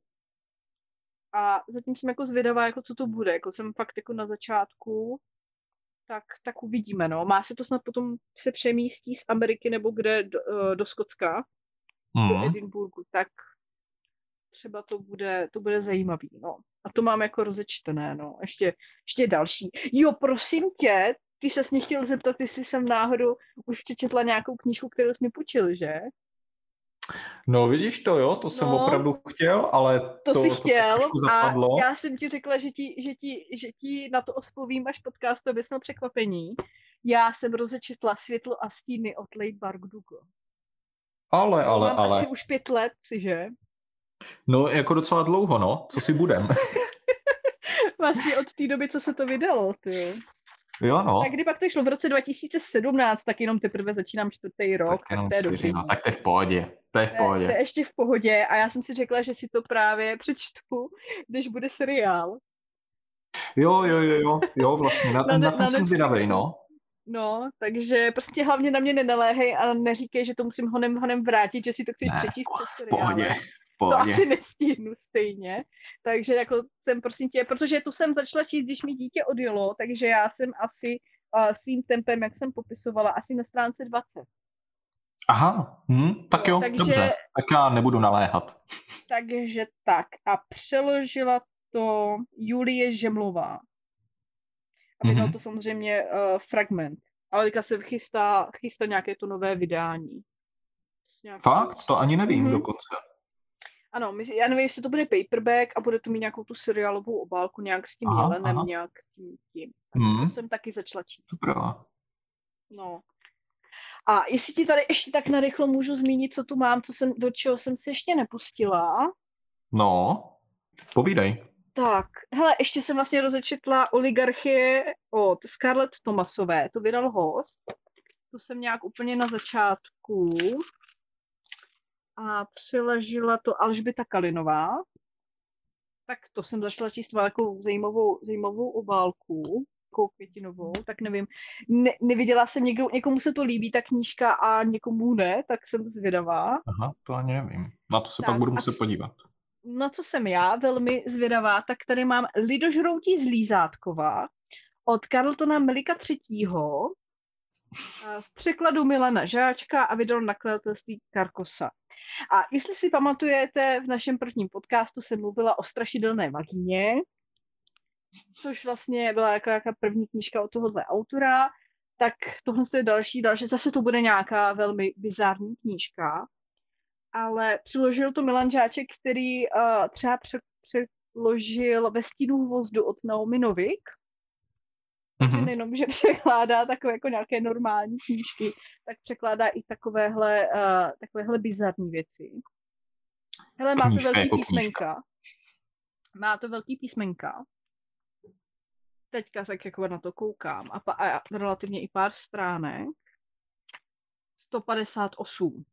A zatím jsem jako zvědavá, jako co to bude. Jako jsem fakt jako na začátku, tak, tak uvidíme, no. Má se to snad potom se přemístí z Ameriky nebo kde do, do Skotska, mm. do Edinburghu, tak třeba to bude, to bude zajímavý, no. A to mám jako rozečtené, no. Ještě, ještě další. Jo, prosím tě, ty ses mě chtěl zeptat, jestli jsem náhodou už přečetla nějakou knížku, kterou jsi mi půjčil, že? No vidíš to, jo, to jsem no, opravdu chtěl, ale to, to jsi chtěl to zapadlo. A já jsem ti řekla, že ti, že ti, že ti na to odpovím až podcast, to bys měl překvapení. Já jsem rozečetla Světlo a stíny od Leigh Bardugo. Ale, ale, mám ale. asi už pět let, že? No, jako docela dlouho, no. Co si budem? Vlastně od té doby, co se to vydalo, ty. Jo, no. Tak kdy pak to šlo v roce dva tisíce sedmnáct, tak jenom teprve začínám čtvrtý rok. Tak, jenom tak to je čtyři, no. Tak to je v pohodě. To je v pohodě. To je ještě v pohodě a já jsem si řekla, že si to právě přečtu, když bude seriál. Jo, jo, jo, jo, jo vlastně, na, na, na, na ten jsem zvědavej, no. No, takže prostě hlavně na mě nenaléhej a neříkej, že to musím honem, honem vrátit, že si to chceš ne, přečíst. v pohodě, v to asi nestihnu stejně. Takže jako jsem prosím tě, protože tu jsem začala číst, když mi dítě odjelo, takže já jsem asi uh, svým tempem, jak jsem popisovala, asi na stránce dvacet. Aha, hm, tak jo, jo takže, dobře, tak já nebudu naléhat. Takže tak a přeložila to Julie Žemlová. A vydal mm-hmm. to samozřejmě uh, Fragment. Ale teďka se chystá, chystá nějaké to nové vydání. Nějakou... Fakt? To ani nevím mm-hmm. dokonce. Ano, my, já nevím, jestli to bude paperback a bude to mít nějakou tu seriálovou obálku nějak s tím aha, jelenem, aha. nějak tím tím. Mm. To jsem taky začala číst. Dobrá. No. A jestli ti tady ještě tak narychlo můžu zmínit, co tu mám, co jsem, do čeho jsem se ještě nepustila. No, povídej. Tak, hele, ještě jsem vlastně rozečetla Oligarchie od Scarlett Thomasové, to vydal Host. To jsem nějak úplně na začátku. A přeložila to Alžběta Kalinová. Tak to jsem začala číst takovou zajímavou, zajímavou obálku, takovou květinovou, tak nevím. Ne, neviděla jsem, někdo, někomu se to líbí, ta knížka, a někomu ne, tak jsem zvědavá. Aha, to ani nevím. Na to se tak, pak budu muset podívat. Na co jsem já velmi zvědavá, tak tady mám Lidožroutí Zlízátková od Carltona Melika třetího. V překladu Milana Žáčka a vydal nakladatelství Karkosa. A jestli si pamatujete, v našem prvním podcastu jsem mluvila o Strašidelné vagíně, což vlastně byla jako jaká první knížka od tohohle autora, tak tohle je další, další, zase to bude nějaká velmi bizární knížka, ale přiložil to Milan Žáček, který uh, třeba přeložil Ve stínu hvozdu od Naomi Novik. Takže mm-hmm. nejenom, že překládá takové jako nějaké normální knížky, tak překládá i takovéhle, uh, takovéhle bizarní věci. Hele, má knížka to velký jako písmenka. Knížka. Má to velký písmenka. Teďka tak jako na to koukám. A, pa, a relativně i pár stránek. sto padesát osm.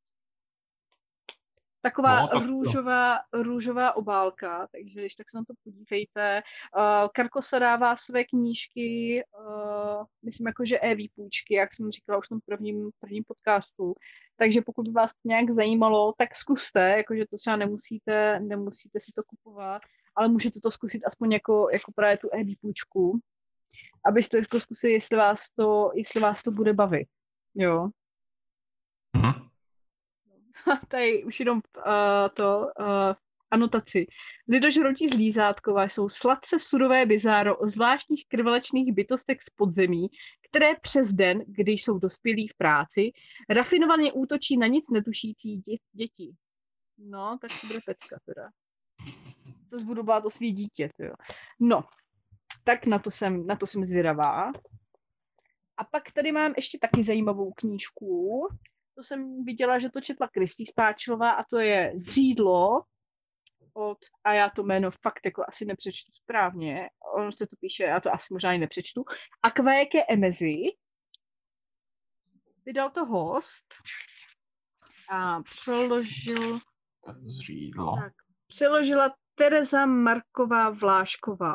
Taková no, tak růžová, růžová obálka, takže když tak se na to podívejte. Uh, Karkosa dává své knížky, uh, myslím jako, že e-výpůjčky, jak jsem říkala už v tom prvním, prvním podcastu. Takže pokud by vás to nějak zajímalo, tak zkuste, jakože to třeba nemusíte, nemusíte si to kupovat, ale můžete to zkusit aspoň jako, jako právě tu e-výpůjčku, abyste jako zkusili, jestli vás to, jestli vás to bude bavit. Jo. Mhm. Tady už jenom uh, to uh, anotaci. Lidožroutí Zlízátkova jsou sladce surové bizáro o zvláštních krvelečných bytostech z podzemí, které přes den, když jsou dospělí v práci, rafinovaně útočí na nic netušící dě- děti. No, tak to bude pecka teda. To budu bát o svý dítě, jo. No, tak na to jsem, na to jsem zvědavá. A pak tady mám ještě taky zajímavou knížku. To jsem viděla, že to četla Kristý Spáčilová a to je Zřídlo od, a já to jméno fakt jako asi nepřečtu správně, ono se to píše, já to asi možná i nepřečtu, Akvéke Emezi. Vydal to Host a přeložil... Zřídlo. Tak, přeložila Tereza Marková Vlášková.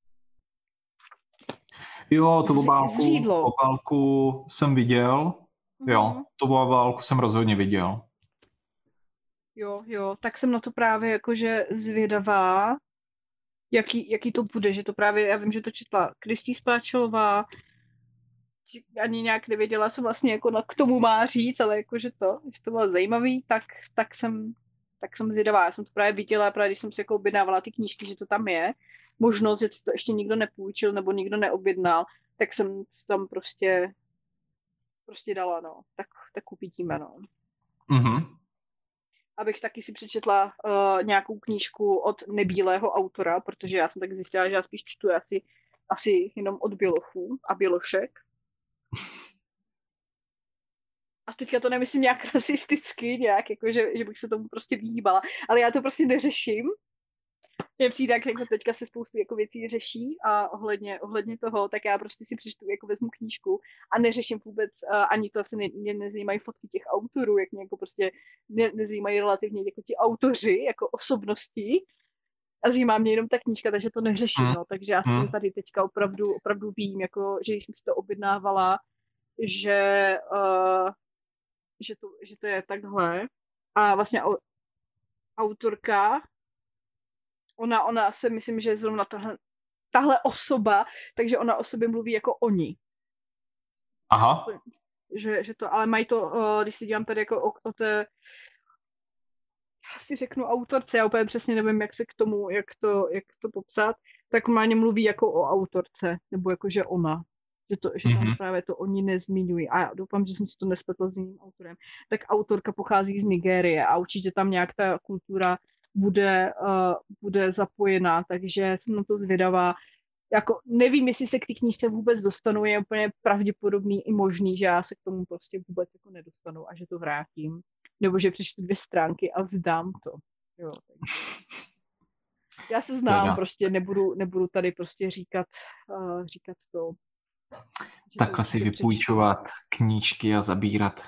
Jo, tu obálku, obálku jsem viděl. Jo, to válku jsem rozhodně viděl. Jo, jo, tak jsem na to právě jakože zvědavá, jaký, jaký to bude, že to právě, já vím, že to četla Kristý Spáčilová, ani nějak nevěděla, co vlastně jako k tomu má říct, ale jakože to, jestli to bylo zajímavý, tak, tak jsem, tak jsem zvědavá. Já jsem to právě viděla, právě když jsem si jako objednávala ty knížky, že to tam je, možnost, že to ještě nikdo nepůjčil nebo nikdo neobjednal, tak jsem tam prostě prostě dala, no. Tak, tak uvidíme, no. Mm-hmm. Abych taky si přečetla uh, nějakou knížku od nebílého autora, protože já jsem tak zjistila, že já spíš čtu asi, asi jenom od bělochů a bělošek. A teďka to nemyslím nějak rasisticky, nějak, jako, že, že bych se tomu prostě vyhýbala, ale já to prostě neřeším. Mně přijde, jak jako teďka se spoustu jako věcí řeší a ohledně, ohledně toho, tak já prostě si přečtu, jako vezmu knížku a neřeším vůbec, uh, ani to asi ne, mě nezajímají fotky těch autorů, jak mě jako prostě ne, nezajímají relativně jako ti autoři, jako osobnosti. A zajímá mě jenom ta knížka, takže to neřeším, no. Takže já si tady teďka opravdu, opravdu vím, jako, že jsem si to objednávala, že, uh, že, to, že to je takhle. A vlastně autorka, ona, ona se myslím, že je zrovna tahle, tahle osoba, takže ona o sobě mluví jako oni. Aha. Že, že to, ale mají to, uh, když si dívám tady jako o, o té, já si řeknu autorce, já úplně přesně nevím, jak se k tomu, jak to, jak to popsat, tak normálně mluví jako o autorce, nebo jako, že ona. Že, to, že tam Mm-hmm. právě to oni nezmiňují. A já doufám, že jsem si to nespletla s jiným autorem. Tak autorka pochází z Nigérie a určitě tam nějak ta kultura bude, uh, bude zapojená, takže jsem na to zvědavá. Jako nevím, jestli se k té knížce vůbec dostanu, je úplně pravděpodobný i možný, že já se k tomu prostě vůbec jako nedostanu a že to vrátím. Nebo že přečtu dvě stránky a vzdám to. Jo, takže... Já se znám, teda. prostě nebudu, nebudu tady prostě říkat, uh, říkat to. Takhle si vypůjčovat knížky a zabírat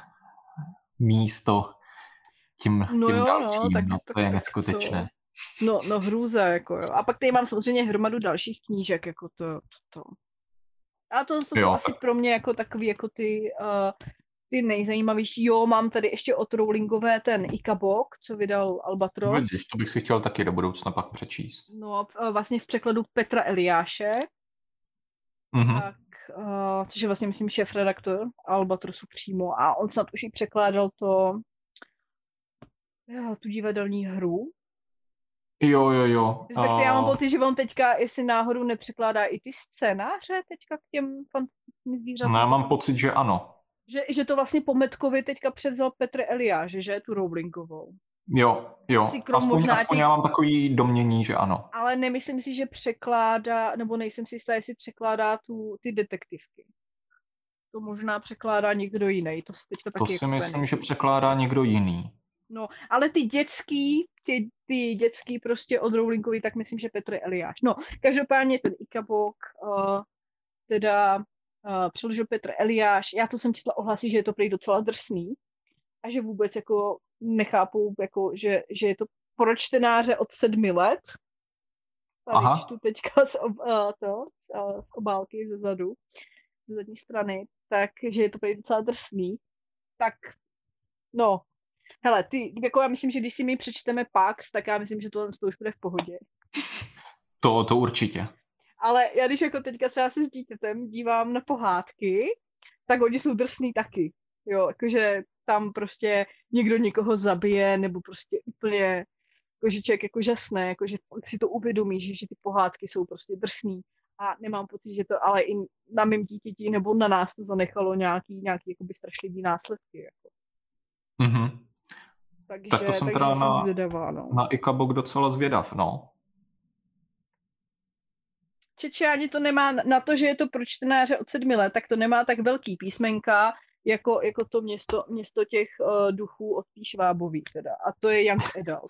místo tím, no tím jo, dalším, no, tak, no, tak, to je tak, neskutečné. Co? No, no hrůza, jako jo. A pak tady mám samozřejmě hromadu dalších knížek, jako to. to. A to, to jsou jo, asi tak. pro mě jako takový, jako ty, uh, ty nejzajímavější. Jo, mám tady ještě od Rowlingové ten Ikabok, co vydal Albatros. Vidíš, to bych si chtěl taky do budoucna pak přečíst. No, vlastně v překladu Petra Eliáše. Mm-hmm. Tak, uh, což je vlastně, myslím, šéfredaktor Albatrosu přímo. A on snad už i překládal to, jo, tu divadelní hru. Jo, jo, jo. Respektive já mám pocit, že on teďka, jestli náhodou nepřekládá i ty scénáře teďka k těm fantastickým zvířatům. No, já mám pocit, že ano. Že, že to vlastně po Metkovi teďka převzal Petr Eliáš, že tu Rowlingovou. Jo, jo. Aspoň, aspoň těch... já mám takový domnění, že ano. Ale nemyslím si, že překládá, nebo nejsem si jistá, jestli překládá tu, ty detektivky. To možná překládá někdo jiný. To, teďka to taky si myslím, že překládá někdo jiný. No, ale ty dětský, ty, ty dětský prostě od Rowlingový, tak myslím, že Petr Eliáš. No, každopádně ten Ikabok, uh, teda uh, přeložil Petr Eliáš. Já to jsem četla ohlasy, že je to prý docela drsný a že vůbec jako nechápou, jako, že, že je to pro čtenáře od sedmi let. Tady Aha. čtu teďka z, ob, uh, to, z, uh, z obálky ze zadu, ze zadní strany, takže je to prý docela drsný. Tak, no, hele, ty, jako já myslím, že když si my přečteme Pax, tak já myslím, že tohle to už bude v pohodě. To, to určitě. Ale já když jako teďka třeba se s dítětem dívám na pohádky, tak oni jsou drsný taky. Jo, jakože tam prostě někdo někoho zabije, nebo prostě úplně, jakože člověk jako žasné, jakože si to uvědomíš, že ty pohádky jsou prostě drsný. A nemám pocit, že to ale i na mém dítěti nebo na nás to zanechalo nějaký, nějaký jakoby strašlivý následky. Jako. Mhm. Takže, tak to jsem takže teda jsem na, zvědavá, no. na Ikabok docela zvědav, no. Čeče ani to nemá, na to, že je to pro čtenáře od sedmi let, tak to nemá tak velký písmenka, jako, jako to město, město těch uh, duchů od té Švábový teda. A to je Young Adult.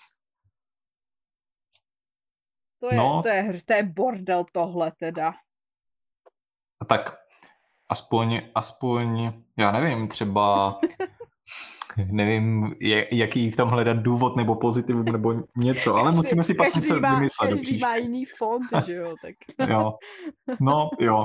To je, no, to je, to je bordel tohle teda. Tak aspoň, aspoň, já nevím, třeba nevím, jaký v tom hledat důvod nebo pozitivum nebo něco, ale musíme si pak něco má, vymyslet. Každý má jiný fond, že jo, tak. Jo, no jo.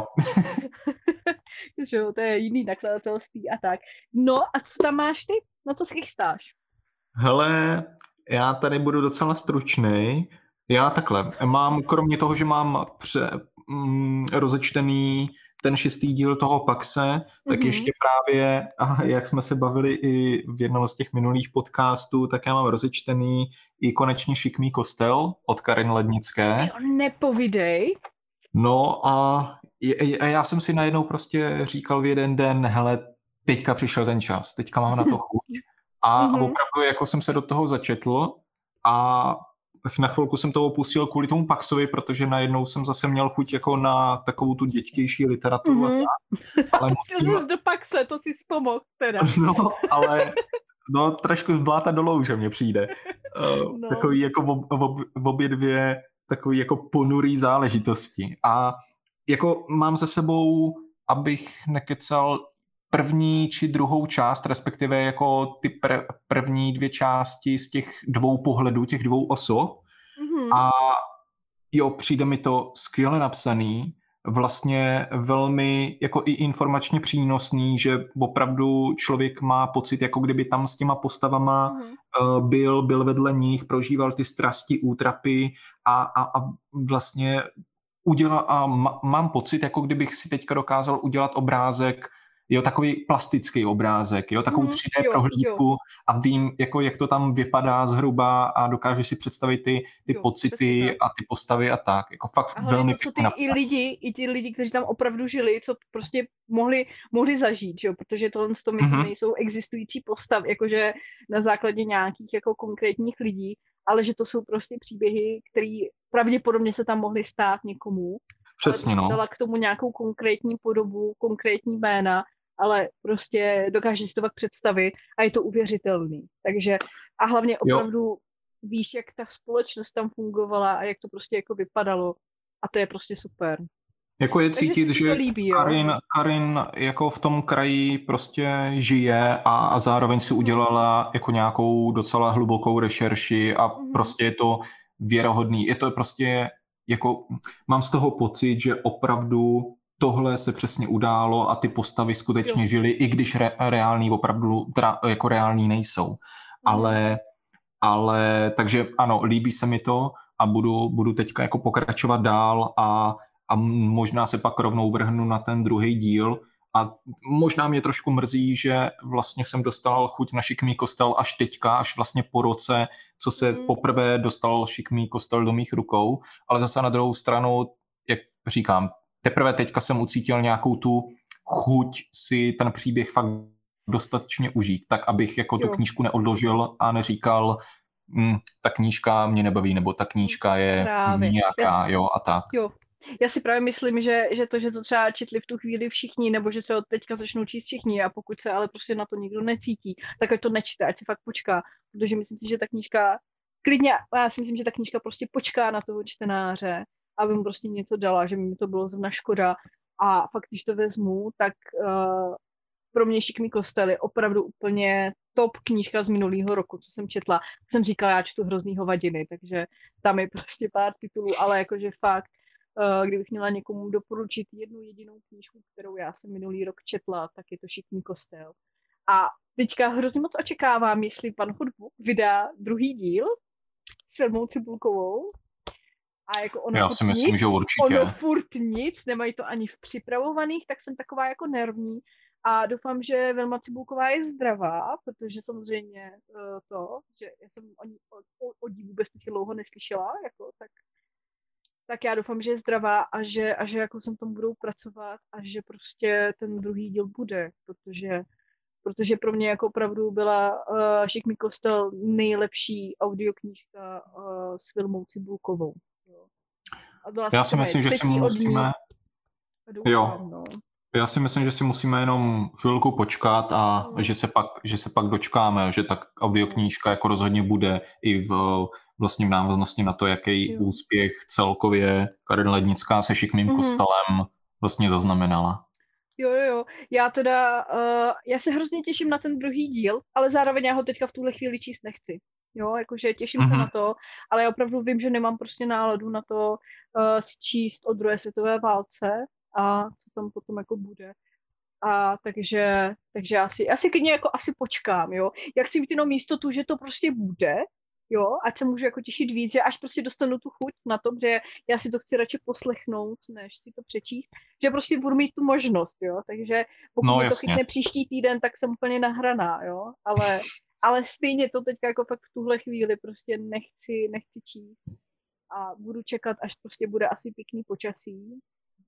Že jo, to je jiný nakladatelství a tak. No a co tam máš ty? No co schystáš? Hele, já tady budu docela stručnej. Já takhle, mám kromě toho, že mám pře, mm, rozečtený ten šestý díl toho Paxe, mm-hmm. tak ještě právě, a jak jsme se bavili i v jednom z těch minulých podcastů, tak já mám rozečtený i konečně Šikmý kostel od Karin Lednické. Jo, nepovidej. No a, a já jsem si najednou prostě říkal v jeden den, hele, teďka přišel ten čas, teďka mám na to chuť. A, mm-hmm. a opravdu jako jsem se do toho začetl a na chvilku jsem to opustil kvůli tomu Paxovi, protože najednou jsem zase měl chuť jako na takovou tu dětštější literaturu. Mm-hmm. Ale musím... jsi do Paxe, to si vzpomohl teda. No, ale no, trošku z bláta do louže mně přijde. Uh, no. Takový jako v, v, v obě dvě takový jako ponurý záležitosti. A jako mám za sebou, abych nekecal, první či druhou část, respektive jako ty pr- první dvě části z těch dvou pohledů, těch dvou osob. Mm-hmm. A jo, přijde mi to skvěle napsaný, vlastně velmi jako i informačně přínosný, že opravdu člověk má pocit, jako kdyby tam s těma postavama Mhm. uh, byl, byl vedle nich, prožíval ty strasti, útrapy a, a, a vlastně udělal, a ma, mám pocit, jako kdybych si teďka dokázal udělat obrázek, jo, takový plastický obrázek, jo, takovou Mhm. tři dé Jo, jo, prohlídku a vím, jako, jak to tam vypadá zhruba a dokážu si představit ty, ty jo, přesně pocity tak. a ty postavy a tak. Jako fakt A hlavně velmi to, co ty pěkně i napsané. lidi, i ti lidi, kteří tam opravdu žili, co prostě mohli, mohli zažít, že jo, protože tohle to myslím Mhm. nejsou existující postavy, jakože na základě nějakých jako konkrétních lidí, ale že to jsou prostě příběhy, které pravděpodobně se tam mohly stát někomu. Přesně, Ale no. prostě dala k tomu nějakou konkrétní podobu, konkrétní jména, ale prostě dokáže si to pak představit a je to uvěřitelný. Takže a hlavně Jo. opravdu víš, jak ta společnost tam fungovala a jak to prostě jako vypadalo a to je prostě super. Jako je Takže cítit, se ti to že líbí, jo? Karin, Karin jako v tom kraji prostě žije a, a zároveň si Mhm. udělala jako nějakou docela hlubokou rešerši a Mhm. prostě je to věrohodný. Je to prostě jako, mám z toho pocit, že opravdu tohle se přesně událo a ty postavy skutečně Jo. žily, i když re, reální opravdu teda, jako reální nejsou. Mhm. Ale, ale takže ano, líbí se mi to a budu, budu teďka jako pokračovat dál a a možná se pak rovnou vrhnu na ten druhý díl a možná mě trošku mrzí, že vlastně jsem dostal chuť na Šikmý kostel až teďka, až vlastně po roce, co se Mhm. poprvé dostal Šikmý kostel do mých rukou, ale zase na druhou stranu, jak říkám, teprve teďka jsem ucítil nějakou tu chuť si ten příběh fakt dostatečně užít, tak abych jako tu Jo. knížku neodložil a neříkal, hm, ta knížka mě nebaví, nebo ta knížka je Právě. nějaká, Já, jo, a tak. jo. Já si právě myslím, že, že to, že to třeba četli v tu chvíli všichni, nebo že se od teďka začnou číst všichni a pokud se ale prostě na to nikdo necítí, tak ať to nečte, ať se fakt počká, protože myslím si, že ta knížka, klidně, já si myslím, že ta knížka prostě počká na toho čtenáře, aby mu prostě něco dala, že mi to bylo zrovna škoda a fakt, když to vezmu, tak uh, pro mě Šikmý kostel je opravdu úplně top knížka z minulého roku, co jsem četla. Jsem říkala, já čtu hrozný hovadiny, takže tam je prostě pár titulů, ale jakože fakt, uh, kdybych měla někomu doporučit jednu jedinou knížku, kterou já jsem minulý rok četla, tak je to Šikmý kostel. A teďka hrozně moc očekávám, jestli pan Hudbuk vydá druhý díl s Vilmou Cibulkovou. A jako ono Já furt si myslím, nic, že určitě. ono furt nic, nemají to ani v připravovaných, tak jsem taková jako nervní. A doufám, že Vilma Cibulková je zdravá, protože samozřejmě uh, to, že já jsem o, ní- o, o, o ní vůbec teď dlouho neslyšela, jako, tak, tak já doufám, že je zdravá a že, a že jako jsem tom budou pracovat a že prostě ten druhý díl bude, protože, protože pro mě jako opravdu byla uh, Šikmý kostel nejlepší audioknížka uh, s Vilmou Cibulkovou. Jo. A byla Já si sice myslím, že si třetí od ní. musíme, A doufám, jo, no. já si myslím, že si musíme jenom chvilku počkat a Mm. že se pak, že se pak dočkáme, že tak audioknížka jako rozhodně bude i v vlastně v návaznosti na to, jaký Jo. úspěch celkově Karin Lednická se Šikmým Mhm. kostelem vlastně zaznamenala. Jo, jo, jo. Já teda, uh, já se hrozně těším na ten druhý díl, ale zároveň já ho teďka v tuhle chvíli číst nechci. Jo, jakože těším se Mhm. na to, ale já opravdu vím, že nemám prostě náladu na to uh, si číst o druhé světové válce a co tam potom jako bude. A takže, takže asi, asi klidně jako asi počkám, jo. Já chci mít jenom jistotu, že to prostě bude, jo, ať se můžu jako těšit víc, že až prostě dostanu tu chuť na to, že já si to chci radši poslechnout, než si to přečíst, že prostě budu mít tu možnost, jo, takže pokud No, mě to jasně. chytne příští týden, tak jsem úplně nahraná, jo, ale, ale stejně to teďka jako fakt v tuhle chvíli prostě nechci, nechci číst a budu čekat, až prostě bude asi pěkný počasí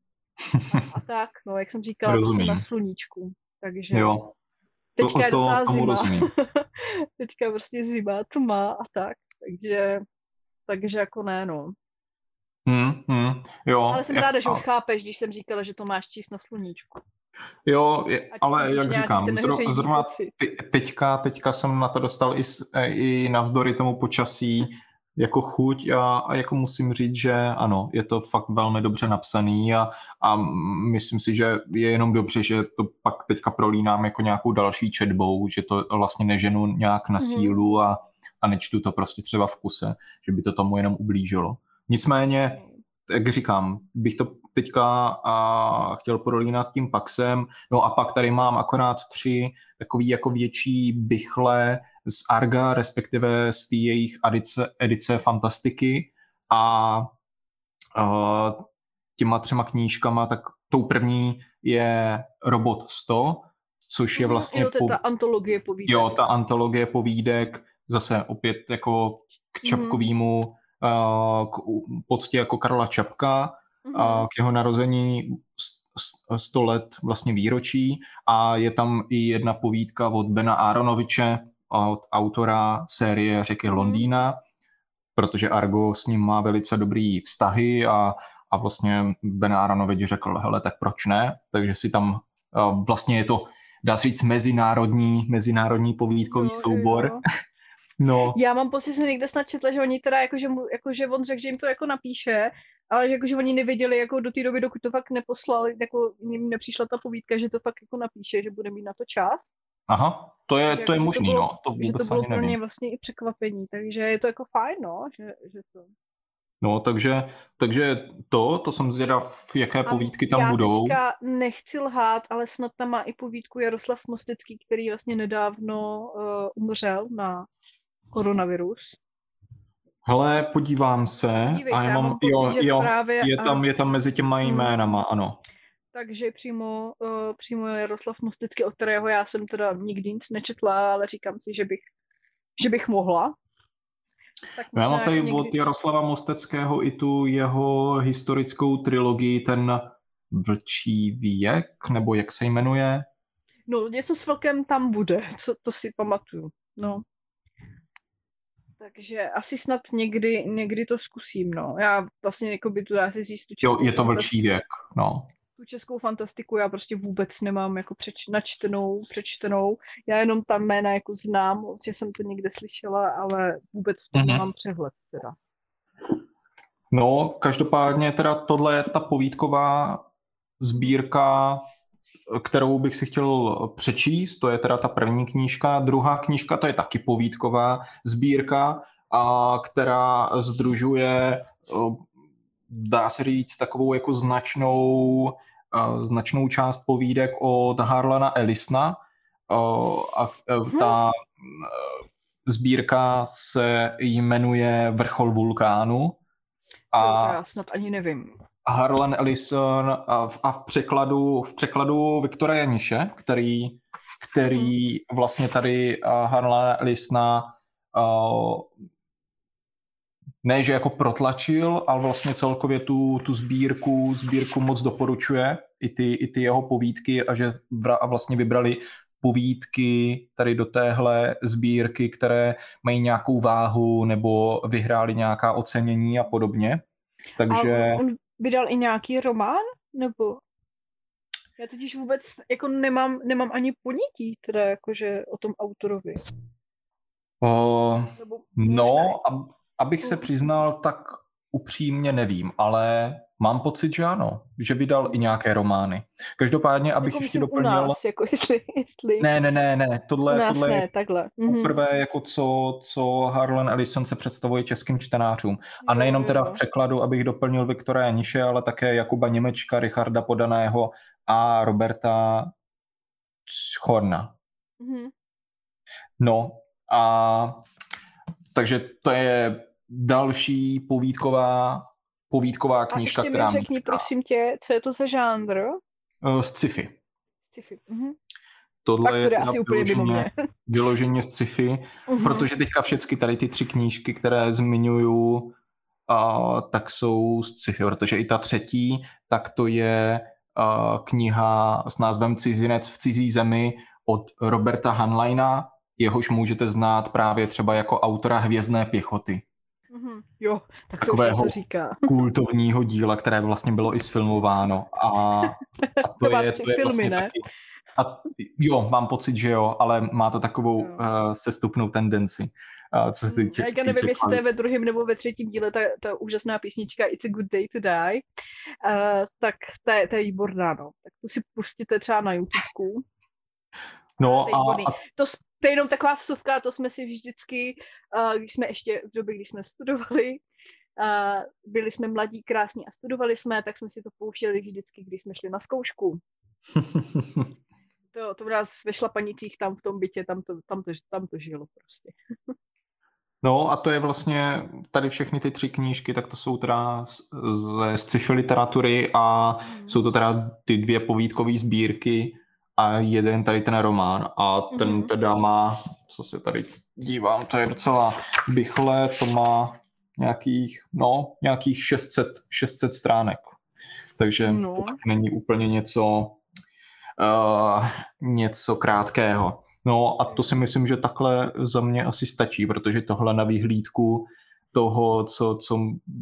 a, a tak, no, jak jsem říkala, prostě Rozumím. na sluníčku, takže Jo, to, teďka je to, docela tomu zima. rozumím. Teďka je prostě zima, tma a tak. Takže, takže jako ne, no. Hmm, hmm, jo, Ale jsem jak- ráda, že a- už chápeš, když jsem říkala, že to máš číst na sluníčku. Jo, je, Ať ale cítíš jak nějaký říkám, ten zro, hřejivý zrovna pocit. ty, teďka, teďka jsem na to dostal i, s- e, i navzdory tomu počasí jako chuť a, a jako musím říct, že ano, je to fakt velmi dobře napsaný a, a myslím si, že je jenom dobře, že to pak teďka prolínám jako nějakou další četbou, že to vlastně neženu nějak na Mhm. sílu a, a nečtu to prostě třeba v kuse, že by to tomu jenom ublížilo. Nicméně, jak říkám, bych to teďka a chtěl prolínat tím Paxem. No a pak tady mám akorát tři takový jako větší bychle z Arga, respektive z té jejich edice, edice Fantastiky a, a těma třema knížkama, tak tou první je Robot sto, což je vlastně... Jo, to je ta antologie povídek. Jo, ta antologie povídek, zase opět jako k Čapkovýmu, mm. k poctě jako Karla Čapka, mm. a k jeho narození sto let vlastně výročí a je tam i jedna povídka od Bena Aaronoviče, od autora série Řeky Londýna, mm. protože Argo s ním má velice dobrý vztahy a, a vlastně Ben Aaronovič řekl, hele, tak proč ne? Takže si tam vlastně je to, dá se říct, mezinárodní, mezinárodní povídkový no, soubor. Jo. No. Já mám pocit, že jsem někde snad četla, že oni teda, jakože, jakože on řekl, že jim to jako napíše, ale že jakože oni nevěděli jako do té doby, dokud to fakt neposlali, jako jim nepřišla ta povídka, že to fakt jako napíše, že bude mít na to čas. Aha, to je, to je možný, to bylo, no. To vůbec že to bylo ani pro nevím. mě vlastně i překvapení, takže je to jako fajn, no, že, že to... No, takže, takže to, to jsem zvědav, jaké povídky tam já budou. Já teďka nechci lhát, ale snad tam má i povídku Jaroslav Mostecký, který vlastně nedávno uh, umřel na koronavirus. Hele, podívám se. Dívej, a já mám, pocit, jo, že jo, právě, je, tam, je tam mezi těma jménama, ano. Takže přímo, uh, přímo Jaroslav Mostecký, od kterého já jsem teda nikdy nic nečetla, ale říkám si, že bych, že bych mohla. Tak já mám tady někdy... od Jaroslava Mosteckého i tu jeho historickou trilogii, ten Vlčí věk, nebo jak se jmenuje? No, něco s vlkem tam bude, co, to si pamatuju, no. Takže asi snad někdy, někdy to zkusím, no. Já vlastně jako by tu dá si zjistit. Jo, je to Vlčí věk, no. Tu českou fantastiku já prostě vůbec nemám jako přeč, načtenou, přečtenou. Já jenom tam jména jako znám, že jsem to někde slyšela, ale vůbec to mm-hmm. nemám přehled teda. No, každopádně teda tohle je ta povídková sbírka, kterou bych si chtěl přečíst, to je teda ta první knížka. Druhá knížka, to je taky povídková sbírka, a která sdružuje, dá se říct, takovou jako značnou, značnou část povídek od Harlana Ellisona. A ta sbírka se jmenuje Vrchol vulkánu. A já snad ani nevím. Harlan Ellison a v, a v překladu v překladu Viktora Janiše, který, který vlastně tady Harlan Ellisona uh, ne, že jako protlačil, ale vlastně celkově tu, tu sbírku, sbírku moc doporučuje, i ty, i ty jeho povídky a že vra, a vlastně vybrali povídky tady do téhle sbírky, které mají nějakou váhu nebo vyhrály nějaká ocenění a podobně. Takže... A on vydal i nějaký román? Nebo... Já totiž vůbec jako nemám, nemám ani ponětí teda jakože o tom autorovi. O, no, ab, abych se přiznal, tak upřímně nevím, ale mám pocit, že ano, že vydal i nějaké romány. Každopádně, abych jako ještě doplnil... U nás, jako jestli, jestli... Ne, ne, ne, ne, tohle, u nás tohle ne, je takhle. poprvé, jako co, co Harlan Ellison se představuje českým čtenářům. A nejenom teda v překladu, abych doplnil Viktora Janiše, ale také Jakuba Němečka, Richarda Podaného a Roberta Schorna. Mm-hmm. No a takže to je další povídková, povídková knížka, která... A ještě mi řekni, prosím tě, co je to za žánr? Uh, sci-fi. Sci-fi. Mhm. Tohle to je asi vyloženě, vyloženě sci-fi, uh-huh. protože teďka všechny tady ty tři knížky, které zmiňuju, uh, tak jsou sci-fi, protože i ta třetí, tak to je uh, kniha s názvem Cizinec v cizí zemi od Roberta Heinleina, jehož můžete znát právě třeba jako autora Hvězdné pěchoty. Mm-hmm. Jo, tak takového to říká. kultovního díla, které vlastně bylo i sfilmováno. A, a to, je, to je filmy, vlastně ne? taky... A jo, mám pocit, že jo, ale má to takovou uh, sestupnou tendenci. Uh, co se týče, já nevím, jestli to je ve druhém nebo ve třetím díle, ta, ta úžasná písnička It's a Good Day to Die, uh, tak ta je, ta je výborná, no. Tak tu si pustíte třeba na YouTubeku. No a, a... To, to je jenom taková vsuvka, to jsme si vždycky, uh, když jsme ještě v době, když jsme studovali, a byli jsme mladí, krásní a studovali jsme, tak jsme si to pouštěli vždycky, když jsme šli na zkoušku. To, to v nás ve Šlapanicích, tam v tom bytě, tam to, tam to, tam to žilo prostě. No a to je vlastně tady všechny ty tři knížky, tak to jsou teda z, ze sci-fi literatury a mm. jsou to teda ty dvě povídkové sbírky a jeden tady ten román a ten mm. teda má, co se tady dívám, to je docela bychle, to má nějakých, no, nějakých šest set stránek. Takže no. To není úplně něco, uh, něco krátkého. No a to si myslím, že takhle za mě asi stačí, protože tohle na výhlídku toho, co, co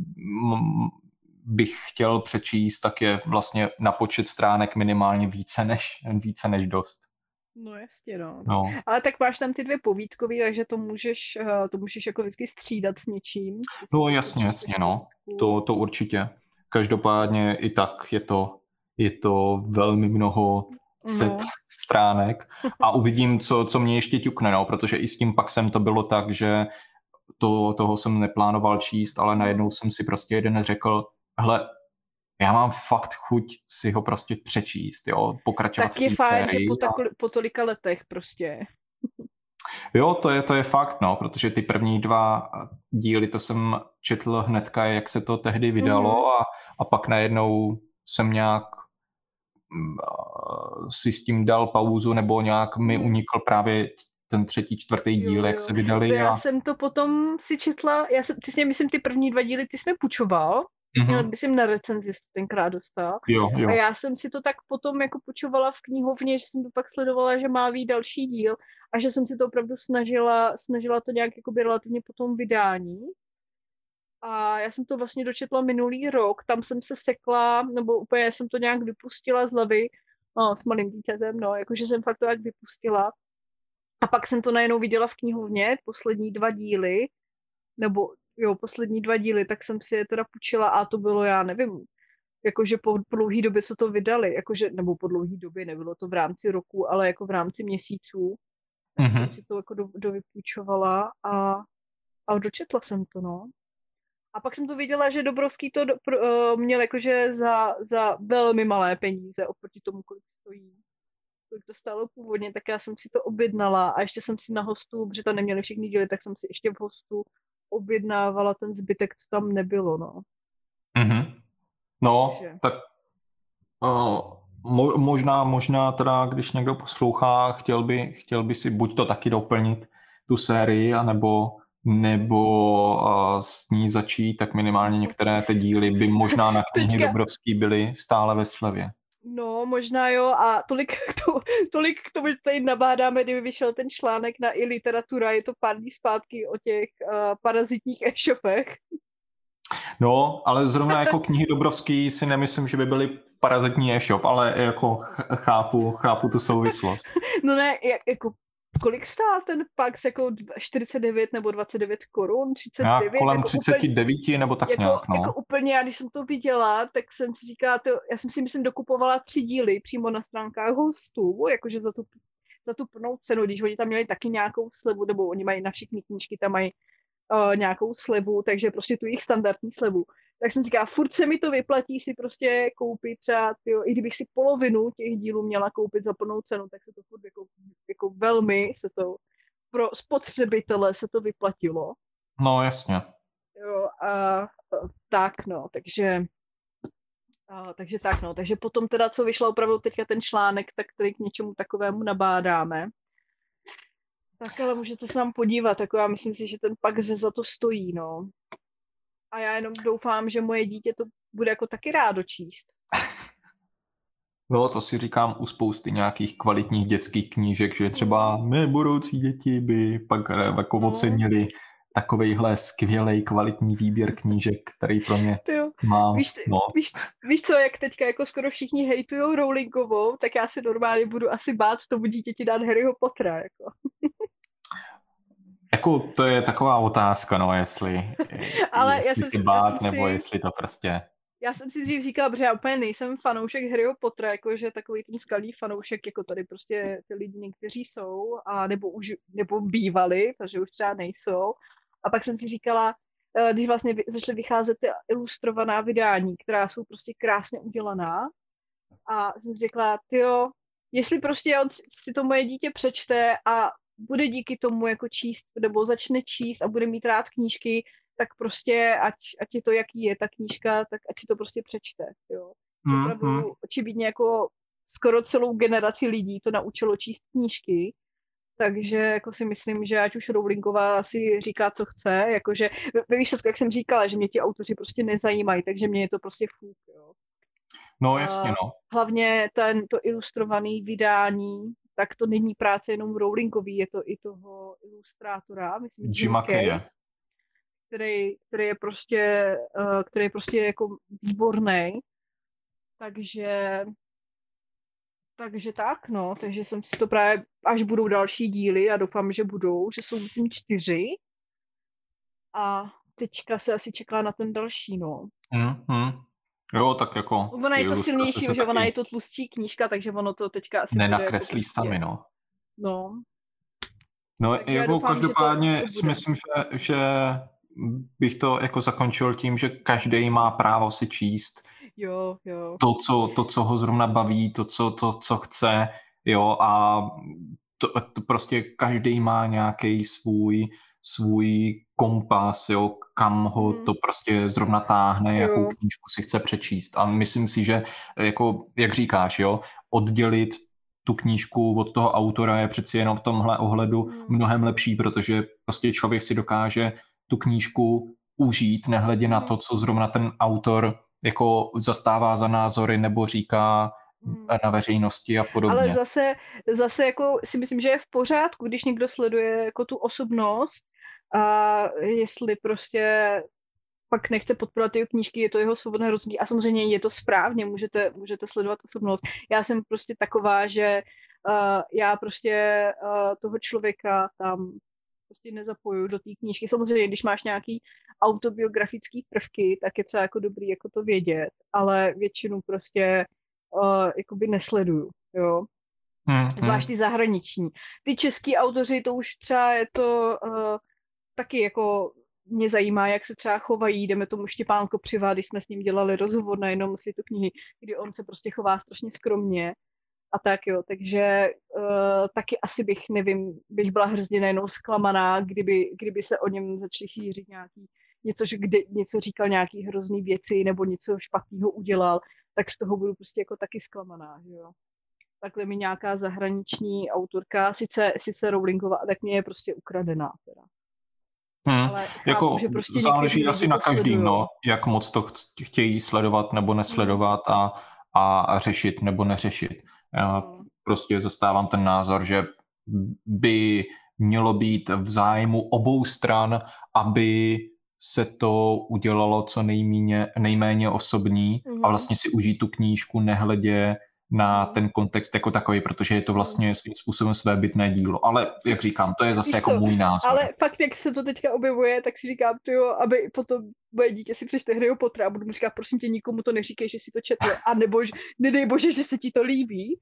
bych chtěl přečíst, tak je vlastně na počet stránek minimálně více než, více než dost. No jasně, no. no. Ale tak máš tam ty dvě povídkový, takže to můžeš, to můžeš jako vždycky střídat s něčím. No jasně, jasně, no. To, to určitě. Každopádně i tak je to, je to velmi mnoho set no. stránek a uvidím, co, co mě ještě ťukne, no, protože i s tím Paxem to bylo tak, že to, toho jsem neplánoval číst, ale najednou jsem si prostě jeden řekl, hele, já mám fakt chuť si ho prostě přečíst, jo, pokračovat tak je fajn, že po, takoli, po tolika letech prostě. Jo, to je, to je fakt, no, protože ty první dva díly, to jsem četl hnedka, jak se to tehdy vydalo mm-hmm. a, a pak najednou jsem nějak si s tím dal pauzu, nebo nějak mi unikl právě ten třetí, čtvrtý díl, jo, jo. jak se vydali. Já a... jsem to potom si četla, já jsem, ty jsi mě, myslím, ty první dva díly, ty jsi mi půjčoval, mm-hmm. měl, myslím, na recenzi jsi tenkrát dostal. Jo, jo. A já jsem si to tak potom jako půjčovala v knihovně, že jsem to pak sledovala, že má být další díl a že jsem si to opravdu snažila, snažila to nějak jakoby relativně po tom vydání. A já jsem to vlastně dočetla minulý rok, tam jsem se sekla, nebo úplně jsem to nějak vypustila z hlavy, no, s malým dítětem, no, jakože jsem fakt to jak vypustila. A pak jsem to najednou viděla v knihovně, poslední dva díly, nebo jo, poslední dva díly, tak jsem si je teda půjčila a to bylo, já nevím, jakože po, po dlouhý době se to vydali, jakože, nebo po dlouhý době, nebylo to v rámci roku, ale jako v rámci měsíců. Mm-hmm. Jsem si to jako do, dovypůjčovala a, a dočetla jsem to, no. A pak jsem to viděla, že Dobrovský to do, pro, uh, měl jakože za, za velmi malé peníze oproti tomu, kolik stojí. Kolik to stálo původně, tak já jsem si to objednala a ještě jsem si na hostu, protože tam neměli všechny díly, tak jsem si ještě v hostu objednávala ten zbytek, co tam nebylo, no. Mm-hmm. No, Takže. tak uh, mo- možná, možná teda, když někdo poslouchá, chtěl by, chtěl by si buď to taky doplnit tu sérii, anebo nebo uh, s ní začít, tak minimálně některé ty díly by možná na knihy Dobrovský byly stále ve slevě. No, možná jo, a tolik k tomu, tolik k tomu, že tady nabádáme, kdyby vyšel ten článek na i literatura, je to pár dní zpátky o těch uh, parazitních e-shopech. No, ale zrovna jako knihy Dobrovský si nemyslím, že by byly parazitní e-shop, ale jako chápu, chápu tu souvislost. No ne, jako kolik stál ten Pax, jako čtyřicet devět nebo dvacet devět korun, třicet devět? Já kolem jako třicet devět úplně, nebo tak jako, nějak, no. Jako úplně, já když jsem to viděla, tak jsem si říkala, to, já jsem si myslím dokupovala tři díly přímo na stránkách hostů, jakože za tu, za tu plnou cenu, když oni tam měli taky nějakou slevu, nebo oni mají na všechny knížky, tam mají uh, nějakou slevu, takže prostě tu jejich standardní slevu. Tak jsem si říkala, furt se mi to vyplatí si prostě koupit třeba, tyjo, i kdybych si polovinu těch dílů měla koupit za plnou cenu, tak se to furt jako, jako velmi se to, pro spotřebitele se to vyplatilo. No, jasně. Jo, a, a tak no, takže a, takže tak no, takže potom teda, co vyšlo opravdu teďka ten článek, tak tady k něčemu takovému nabádáme. Tak ale můžete se tam podívat, jako já myslím si, že ten Pax za to stojí, no. A já jenom doufám, že moje dítě to bude jako taky rádo číst. No, to si říkám u spousty nějakých kvalitních dětských knížek, že třeba mé budoucí děti by pak jako no. ocenili takovejhle skvělej kvalitní výběr knížek, který pro mě mám. Víš, no. víš, víš co, jak teďka jako skoro všichni hejtujou Rowlingovou, tak já si normálně budu asi bát tomu dítěti dát Harryho Pottera, jako. Jako to je taková otázka, no, jestli, Ale jestli já si jsem, bát, já jsem nebo si, jestli to prostě... Já jsem si dřív říkala, protože já úplně nejsem fanoušek Harryho Pottera, jakože takový ten skalý fanoušek, jako tady prostě ty lidi někteří jsou, a nebo už, nebo bývali, takže už třeba nejsou. A pak jsem si říkala, eh, když vlastně vy- začaly vycházet ty ilustrovaná vydání, která jsou prostě krásně udělaná. A jsem si řekla, tyjo, jestli prostě on si si to moje dítě přečte a bude díky tomu jako číst, nebo začne číst a bude mít rád knížky, tak prostě, ať, ať je to, jaký je ta knížka, tak ať si to prostě přečte, jo. Mm, mm. Opravdu očividně jako skoro celou generaci lidí to naučilo číst knížky, takže jako si myslím, že ať už Rowlingová si říká, co chce, jakože ve výsledku, jak jsem říkala, že mě ti autoři prostě nezajímají, takže mě je to prostě fuk, jo. No jasně, A no. hlavně ten, to ilustrované vydání, tak to není práce jenom Rowlingový, je to i toho ilustrátora, myslím, že Jima Kay, Kaye. který, který je prostě, eh, který je prostě jako výborný. Takže, takže tak, no. Takže jsem si to právě, až budou další díly, a doufám, že budou, že jsou, myslím, čtyři. A teďka se asi čeká na ten další, no. Mm, mm. Jo, tak jako Ona ty je to ilustrace silnější, se že ona je taky to tlustší knížka, takže ono to teďka asi bude jako nenakreslí prostě, sami, no. no. No, Takže já jako doufám, že to, že každopádně to si bude. myslím, že, že bych to jako zakončil tím, že každý má právo si číst Jo, jo. to, co, to, co ho zrovna baví, to, co, to, co chce, jo, a to, to prostě každý má nějaký svůj, svůj kompas, jo, kam ho Mm, to prostě zrovna táhne, jakou jo. knížku si chce přečíst. A myslím si, že jako, jak říkáš, jo, oddělit tu knížku od toho autora je přeci jenom v tomhle ohledu Mm, mnohem lepší, protože prostě člověk si dokáže tu knížku užít, nehledě na mm, to, co zrovna ten autor jako zastává za názory nebo říká mm. na veřejnosti a Ale podobně. zase, zase jako si myslím, že je v pořádku, když někdo sleduje jako tu osobnost a jestli prostě pak nechce podporovat jeho knížky, je to jeho svobodné rozhodnutí a samozřejmě je to správně, můžete, můžete sledovat osobnost. Já jsem prostě taková, že uh, já prostě uh, toho člověka tam prostě nezapojuju do té knížky. Samozřejmě, když máš nějaký autobiografický prvky, tak je třeba jako dobrý jako to vědět, ale většinu prostě uh, jakoby nesleduju, jo. Hmm, Zvlášť hmm. ty zahraniční. Ty český autoři, to už třeba je to uh, taky jako mě zajímá, jak se třeba chovají, jdeme tomu Štěpán Kopřiva, když jsme s ním dělali rozhovor na jednom světu knihy, kdy on se prostě chová strašně skromně a tak jo, takže uh, taky asi bych, nevím, bych byla hrozně najednou zklamaná, kdyby, kdyby se o něm začali šířit nějaký, něco, že kdy, něco říkal nějaký hrozný věci nebo něco špatného udělal, tak z toho budu prostě jako taky zklamaná, že jo. Takhle mi nějaká zahraniční autorka, sice, sice Rowlingová, tak mě je prostě ukradená teda. Hmm. Ale chápu, Jako že prostě záleží někteří asi lidi na to každým, sledujou. no, jak moc to ch- chtějí sledovat nebo Hmm. nesledovat a, a řešit nebo neřešit. Já No. prostě zastávám ten názor, že by mělo být v zájmu obou stran, aby se to udělalo co nejméně, nejméně osobní a Mhm. vlastně si užít tu knížku nehledě na Mhm. ten kontext jako takový, protože je to vlastně svým způsobem svébytné dílo. Ale jak říkám, to je zase Víš jako co, můj názor. ale fakt, jak se to teďka objevuje, tak si říkám, tyjo, aby potom moje dítě si přečte Harryho Pottera a budu mu říkat, prosím tě, nikomu to neříkej, že si to četl, a nebo, že- nedej bože, že se ti to líbí.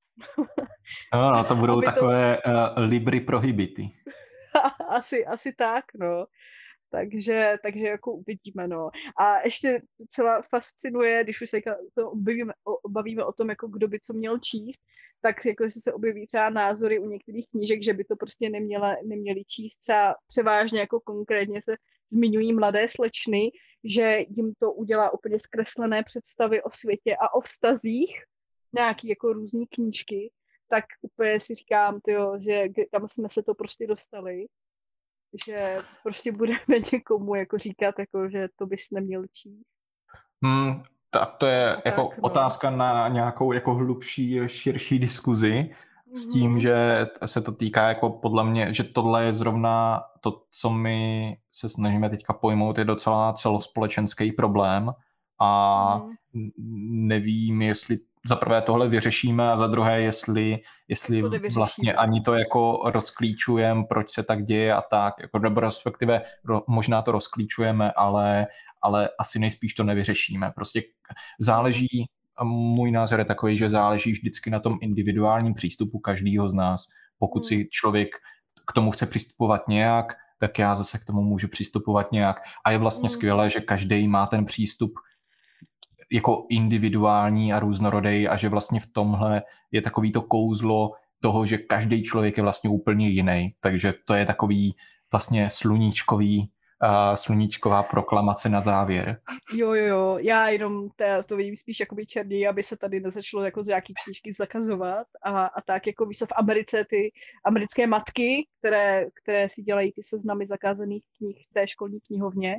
No, no, to budou Aby to- takové uh, libry prohibity. asi, asi tak, no. Takže, takže jako uvidíme, no. A ještě docela fascinuje, když už se to bavíme, o, bavíme o tom, jako kdo by co měl číst, tak jako si se objeví třeba názory u některých knížek, že by to prostě neměla, neměli číst. Třeba převážně jako konkrétně se zmiňují mladé slečny, že jim to udělá úplně zkreslené představy o světě a o vztazích, nějaký jako různý knížky, tak úplně si říkám, tyjo, že tam jsme se to prostě dostali, že prostě budeme někomu jako říkat, jako, že to bys neměl číst. Hmm, tak to je tak, jako no. otázka na nějakou jako hlubší, širší diskuzi s tím, Mhm. že se to týká jako podle mě, že tohle je zrovna to, co my se snažíme teďka pojmout, je docela celospolečenský problém a Mhm. n- nevím, jestli za prvé tohle vyřešíme a za druhé, jestli, jestli To nevyřešíme. vlastně ani to jako rozklíčujeme, proč se tak děje a tak, jako nebo respektive ro, možná to rozklíčujeme, ale, ale asi nejspíš to nevyřešíme. Prostě záleží, a můj názor je takový, že záleží vždycky na tom individuálním přístupu každého z nás. Pokud Hmm. si člověk k tomu chce přistupovat nějak, tak já zase k tomu můžu přistupovat nějak. A je vlastně Mm. skvělé, že každý má ten přístup jako individuální a různorodý a že vlastně v tomhle je takový to kouzlo toho, že každý člověk je vlastně úplně jiný. Takže to je takový vlastně sluníčkový, uh, sluníčková proklamace na závěr. Jo, jo, jo, já jenom to, to vidím spíš jakoby černý, aby se tady nezačalo jako z nějaký knížky zakazovat a, a tak jako víš co, v Americe ty americké matky, které, které si dělají ty seznamy zakázaných knih v té školní knihovně.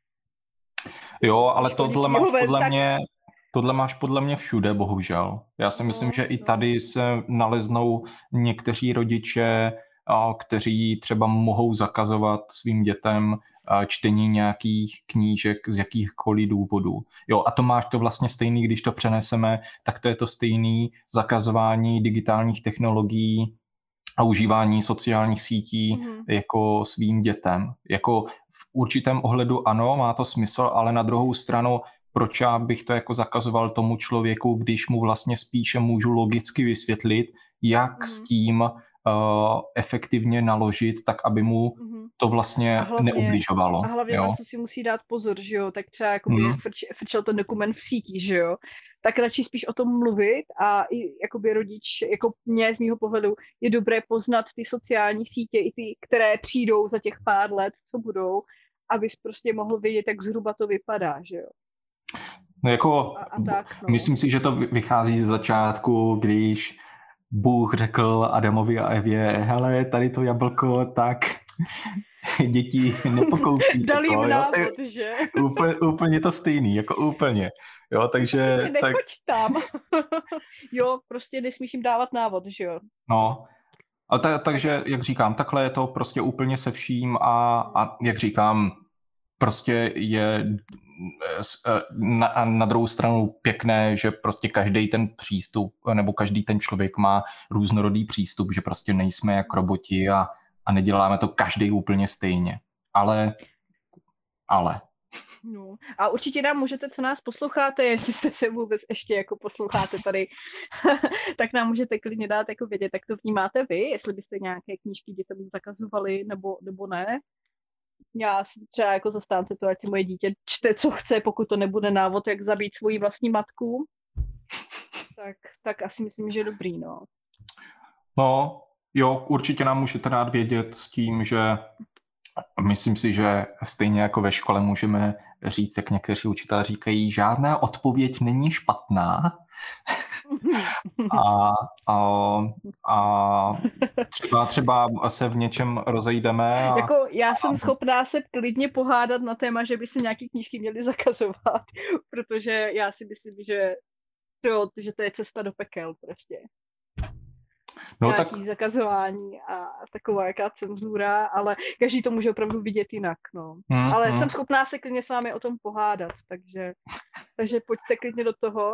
Jo, ale Školní tohle máš knihoven, podle tak... mě tohle máš podle mě všude, bohužel. Já si No, myslím, že i no. tady se naleznou někteří rodiče, a, kteří třeba mohou zakazovat svým dětem a, čtení nějakých knížek z jakýchkoliv důvodů. Jo, a to máš to vlastně stejný, když to přeneseme, tak to je to stejný zakazování digitálních technologií a užívání sociálních sítí Mhm. jako svým dětem. Jako v určitém ohledu ano, má to smysl, ale na druhou stranu, proč já bych to jako zakazoval tomu člověku, když mu vlastně spíše můžu logicky vysvětlit, jak Mhm. s tím uh, efektivně naložit, tak aby mu Mhm. to A vlastně hlavně, neubližovalo. a hlavně Jo? na co si musí dát pozor, že jo, tak třeba jakoby Mhm. frč, frčel ten dokument v síti, že jo, tak radši spíš o tom mluvit a i jakoby rodič, jako mě z mýho pohledu, je dobré poznat ty sociální sítě, i ty, které přijdou za těch pár let, co budou, abys prostě mohl vědět, jak zhruba to vypadá, že jo. No jako, A, a tak, no. myslím si, že to vychází z začátku, když Bůh řekl Adamovi a Evě, hele, tady to jablko, tak děti nepokoušíte Dali to. jim Jo? návod, To je že? úplně, úplně to stejný, jako úplně. Jo, takže... Nechoď tak, tam. Jo, prostě nesmíš jim dávat návod, že jo. no, a ta, takže, jak říkám, takhle je to prostě úplně se vším a, a jak říkám, prostě je na, na druhou stranu pěkné, že prostě každý ten přístup, nebo každý ten člověk má různorodý přístup, že prostě nejsme jak roboti a, a neděláme to každý úplně stejně. Ale, ale. No. A určitě nám můžete, co nás posloucháte, jestli jste se vůbec ještě jako posloucháte tady, tak nám můžete klidně dát jako vědět, jak to vnímáte vy, jestli byste nějaké knížky dětem zakazovali nebo, nebo ne. Já jsem třeba jako zastánce toho, ať si moje dítě čte, co chce, pokud to nebude návod, jak zabít svoji vlastní matku, tak, tak asi myslím, že je dobrý, no. No, jo, určitě nám můžete dát vědět s tím, že myslím si, že stejně jako ve škole můžeme říct, jak někteří učitelé říkají, žádná odpověď není špatná. a, a, a třeba, třeba se v něčem rozejdeme. A, jako já jsem a... schopná se klidně pohádat na téma, že by se nějaké knížky měly zakazovat, protože já si myslím, že to, že to je cesta do pekel prostě. No, nějaký tak... zakazování a taková jaká cenzura, ale každý to může opravdu vidět jinak, no. Hmm, ale hmm. jsem schopná se klidně s vámi o tom pohádat, takže, takže pojďte klidně do toho.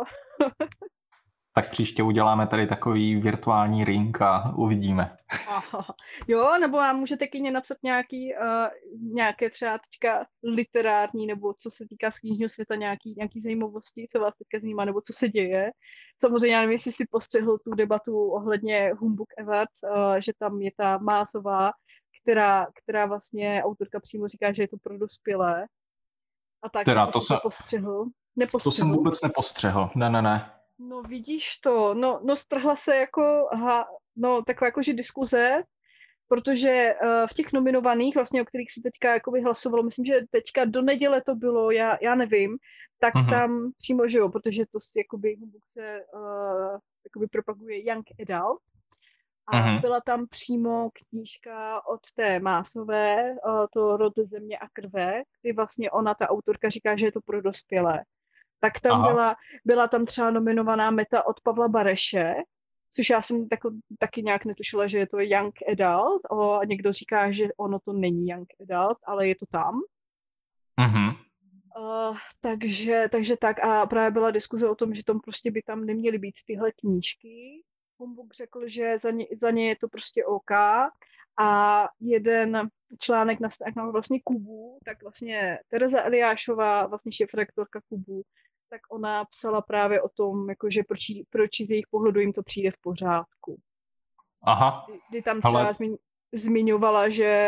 Tak příště uděláme tady takový virtuální ring a uvidíme. Aha. Jo, nebo nám můžete klidně napsat nějaký, uh, nějaké třeba teďka literární, nebo co se týká z knižního světa, nějaký, nějaký zajímavosti, co vás teďka zajímá, nebo co se děje. Samozřejmě, já nevím, jestli si postřehl tu debatu ohledně Humbug Awards, uh, že tam je ta Mázová, která, která vlastně autorka přímo říká, že je to pro dospělé. A tak, teda, to, se... to postřehl. Nepostřehl. To jsem vůbec nepostřehl, ne, ne, ne. No vidíš to, no, no strhla se jako, aha, no taková jakože diskuze, protože uh, v těch nominovaných, vlastně o kterých si teďka jakoby hlasovalo, myslím, že teďka do neděle to bylo, já, já nevím, tak uh-huh. tam přímo, že jo, protože to jakoby Humbug se uh, jakoby propaguje young adult a uh-huh. byla tam přímo knížka od té Másové, uh, to Rod země a krve, kdy vlastně ona, ta autorka, říká, že je to pro dospělé. Tak tam byla, byla tam třeba nominovaná Meta od Pavla Bareše, což já jsem tako, taky nějak netušila, že je to young adult, a někdo říká, že ono to není young adult, ale je to tam. Mm-hmm. Uh, takže, takže tak a právě byla diskuze o tom, že tam prostě by tam neměly být tyhle knížky. Humbug řekl, že za ně, za ně je to prostě OK a jeden článek na stránce vlastně Kubu, tak vlastně Tereza Eliášová, vlastně šéfredaktorka Kubu, tak ona psala právě o tom, jakože proč, proč z jejich pohledu jim to přijde v pořádku. Aha. Kdy, kdy tam třeba Ale... zmiňovala, že,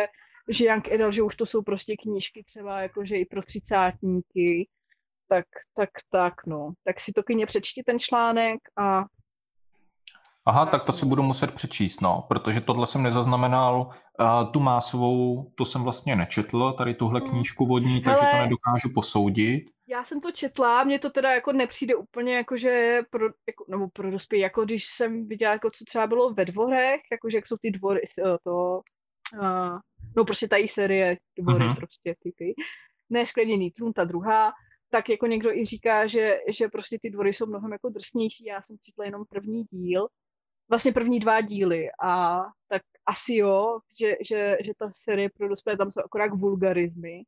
že young adult, že už to jsou prostě knížky třeba jakože i pro třicátníky, tak, tak, tak, no. Tak si to klidně přečti ten článek a Aha, tak, tak to si budu muset přečíst, no, protože tohle jsem nezaznamenal, uh, tu Másovou, to jsem vlastně nečetl, tady tuhle Mm. knížku vodní, takže to Hele, nedokážu posoudit. já jsem to četla, mně to teda jako nepřijde úplně jakože pro, jako, nebo pro dospělí, jako když jsem viděla, jako co třeba bylo ve dvorech, jakože jak jsou ty dvory, eh, to, uh, no prostě tady série dvory, Mhm. prostě ty, ty. Ne Skleněný trůn, ta druhá, tak jako někdo i říká, že, že prostě ty dvory jsou mnohem jako drsnější. Já jsem četla jenom první díl, vlastně první dva díly a tak asi jo, že, že, že ta série pro dospělé, tam jsou akorát vulgarizmy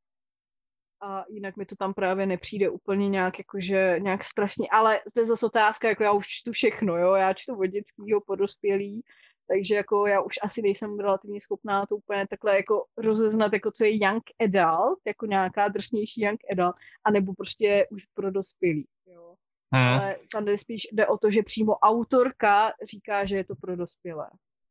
a jinak mi to tam právě nepřijde úplně nějak jakože nějak strašně, ale zde zase otázka, jako já už čtu všechno, jo, já čtu od dětského po dospělý, takže jako já už asi nejsem relativně schopná to úplně takhle jako rozeznat, jako co je young adult, jako nějaká drsnější young adult, anebo prostě už pro dospělý, jo. Hmm. Ale tam jde spíš jde o to, že přímo autorka říká, že je to pro dospělé.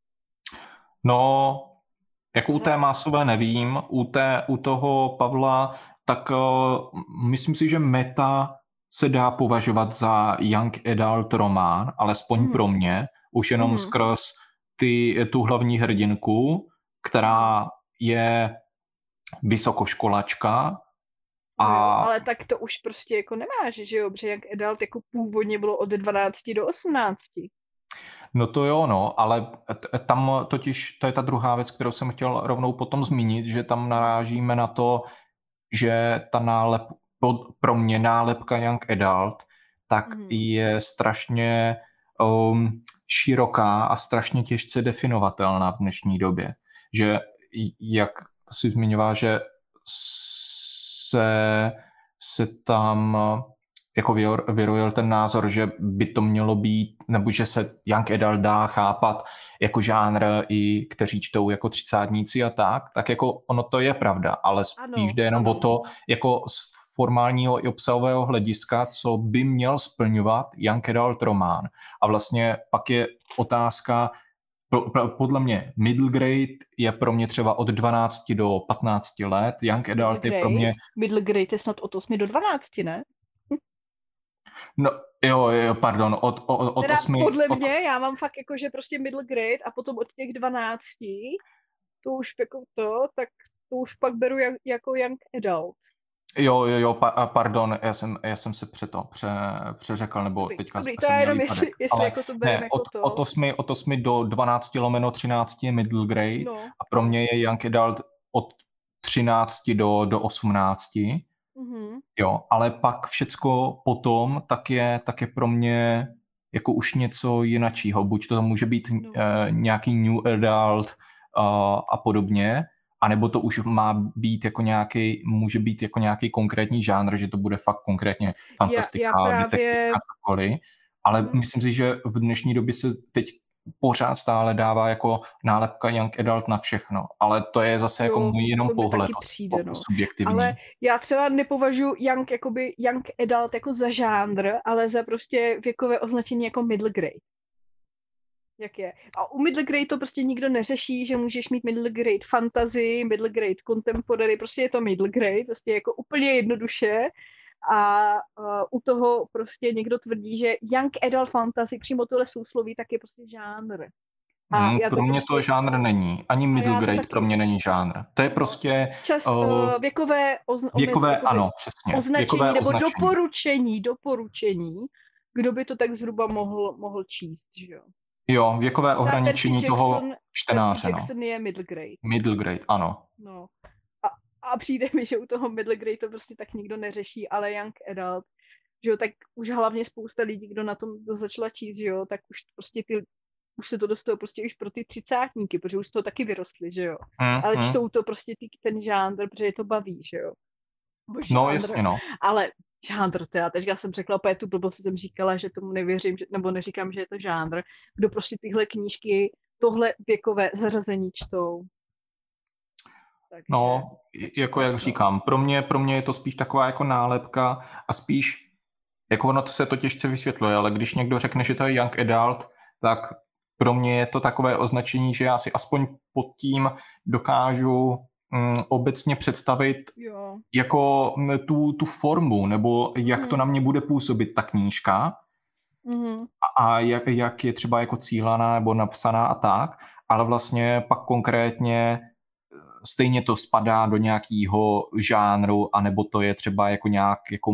No, jako u té Másové nevím, u, té, u toho Pavla, tak uh, myslím si, že Meta se dá považovat za young adult román, alespoň Mhm. pro mě, už jenom Mhm. skrz ty, tu hlavní hrdinku, která je vysokoškolačka. No jo, A ale tak to už prostě jako nemáš, že jo, protože jak adult jako původně bylo od dvanácti do osmnácti. no to jo, no, ale t- tam totiž, to je ta druhá věc, kterou jsem chtěl rovnou potom zmínit, že tam narážíme na to, že ta nálep, pro mě nálepka young adult, tak Mhm. je strašně um, široká a strašně těžce definovatelná v dnešní době. Že jak si zmiňovala, že se, se tam jako vyrojil ten názor, že by to mělo být, nebo že se young adult dá chápat jako žánr i kteří čtou jako třicátníci a tak, tak jako ono to je pravda, ale spíš Ano, jde jenom ano. o to, jako z formálního i obsahového hlediska, co by měl splňovat young adult román. A vlastně pak je otázka, podle mě middle grade je pro mě třeba od dvanácti do patnácti let, young adult Middle je pro mě... Middle grade je snad od osmi do dvanácti, ne? No, jo, jo, pardon, od, od, od Teda osmi... podle od... mě, já mám fakt jako, že prostě middle grade a potom od těch dvanácti, to už jako to, tak to už pak beru jak, jako young adult. Jo, jo, jo, pa, pardon, já jsem, já jsem se pře to pře, přeřekl, nebo Dobrý, teďka dobrý, to jsem je měl jenom, výpadek. jestli, jestli Ale jako to bereme ne, jako od, to. od, osmi, od osmi do dvanácti lomeno třinácti je middle grade No. a pro mě je young adult od třinácti do, do osmnácti. Mhm. Jo, ale pak všecko potom tak je, tak je pro mě jako už něco jinačího. Buď to může být No. uh, nějaký new adult uh, a podobně, anebo to už má být jako nějaký, může být jako nějaký konkrétní žánr, že to bude fakt konkrétně fantastika, já právě... detektivka, cokoliv. Ale Mhm. myslím si, že v dnešní době se teď pořád stále dává jako nálepka young adult na všechno, ale to je zase Jo, jako můj jenom to mi pohled, taky přijde, no. subjektivní. Ale já třeba nepovažuji young, jakoby young adult jako za žánr, ale za prostě věkové označení jako middle grade. Jak je. A u middle grade to prostě nikdo neřeší, že můžeš mít middle grade fantasy, middle grade contemporary, prostě je to middle grade, prostě jako úplně jednoduše. A uh, u toho prostě někdo tvrdí, že young adult fantasy, přímo tohle sousloví, tak je prostě žánr. A Hmm, já pro mě prostě... to žánr není. Ani middle grade taky... pro mě není žánr. To je prostě... Čas, uh, uh, věkové, ozna- věkové, věkové ano, přesně. označení Věkové nebo označení. doporučení, doporučení, kdo by to tak zhruba mohl, mohl číst, že jo? Jo, věkové ohraničení Percy toho Jackson, čtenáře, Percy no. Jackson je middle grade. Middle grade, ano. No. A, a přijde mi, že u toho middle grade to prostě tak nikdo neřeší, ale young adult, že jo, tak už hlavně spousta lidí, kdo na tom to začala číst, že jo, tak už prostě ty, už se to dostalo prostě už pro ty třicátníky, protože už to taky vyrostly, že jo. Hmm, Ale hmm. čtou to prostě ty, ten žánr, protože je to baví, že jo. No jasně, no. Ale žánr, teda, teďka jsem řekla opět tu blbost, co jsem říkala, že tomu nevěřím, že, nebo neříkám, že je to žánr, kdo prostě tyhle knížky, tohle věkové zařazení čtou. Takže, No, jako jak no. říkám, pro mě, pro mě je to spíš taková jako nálepka a spíš, jako ono se to těžce vysvětluje, ale když někdo řekne, že to je young adult, tak pro mě je to takové označení, že já si aspoň pod tím dokážu mm, obecně představit Jo. jako mm, tu, tu formu, nebo jak Mhm. to na mě bude působit ta knížka Mhm. a, a jak, jak je třeba jako cílaná nebo napsaná a tak, ale vlastně pak konkrétně stejně to spadá do nějakého žánru, anebo to je třeba jako nějak jako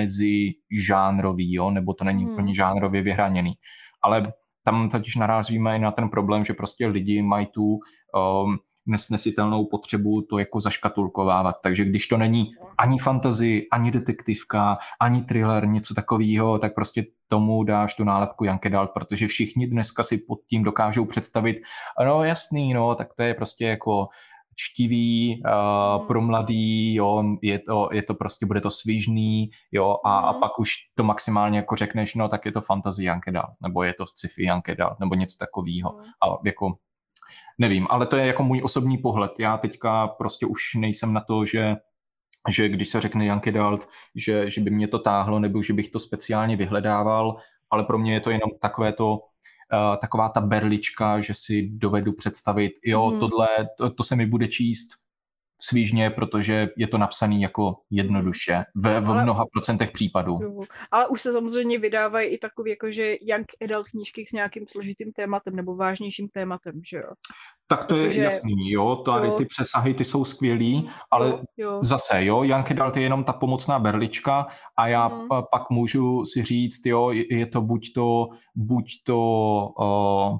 mezižánrový, jo? Nebo to není Mhm. úplně žánrově vyhraněný. Ale tam totiž narážíme i na ten problém, že prostě lidi mají tu um, nesnesitelnou potřebu to jako zaškatulkovávat. Takže když to není ani fantasy, ani detektivka, ani thriller, něco takového, tak prostě tomu dáš tu nálepku young adult, protože všichni dneska si pod tím dokážou představit, no jasný, no, tak to je prostě jako čtivý, uh, Mhm. pro mladý, jo, je to, je to prostě, bude to svížný, jo, a, a Mhm. pak už to maximálně jako řekneš, no, tak je to fantasy young adult, nebo je to sci-fi young adult, nebo něco takového. Jo. A jako, nevím, ale to je jako můj osobní pohled. Já teďka prostě už nejsem na to, že že když se řekne young adult, že, že by mě to táhlo, nebo že bych to speciálně vyhledával, ale pro mě je to jenom takové to, uh, taková ta berlička, že si dovedu představit, jo, Mhm. tohle, to, to se mi bude číst svížně, protože je to napsaný jako jednoduše, v, v Ale- mnoha procentech případů. Jo. Ale už se samozřejmě vydávají i takový jakože young adult knížky s nějakým složitým tématem nebo vážnějším tématem, že jo? Tak to je Protože- jasný, jo, tady jo. ty přesahy, ty jsou skvělý, ale Jo, jo. zase, jo, young adult je jenom ta pomocná berlička a já Mhm. pa- pak můžu si říct, jo, je je to buď to, buď to uh,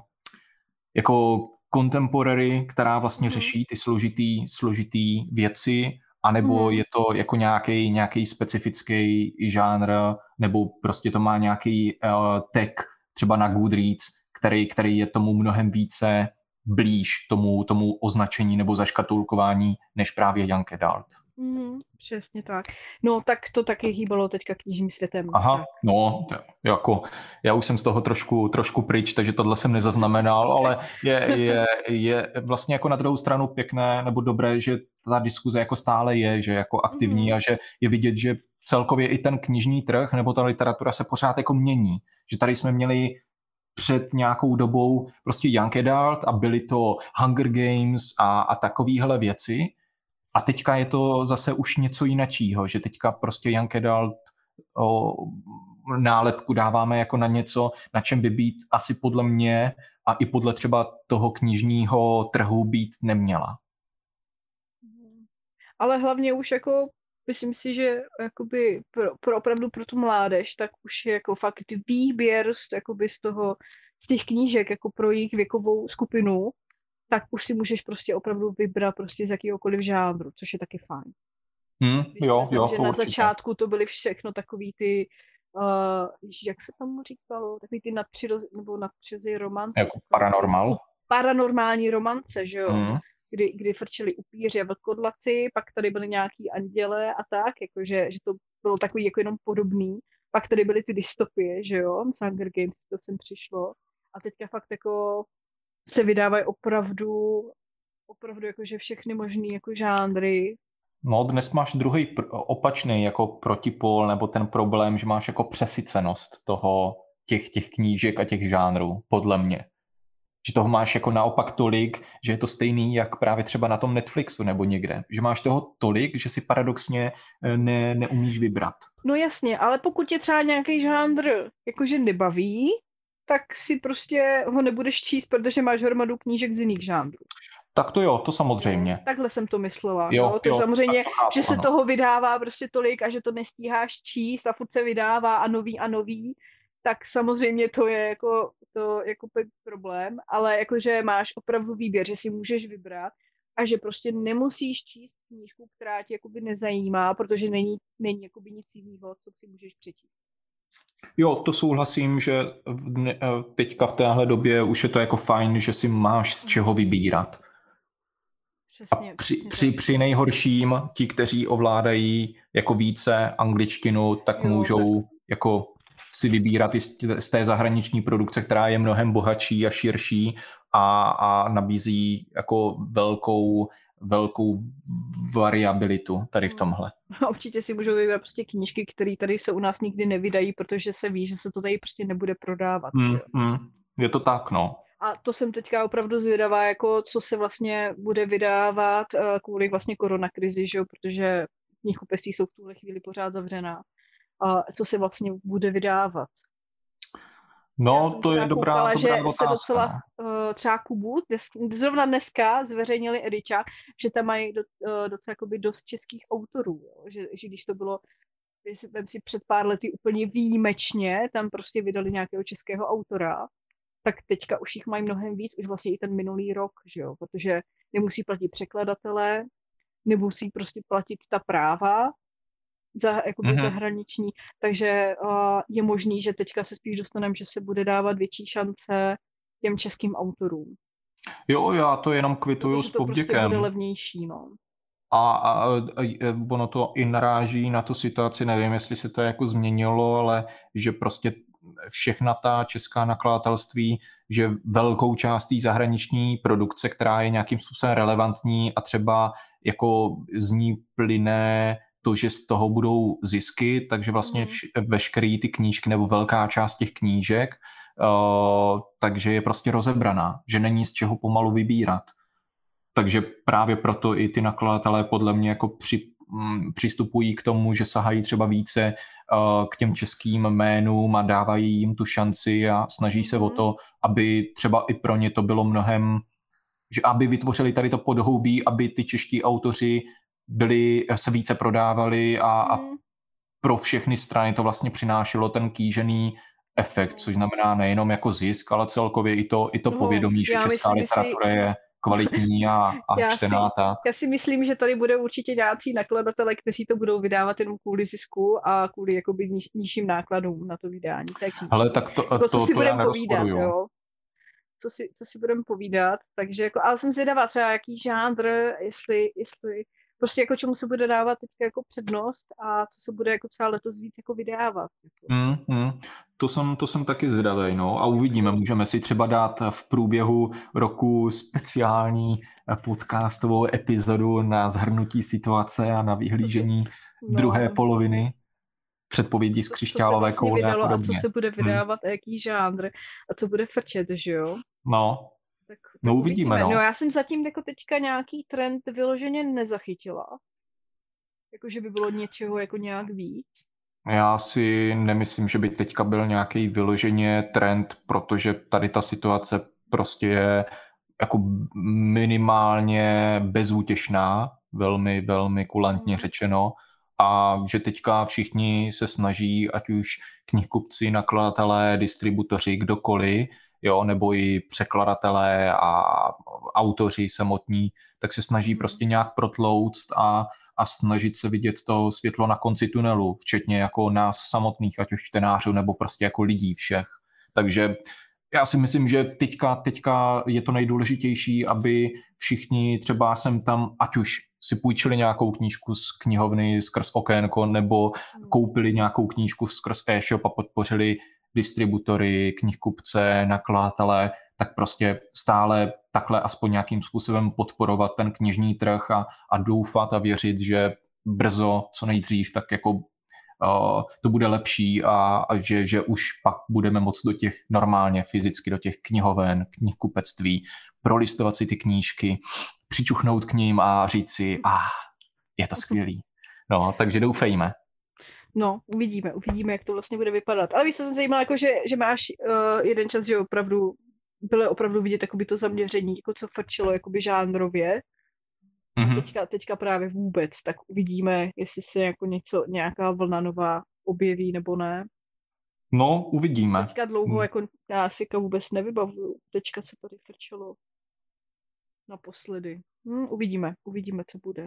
jako contemporary, která vlastně Mhm. řeší ty složitý, složitý věci, anebo Mhm. je to jako nějaký nějaký specifický žánr, nebo prostě to má nějaký uh, tag třeba na Goodreads, který, který je tomu mnohem více blíž tomu, tomu označení nebo zaškatulkování, než právě young adult. Mhm. Přesně tak. No, tak to taky hýbalo teďka knižním světem. Aha, Tak. no, t- jako, já už jsem z toho trošku, trošku pryč, takže tohle jsem nezaznamenal, ale je, je, je vlastně jako na druhou stranu pěkné nebo dobré, že ta diskuze jako stále je, že jako aktivní Mhm. a že je vidět, že celkově i ten knižní trh nebo ta literatura se pořád jako mění. Že tady jsme měli před nějakou dobou prostě young adult a byly to Hunger Games a, a takovéhle věci. A teďka je to zase už něco jiného, že teďka prostě young adult o, nálepku dáváme jako na něco, na čem by být asi podle mě a i podle třeba toho knižního trhu být neměla. Ale hlavně už jako, myslím si, že jakoby pro, pro opravdu pro tu mládež, tak už je jako fakt výběr z, jakoby z toho, z těch knížek jako pro jejich věkovou skupinu, tak už si můžeš prostě opravdu vybrat prostě z jakýhokoliv žánru, což je taky fajn. Hmm, Když jo, vezmeme, jo, že to na určitě. začátku to byly všechno takový ty, uh, jak se tomu říkalo, takový ty nadpřiroz, nebo nadpřirozený romance. Jako paranormal. Paranormální romance, že jo? Hmm. Kdy, kdy frčeli upíři a vlkodlaci, pak tady byly nějaký anděle a tak, jakože, že to bylo takový jako jenom podobný. Pak tady byly ty dystopie, že jo? Z Hunger Games to sem přišlo. A teďka fakt jako se vydávají opravdu, opravdu jakože všechny možný jako žánry. No, dnes máš druhý pr- opačný jako protipol, nebo ten problém, že máš jako přesycenost toho, těch, těch knížek a těch žánrů, podle mě. Že toho máš jako naopak tolik, že je to stejný, jak právě třeba na tom Netflixu nebo někde. Že máš toho tolik, že si paradoxně ne, neumíš vybrat. No jasně, ale pokud tě třeba nějaký žánr jakože nebaví, tak si prostě ho nebudeš číst, protože máš hromadu knížek z jiných žánrů. Tak to jo, to samozřejmě. Jo, takhle jsem to myslela. Jo, Jo, to jo, samozřejmě, tak to chápu, že se ano. toho vydává prostě tolik a že to nestíháš číst a furt se vydává a nový a nový, tak samozřejmě to je jako, to jako problém, ale jakože máš opravdu výběr, že si můžeš vybrat a že prostě nemusíš číst knížku, která tě jakoby nezajímá, protože není, není jakoby nic jiného, co si můžeš přečíst. Jo, to souhlasím, že v dne, teďka v téhle době už je to jako fajn, že si máš z čeho vybírat. Přesně, A při, přesně při, tak. při nejhorším, ti, kteří ovládají jako více angličtinu, tak Jo, můžou jako si vybírat i z z té zahraniční produkce, která je mnohem bohatší a širší a, a nabízí jako velkou, velkou variabilitu tady v tomhle. A určitě si můžou vybrat prostě knížky, které tady se u nás nikdy nevydají, protože se ví, že se to tady prostě nebude prodávat. Mm, že? mm, je to tak, no. A to jsem teďka opravdu zvědavá, jako co se vlastně bude vydávat eh, kvůli vlastně koronakrizi, že jo, protože knihkupectví jsou v tuhle chvíli pořád zavřená. A co se vlastně bude vydávat. Já No, jsem to je třeba dobrá, koukala, dobrá že se otázka, docela no. uh, třeba Kubu, dnes, zrovna dneska zveřejnili edičák, že tam mají do, uh, docela jakoby dost českých autorů, jo? Že, že když to bylo, když vem si před pár lety úplně výjimečně, tam prostě vydali nějakého českého autora, tak teďka už jich mají mnohem víc, už vlastně i ten minulý rok, že jo? Protože nemusí platit překladatelé, nemusí prostě platit ta práva, za, jakoby Mhm. zahraniční, takže uh, je možný, že teďka se spíš dostaneme, že se bude dávat větší šance těm českým autorům. Jo, já to jenom kvituju Protože s to prostě bude povděkem. levnější, no. A, a, a ono to i naráží na tu situaci, nevím, jestli se to jako změnilo, ale že prostě všechna ta česká nakladatelství, že velkou část té zahraniční produkce, která je nějakým způsobem relevantní a třeba jako z ní plyne to, že z toho budou zisky, takže vlastně vš- veškerý ty knížky nebo velká část těch knížek, uh, takže je prostě rozebraná, že není z čeho pomalu vybírat. Takže právě proto i ty nakladatelé podle mě jako při, m, přistupují k tomu, že sahají třeba více uh, k těm českým jménům a dávají jim tu šanci a snaží se Mhm. o to, aby třeba i pro ně to bylo mnohem, že aby vytvořili tady to podhoubí, aby ty čeští autoři byli, se více prodávali a, a Mhm. pro všechny strany to vlastně přinášelo ten kýžený efekt, což znamená nejenom jako zisk, ale celkově i to, i to No, povědomí, že já česká myslím si, literatura je kvalitní a, a já si, čtená tak. já si myslím, že tady bude určitě nějací nakladatele, kteří to budou vydávat jenom kvůli zisku a kvůli jakoby niž, nižším nákladům na to vydání té knížky. Ale tak to, Jako, co to, si to já budeme povídat, nerozporuju. jo? Co si, co si budeme povídat, takže jako, ale jsem zvědavá třeba jaký žánr, jestli, jestli prostě jako čemu se bude dávat teďka jako přednost a co se bude jako třeba letos víc jako vydávat. Jako. Mm, mm. To jsem, to jsem taky zvědavý, no, a uvidíme, můžeme si třeba dát v průběhu roku speciální podcastovou epizodu na zhrnutí situace a na vyhlížení No, druhé poloviny, předpovědi z co, co se křišťálové vlastně koule a vydalo a co podobně. se bude Hmm. vydávat a jaký žánr a co bude frčet, že jo? No, Tak, tak no uvidíme, no. no. Já jsem zatím jako teďka nějaký trend vyloženě nezachytila. Jakože by bylo něčeho jako nějak víc. Já si nemyslím, že by teďka byl nějaký vyloženě trend, protože tady ta situace prostě je jako minimálně bezútěšná, velmi, velmi kulantně řečeno, a že teďka všichni se snaží, ať už knihkupci, nakladatelé, distributoři, kdokoliv, jo, nebo i překladatelé a autoři samotní, tak se snaží prostě nějak protlouct a a snažit se vidět to světlo na konci tunelu, včetně jako nás samotných, ať už čtenářů, nebo prostě jako lidí všech. Takže já si myslím, že teďka, teďka je to nejdůležitější, aby všichni třeba sem tam, ať už si půjčili nějakou knížku z knihovny skrz okénko, nebo koupili nějakou knížku skrz e-shop a podpořili distributory, knihkupce, nakladatele, tak prostě stále takhle aspoň nějakým způsobem podporovat ten knižní trh a, a doufat a věřit, že brzo, co nejdřív, tak jako uh, to bude lepší a, a že, že už pak budeme moct do těch normálně fyzicky, do těch knihoven, knihkupectví, prolistovat si ty knížky, přičuchnout k ním a říct si, ah, je to skvělý. No, takže doufejme. No, uvidíme, uvidíme, jak to vlastně bude vypadat. Ale víš, co jsem zajímala, jako, že, že máš uh, jeden čas, že opravdu bylo opravdu vidět jakoby to zaměření, jako co frčilo jakoby žánrově. Mm-hmm. A teďka, teďka právě vůbec, tak uvidíme, jestli se jako něco, nějaká vlna nová objeví nebo ne. No, uvidíme. Teďka dlouho, hmm. jako já si to vůbec nevybavuju. Teďka co tady frčelo naposledy. Hmm, uvidíme, uvidíme, co bude.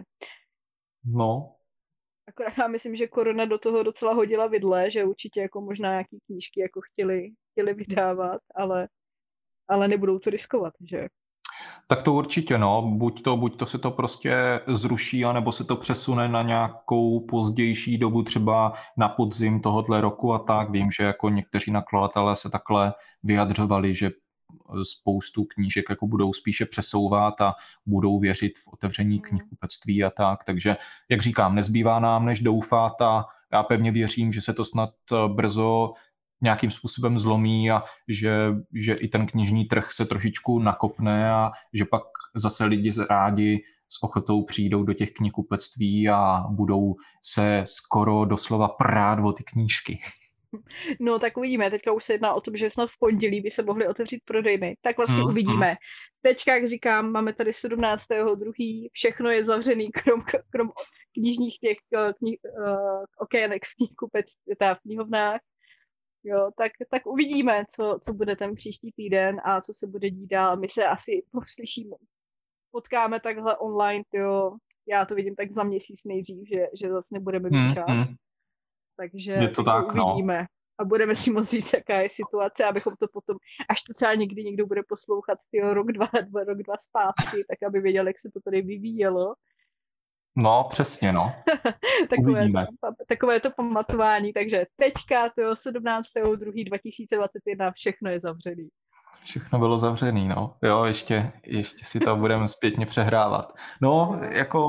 No. Akorát já myslím, že korona do toho docela hodila vidle, že určitě jako možná nějaký knížky jako chtěli, chtěli vydávat, ale, ale nebudou to riskovat, že? Tak to určitě, no. Buď to, buď to se to prostě zruší, anebo se to přesune na nějakou pozdější dobu, třeba na podzim tohohle roku a tak. Vím, že jako někteří nakladatelé se takhle vyjadřovali, že spoustu knížek jako budou spíše přesouvat a budou věřit v otevření knihkupectví a tak. Takže, jak říkám, nezbývá nám než doufat a já pevně věřím, že se to snad brzo nějakým způsobem zlomí a že, že i ten knižní trh se trošičku nakopne a že pak zase lidi rádi s ochotou přijdou do těch knihkupectví a budou se skoro doslova prát o ty knížky. No tak uvidíme, teďka už se jedná o tom, že snad v pondělí by se mohly otevřít prodejny, tak vlastně Hmm, uvidíme. Teďka, jak říkám, máme tady sedmnáctého druhého všechno je zavřený, krom, krom knižních těch knih, uh, okének v knihkupectví, v knihovnách. Jo, tak, tak uvidíme, co, co bude ten příští týden a co se bude dít dál. My se asi poslyšíme, potkáme takhle online, jo. Já to vidím tak za měsíc nejdřív, že, že zase nebudeme mít čas. Hmm, hmm. Takže, Je to takže tak, uvidíme. No. A budeme si moc říct, jaká je situace, abychom to potom, až to třeba někdy někdo bude poslouchat tyjo, rok, dva, dva, rok, dva zpátky, tak aby věděl, jak se to tady vyvíjelo. No, přesně, no. takové, Uvidíme. to, takové to pamatování. Takže teďka, to sedmnáctého druhého dva tisíce dvacet jedna, všechno je zavřený. Všechno bylo zavřený, no. Jo, ještě, ještě si to budeme zpětně přehrávat. No, jako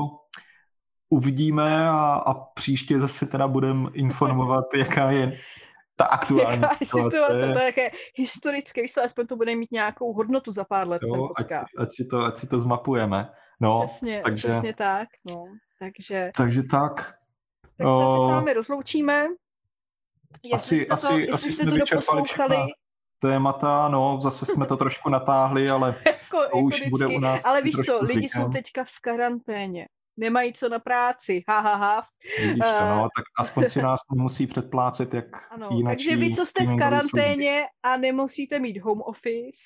uvidíme a, a příště zase teda budeme informovat, jaká je ta aktuální jaká situace. situace. To je jaké historické, víš co, aspoň to bude mít nějakou hodnotu za pár let. Jo, ať, si, ať, si to, ať si to zmapujeme. No, přesně, takže, přesně tak. No, takže, takže tak. tak o, se s vámi rozloučíme. Asi, asi, to, asi jsme vyčerpali všechna témata, no, zase jsme to trošku natáhli, ale jako, to už jako bude u nás. Ale víš co, lidi jsou teďka v karanténě. Nemají co na práci, ha, ha, ha. Vidíš to, no, tak aspoň si nás nemusí předplácet, jak ano, jinačí. Takže vy, co jste v karanténě a nemusíte mít home office,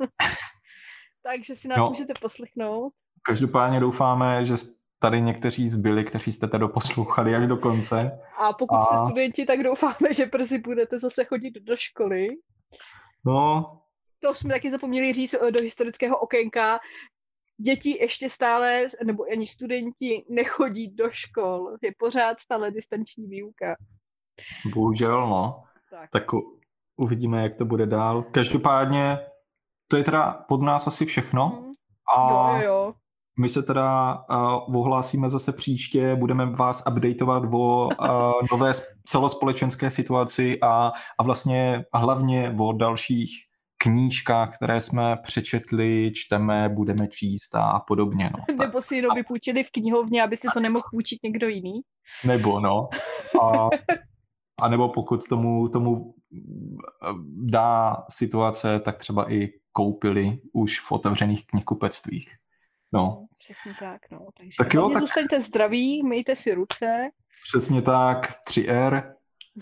takže si nás no, můžete poslechnout. Každopádně doufáme, že tady někteří zbyli, kteří jste to poslouchali až do konce. A pokud a... jste studenti, tak doufáme, že brzy budete zase chodit do školy. No. To jsme taky zapomněli říct do historického okénka. Děti ještě stále, nebo ani studenti nechodí do škol. Je pořád stále distanční výuka. Bohužel, no. Tak, tak uvidíme, jak to bude dál. Každopádně to je teda od nás asi všechno. Hmm. A jo, jo, jo. my se teda uh, ohlásíme zase příště, budeme vás updateovat o uh, nové celospolečenské situaci a, a vlastně hlavně o dalších knížkách, které jsme přečetli, čteme, budeme číst a podobně. No. Nebo si jenom vypůjčili v knihovně, aby si to nemohl půjčit někdo jiný. Nebo, no. A, a nebo pokud tomu, tomu dá situace, tak třeba i koupili už v otevřených knihkupectvích. No. Přesně tak, no. Takže tak jo, tak... zůstaňte zdraví, myjte si ruce. Přesně tak, tři R.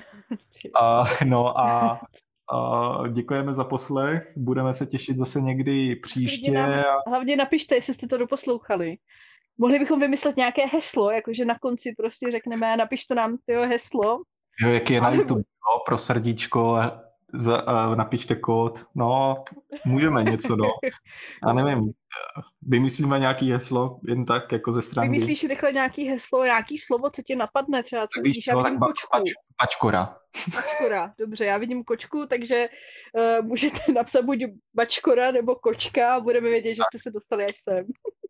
a, no a, a děkujeme za poslech, budeme se těšit zase někdy příště. Nám, hlavně napište, jestli jste to doposlouchali. Mohli bychom vymyslet nějaké heslo, jakože na konci prostě řekneme, napište nám tyho heslo. Jo, jak je na YouTube, no, pro srdíčko, za, uh, napište kód, no, můžeme něco, no. Já nevím, vymyslíme nějaký heslo, jen tak, jako ze strany. Vymyslíš rychle nějaký heslo, nějaký slovo, co tě napadne třeba? Co víš co, tak ba- bač, bačkora. Bačkora, dobře, já vidím kočku, takže uh, můžete napsat buď bačkora nebo kočka a budeme vědět, že jste se dostali až sem.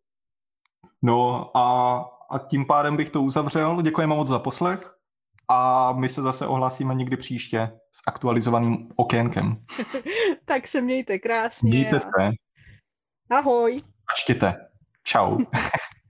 No a, a tím pádem bych to uzavřel, děkujeme moc za poslech. A my se zase ohlásíme někdy příště s aktualizovaným okénkem. Tak se mějte krásně. Mějte se. Ahoj. A čtěte. Čau.